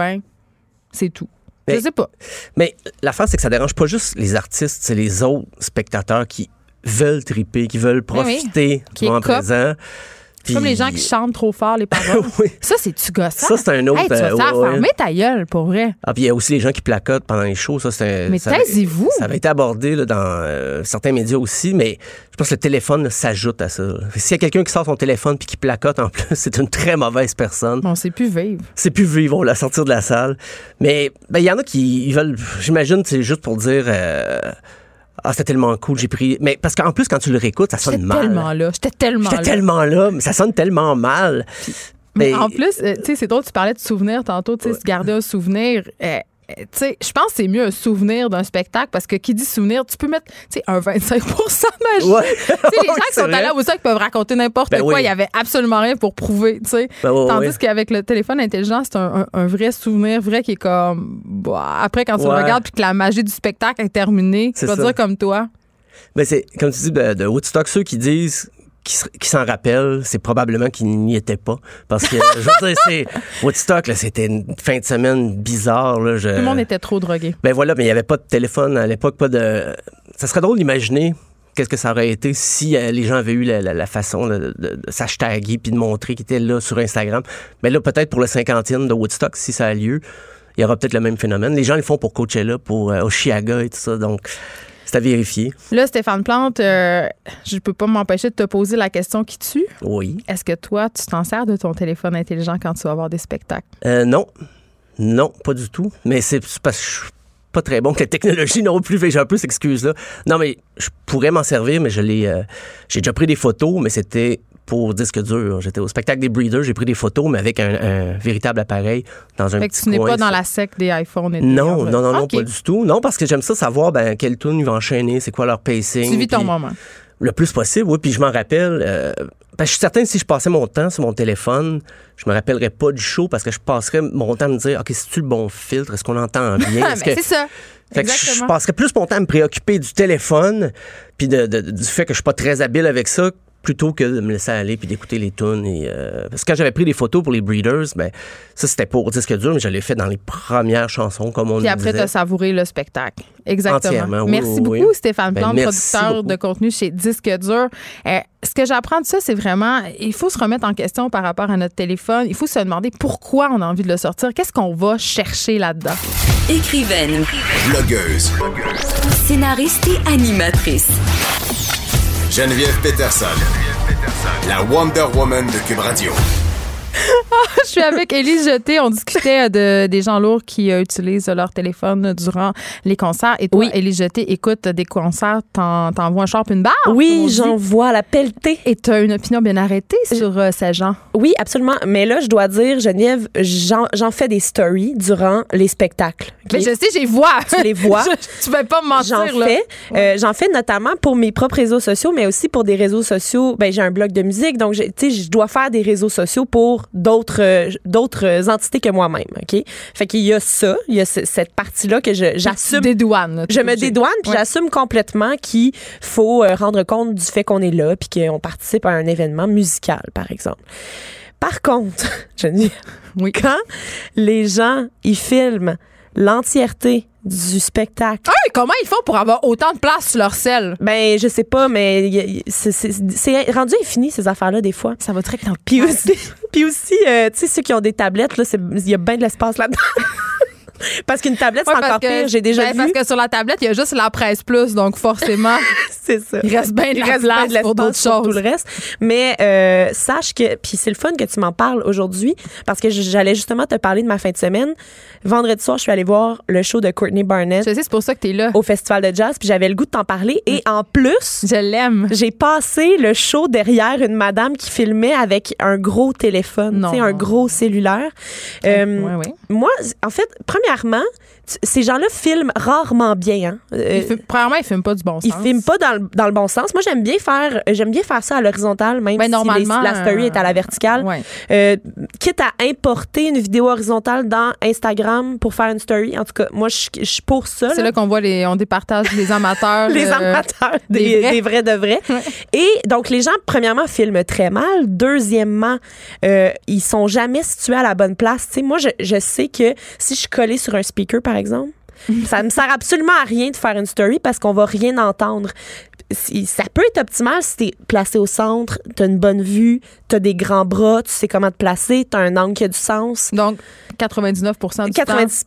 c'est tout. Je sais pas. Mais l'affaire, c'est que ça dérange pas juste les artistes, c'est les autres spectateurs qui veulent triper, qui veulent profiter du moment présent. C'est comme les gens qui chantent trop fort les paroles. Ça, c'est-tu gossant? Ça, c'est un autre... Hey, tu vas te faire fermer ta gueule, pour vrai. Ah, puis il y a aussi les gens qui placotent pendant les shows. Ça, mais taisez-vous! Ça avait été abordé là, dans certains médias aussi, mais je pense que le téléphone là, s'ajoute à ça. S'il y a quelqu'un qui sort son téléphone puis qui placote en plus, c'est une très mauvaise personne. Bon, c'est plus vivre. C'est plus vivre, on va la sortir de la salle. Mais il y en a qui veulent... J'imagine, c'est juste pour dire... c'était tellement cool, j'ai pris... Mais parce qu'en plus, quand tu le réécoutes, ça sonne mal. J'étais tellement là, mais ça sonne tellement mal. Mais en plus, tu sais, c'est drôle, tu parlais de souvenirs tantôt, tu sais, se garder un souvenir... tu sais, je pense que c'est mieux un souvenir d'un spectacle parce que qui dit souvenir, tu peux mettre, tu sais, un 25% magie. Tu sais, les gens qui sont allés à Woodstock peuvent raconter n'importe quoi. Il y avait absolument rien pour prouver, tu sais. Tandis qu'avec le téléphone intelligent, c'est un vrai souvenir, vrai qui est comme... après, quand tu le regardes puis que la magie du spectacle est terminée, tu vas dire comme toi. Ben c'est, comme tu dis, de Woodstock, ceux qui disent... Qui s'en rappellent, c'est probablement qu'ils n'y étaient pas. Parce que, je veux dire, Woodstock, là, c'était une fin de semaine bizarre. Là, Tout le monde était trop drogué. Ben voilà, mais il n'y avait pas de téléphone à l'époque, pas de... Ça serait drôle d'imaginer qu'est-ce que ça aurait été si les gens avaient eu la façon de s'hashtaguer puis de montrer qu'ils étaient là sur Instagram. Mais là, peut-être pour le 50e de Woodstock, si ça a lieu, il y aura peut-être le même phénomène. Les gens le font pour Coachella, pour Osheaga et tout ça, donc... C'est à vérifier. Là, Stéphane Plante, je peux pas m'empêcher de te poser la question qui tue. Oui. Est-ce que toi, tu t'en sers de ton téléphone intelligent quand tu vas voir des spectacles? Non. Non, pas du tout. Mais c'est parce que je suis pas très bon que la technologie non plus. J'ai un peu cette excuse-là. Non, mais je pourrais m'en servir, mais j'ai déjà pris des photos, mais c'était pour disque dur. J'étais au spectacle des Breeders, j'ai pris des photos, mais avec un véritable appareil dans un fait petit que tu n'es coin, pas dans ça. la secte des iPhones et Non, OK. pas du tout. Non, parce que j'aime ça savoir quelle tune ils vont enchaîner, c'est quoi leur pacing. Tu vis ton puis moment. le plus possible, oui. Puis je m'en rappelle, je suis certain que si je passais mon temps sur mon téléphone, je me rappellerais pas du show parce que je passerais mon temps à me dire, OK, c'est-tu le bon filtre? Est-ce qu'on entend bien? Mais c'est ça. Fait que je Exactement. passerais plus mon temps à me préoccuper du téléphone puis du fait que je suis pas très habile avec ça plutôt que de me laisser aller puis d'écouter les tunes. Parce que quand j'avais pris des photos pour les Breeders, ça, c'était pour disque dur, mais je l'ai fait dans les premières chansons, comme on Puis nous après, tu disait. as savouré le spectacle. Exactement. Entièrement, oui, Merci oui, beaucoup, oui. Stéphane Plante, Merci producteur beaucoup. de contenu chez Disque Dur. Ce que j'apprends de ça, c'est vraiment, il faut se remettre en question par rapport à notre téléphone. Il faut se demander pourquoi on a envie de le sortir. Qu'est-ce qu'on va chercher là-dedans? Écrivaine, Blogueuse. scénariste et animatrice. Geneviève Peterson. La Wonder Woman de Cube Radio. Je suis avec Élise Jeté. On discutait des gens lourds qui utilisent leur téléphone durant les concerts. Et toi, Oui. Élise Jeté, écoute des concerts, t'envoies un char puis une barre. Oui, on dit. j'en vois la pelletée. Et t'as une opinion bien arrêtée sur ces gens. Oui, absolument. Mais là, je dois dire, Geneviève, j'en fais des stories durant les spectacles. OK? Mais je sais, j'ai vois. Tu les vois. Tu vas pas me mentir, J'en là. fais. J'en fais notamment pour mes propres réseaux sociaux, mais aussi pour des réseaux sociaux. J'ai un blog de musique, donc je dois faire des réseaux sociaux pour d'autres entités que moi-même. Ok. Fait qu'il y a ça, il y a cette partie-là que j'assume. Dédouane. Je me dédouane, puis j'assume complètement qu'il faut rendre compte du fait qu'on est là, puis qu'on participe à un événement musical, par exemple. Par contre, Oui. quand les gens ils filment l'entièreté du spectacle. Hey, comment ils font pour avoir autant de place sur leur selle? Je sais pas, mais c'est rendu infini, ces affaires-là, des fois. Ça va très dans le Puis aussi, tu sais, ceux qui ont des tablettes, là, il y a bien de l'espace là-dedans. Parce qu'une tablette, c'est encore pire. J'ai déjà vu. Parce que sur la tablette, il y a juste la presse plus, donc forcément, c'est ça. il reste bien de la place pour d'autres choses. Tout le reste. Mais sache que, puis c'est le fun que tu m'en parles aujourd'hui, parce que j'allais justement te parler de ma fin de semaine. Vendredi soir, je suis allée voir le show de Courtney Barnett. Je sais, c'est pour ça que t'es là. Au Festival de Jazz, puis j'avais le goût de t'en parler. Et en plus, je l'aime. J'ai passé le show derrière une madame qui filmait avec un gros téléphone, tu sais, un gros cellulaire. Moi, en fait, premièrement, ces gens-là filment rarement bien. Hein. Premièrement, ils filment pas du bon sens. Ils filment pas dans le bon sens. Moi, j'aime bien faire ça à l'horizontale, même si normalement, la story est à la verticale. Quitte à importer une vidéo horizontale dans Instagram pour faire une story. En tout cas, moi, je suis pour ça. C'est là qu'on voit on départage les amateurs. Les amateurs des vrais de vrais. Ouais. Et donc, les gens, premièrement, filment très mal. Deuxièmement, ils sont jamais situés à la bonne place. Tu sais, moi, je sais que si je suis collée sur un speaker, par exemple, ça me sert absolument à rien de faire une story parce qu'on va rien entendre. Ça peut être optimal si t'es placé au centre, t'as une bonne vue, t'as des grands bras, tu sais comment te placer, t'as un angle qui a du sens. Donc, 99% du 90%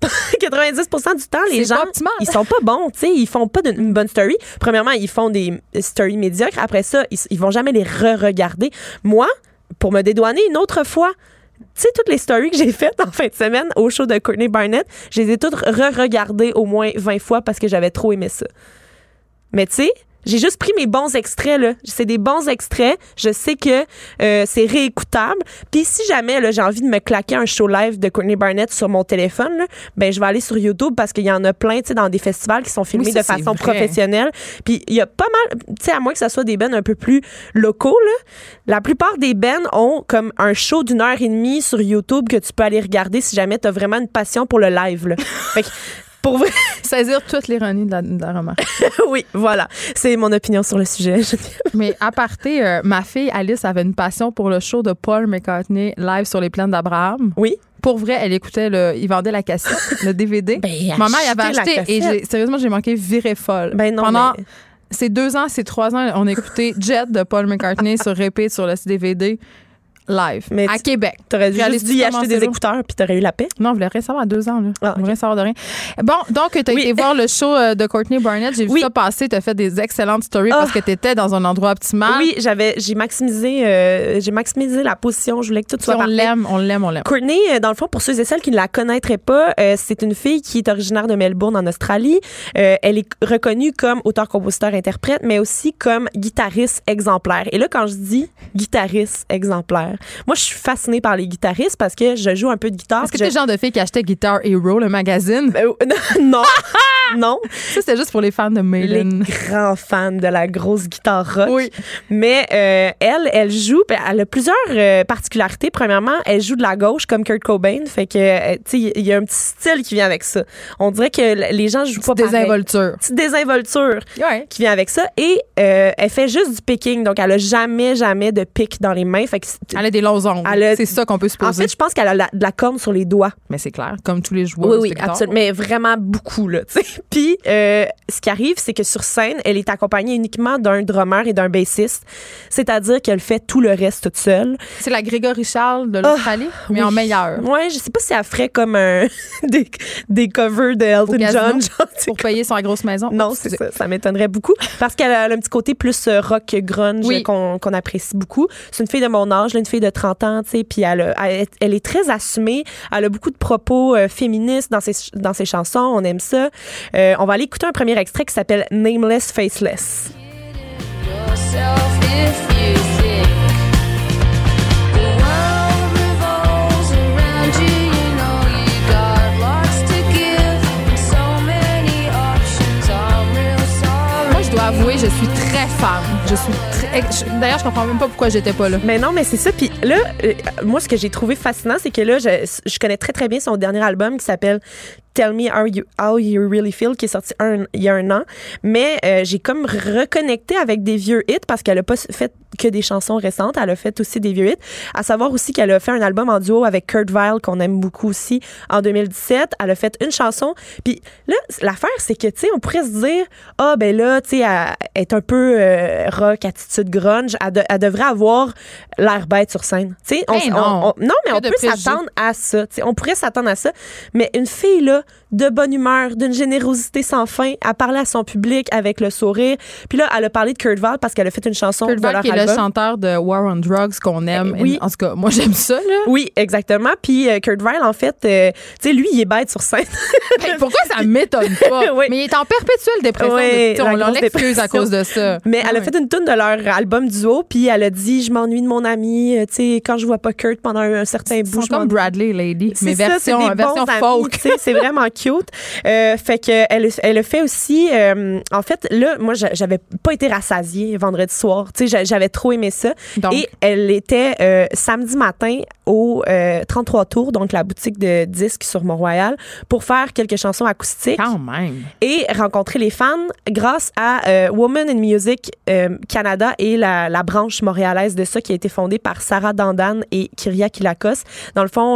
du temps, les gens, ils sont pas bons, tu sais, ils font pas une bonne story. Premièrement, ils font des stories médiocres. Après ça, ils vont jamais les re-regarder. Moi, pour me dédouaner une autre fois, tu sais, toutes les stories que j'ai faites en fin de semaine au show de Courtney Barnett, je les ai toutes re-regardées au moins 20 fois parce que j'avais trop aimé ça. Mais tu sais, j'ai juste pris mes bons extraits, là. C'est des bons extraits. Je sais que c'est réécoutable. Puis si jamais là, j'ai envie de me claquer un show live de Courtney Barnett sur mon téléphone, là, je vais aller sur YouTube parce qu'il y en a plein, tu sais, dans des festivals qui sont filmés de façon professionnelle. Puis il y a pas mal, tu sais, à moins que ça soit des bands un peu plus locaux, là, la plupart des bands ont comme un show d'1h30 sur YouTube que tu peux aller regarder si jamais t'as vraiment une passion pour le live, là. Fait que, pour vrai. Saisir toute l'ironie de la remarque. Oui, voilà. C'est mon opinion sur le sujet. Mais à parté, ma fille Alice avait une passion pour le show de Paul McCartney live sur les plaines d'Abraham. Oui. Pour vrai, elle écoutait il vendait la cassette, le DVD. Maman, elle avait acheté et sérieusement, j'ai manqué virer folle. Pendant ces 2 ans, ces 3 ans, on a écouté Jet de Paul McCartney sur repeat sur le DVD. live Mais à Québec. T'aurais juste dû y acheter des écouteurs puis t'aurais eu la paix. Non, je voulais rien savoir à 2 ans. Là. Ah, Je voulais rien savoir de rien. Bon, donc, t'as été voir le show de Courtney Barnett. J'ai vu ça passer. T'as fait des excellentes stories parce que t'étais dans un endroit optimal. Oui, j'ai maximisé la position. Je voulais que tout soit parfait. On l'aime. Courtney, dans le fond, pour ceux et celles qui ne la connaîtraient pas, c'est une fille qui est originaire de Melbourne, en Australie. Elle est reconnue comme auteur-compositeur-interprète, mais aussi comme guitariste exemplaire. Et là, quand je dis guitariste exemplaire, moi, je suis fascinée par les guitaristes parce que je joue un peu de guitare. Est-ce que t'es le genre de fille qui achetait Guitar Hero, le magazine? Non. Non. Ça, c'était juste pour les fans de Maiden. Les grands fans de la grosse guitare rock. Oui. Mais elle joue, elle a plusieurs particularités. Premièrement, elle joue de la gauche comme Kurt Cobain. Fait que, tu sais, il y a un petit style qui vient avec ça. On dirait que les gens jouent pas pareil. Petite désinvolture qui vient avec ça. Et elle fait juste du picking. Donc, elle a jamais de pic dans les mains. Fait que elle a des longs ongles. C'est ça qu'on peut supposer. En fait, je pense qu'elle a de la corne sur les doigts. Mais c'est clair, comme tous les joueurs. Oui, absolument. Mais vraiment beaucoup, là, tu sais. Puis, ce qui arrive, c'est que sur scène, elle est accompagnée uniquement d'un drummer et d'un bassiste. C'est-à-dire qu'elle fait tout le reste toute seule. C'est la Grégory Charles de l'Australie, mais en meilleur. Ouais, je sais pas si elle ferait comme des covers de Elton John. Genre, pour payer son grosse maison. Non, c'est ça. Ça m'étonnerait beaucoup. Parce qu'elle a un petit côté plus rock grunge qu'on apprécie beaucoup. C'est une fille de mon âge, une fille de 30 ans, tu sais, puis elle est très assumée. Elle a beaucoup de propos féministes dans ses chansons. On aime ça. On va aller écouter un premier extrait qui s'appelle Nameless Faceless. Moi, je dois avouer, je suis très fan. D'ailleurs, je comprends même pas pourquoi j'étais pas là. Mais non, mais c'est ça. Puis là, moi, ce que j'ai trouvé fascinant, c'est que là, je connais très, très bien son dernier album qui s'appelle Tell Me How You Really Feel, qui est sorti il y a 1 an. Mais j'ai comme reconnecté avec des vieux hits parce qu'elle a pas fait que des chansons récentes. Elle a fait aussi des vieux hits. À savoir aussi qu'elle a fait un album en duo avec Kurt Vile, qu'on aime beaucoup aussi, en 2017. Elle a fait une chanson. Puis là, l'affaire, c'est que, tu sais, on pourrait se dire, ben là, tu sais, elle est un peu rock, attitude grunge. Elle devrait avoir l'air bête sur scène. Tu sais, non, mais on peut s'attendre à ça. Tu sais, on pourrait s'attendre à ça. Mais une fille, là, de bonne humeur, d'une générosité sans fin, à parler à son public avec le sourire. Puis là, elle a parlé de Kurt Vile parce qu'elle a fait une chanson de leur album. Kurt Vile, qui est le chanteur de War on Drugs qu'on aime. Oui. En tout cas, moi, j'aime ça, là. Oui, exactement. Puis Kurt Vile, en fait, tu sais, lui, il est bête sur scène. Pourquoi ça m'étonne pas? Oui. Mais il est en perpétuelle dépression. On l'excuse à cause de ça. Mais elle a fait une toune de leur album duo, puis elle a dit, je m'ennuie de mon ami, tu sais, quand je vois pas Kurt pendant un certain bout. C'est comme Bradley Lady, mais version folk. C'est vraiment cute. Fait que elle a fait aussi, en fait, là, moi, j'avais pas été rassasiée vendredi soir. Tu sais, j'avais trop aimé ça. Donc. Et elle était samedi matin au 33 Tours, donc la boutique de disques sur Mont-Royal, pour faire quelques chansons acoustiques. Quand même. Et rencontrer les fans grâce à Women in Music Canada et la branche montréalaise de ça qui a été fondée par Sarah Dandan et Kyria Kilakos. Dans le fond,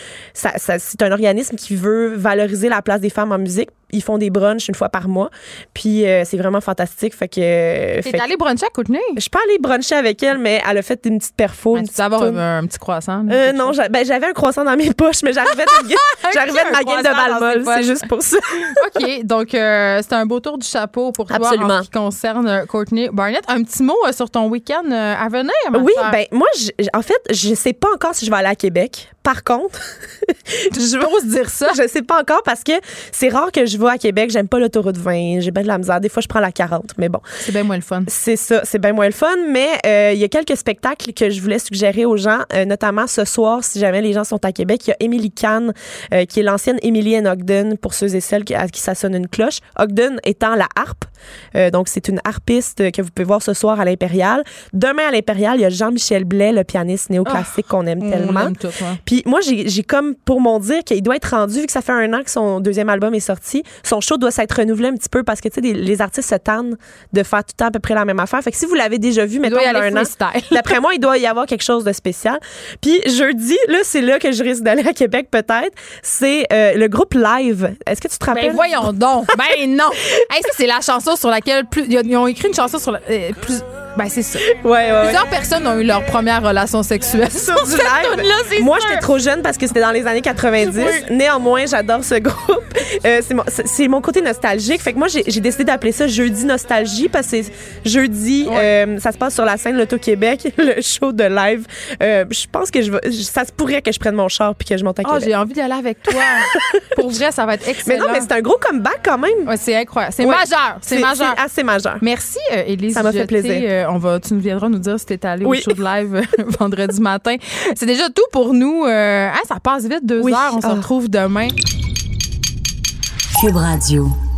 c'est un organisme qui veut valoriser la place des femmes en musique. Ils font des brunchs 1 fois par mois. Puis c'est vraiment fantastique. Fait que. T'es allée bruncher à Courtney? Je suis pas allée bruncher avec elle, mais elle a fait une petite perfo. Tu peux avoir un petit croissant? Non, j'avais un croissant dans mes poches, mais j'arrivais de ma game de Balmol. C'est juste pour ça. OK. Donc, c'était un beau tour du chapeau pour toi. Absolument. En ce qui concerne Courtney Barnett. Un petit mot sur ton week-end à venir, Oui, ben moi, en fait, je sais pas encore si je vais aller à Québec. Par contre, je veux dire ça. Je sais pas encore parce que c'est rare que je vais à Québec. J'aime pas l'autoroute 20. J'ai bien de la misère. Des fois, je prends la 40. Mais bon. C'est bien moins le fun. C'est ça. C'est bien moins le fun. Mais il y a quelques spectacles que je voulais suggérer aux gens, notamment ce soir, si jamais les gens sont à Québec. Il y a Émilie Kahn, qui est l'ancienne Emily and Ogden, pour ceux et celles à qui ça sonne une cloche. Ogden étant la harpe. Donc, c'est une harpiste que vous pouvez voir ce soir à l'Impérial. Demain, à l'Impérial, il y a Jean-Michel Blais, le pianiste néoclassique qu'on aime tellement. Aime tout, ouais. Puis moi, j'ai comme pour mon dire qu'il doit être rendu, vu que ça fait 1 an que son 2e album est sorti, son show doit s'être renouvelé un petit peu parce que, tu sais, les artistes se tannent de faire tout le temps à peu près la même affaire. Fait que si vous l'avez déjà vu, mettons, il y a 1 an, d'après moi, il doit y avoir quelque chose de spécial. Puis jeudi, là, c'est là que je risque d'aller à Québec peut-être, c'est le groupe Live. Est-ce que tu te rappelles? Ben voyons donc. Ben non. Hey, ça, c'est la chanson sur laquelle ils ont écrit une chanson sur Ben, c'est ça. Ouais. Plusieurs personnes ont eu leur première relation sexuelle sur du live. Moi, j'étais trop jeune parce que c'était dans les années 90. Oui. Néanmoins, j'adore ce groupe. C'est mon côté nostalgique. Fait que moi, j'ai décidé d'appeler ça Jeudi Nostalgie parce que c'est jeudi, ça se passe sur la scène L'Auto-Québec, le show de live. Je pense que ça se pourrait que je prenne mon char puis que je monte à Québec. J'ai envie d'y aller avec toi. Pour vrai, ça va être excellent. Mais non, mais c'est un gros comeback quand même. Ouais, c'est incroyable. C'est majeur. C'est majeur. C'est assez majeur. Merci, Élise. Ça m'a fait plaisir. Tu nous viendras nous dire si t'es allée au show de live vendredi matin. C'est déjà tout pour nous. Ça passe vite, 2 heures. On se retrouve demain. Cube Radio.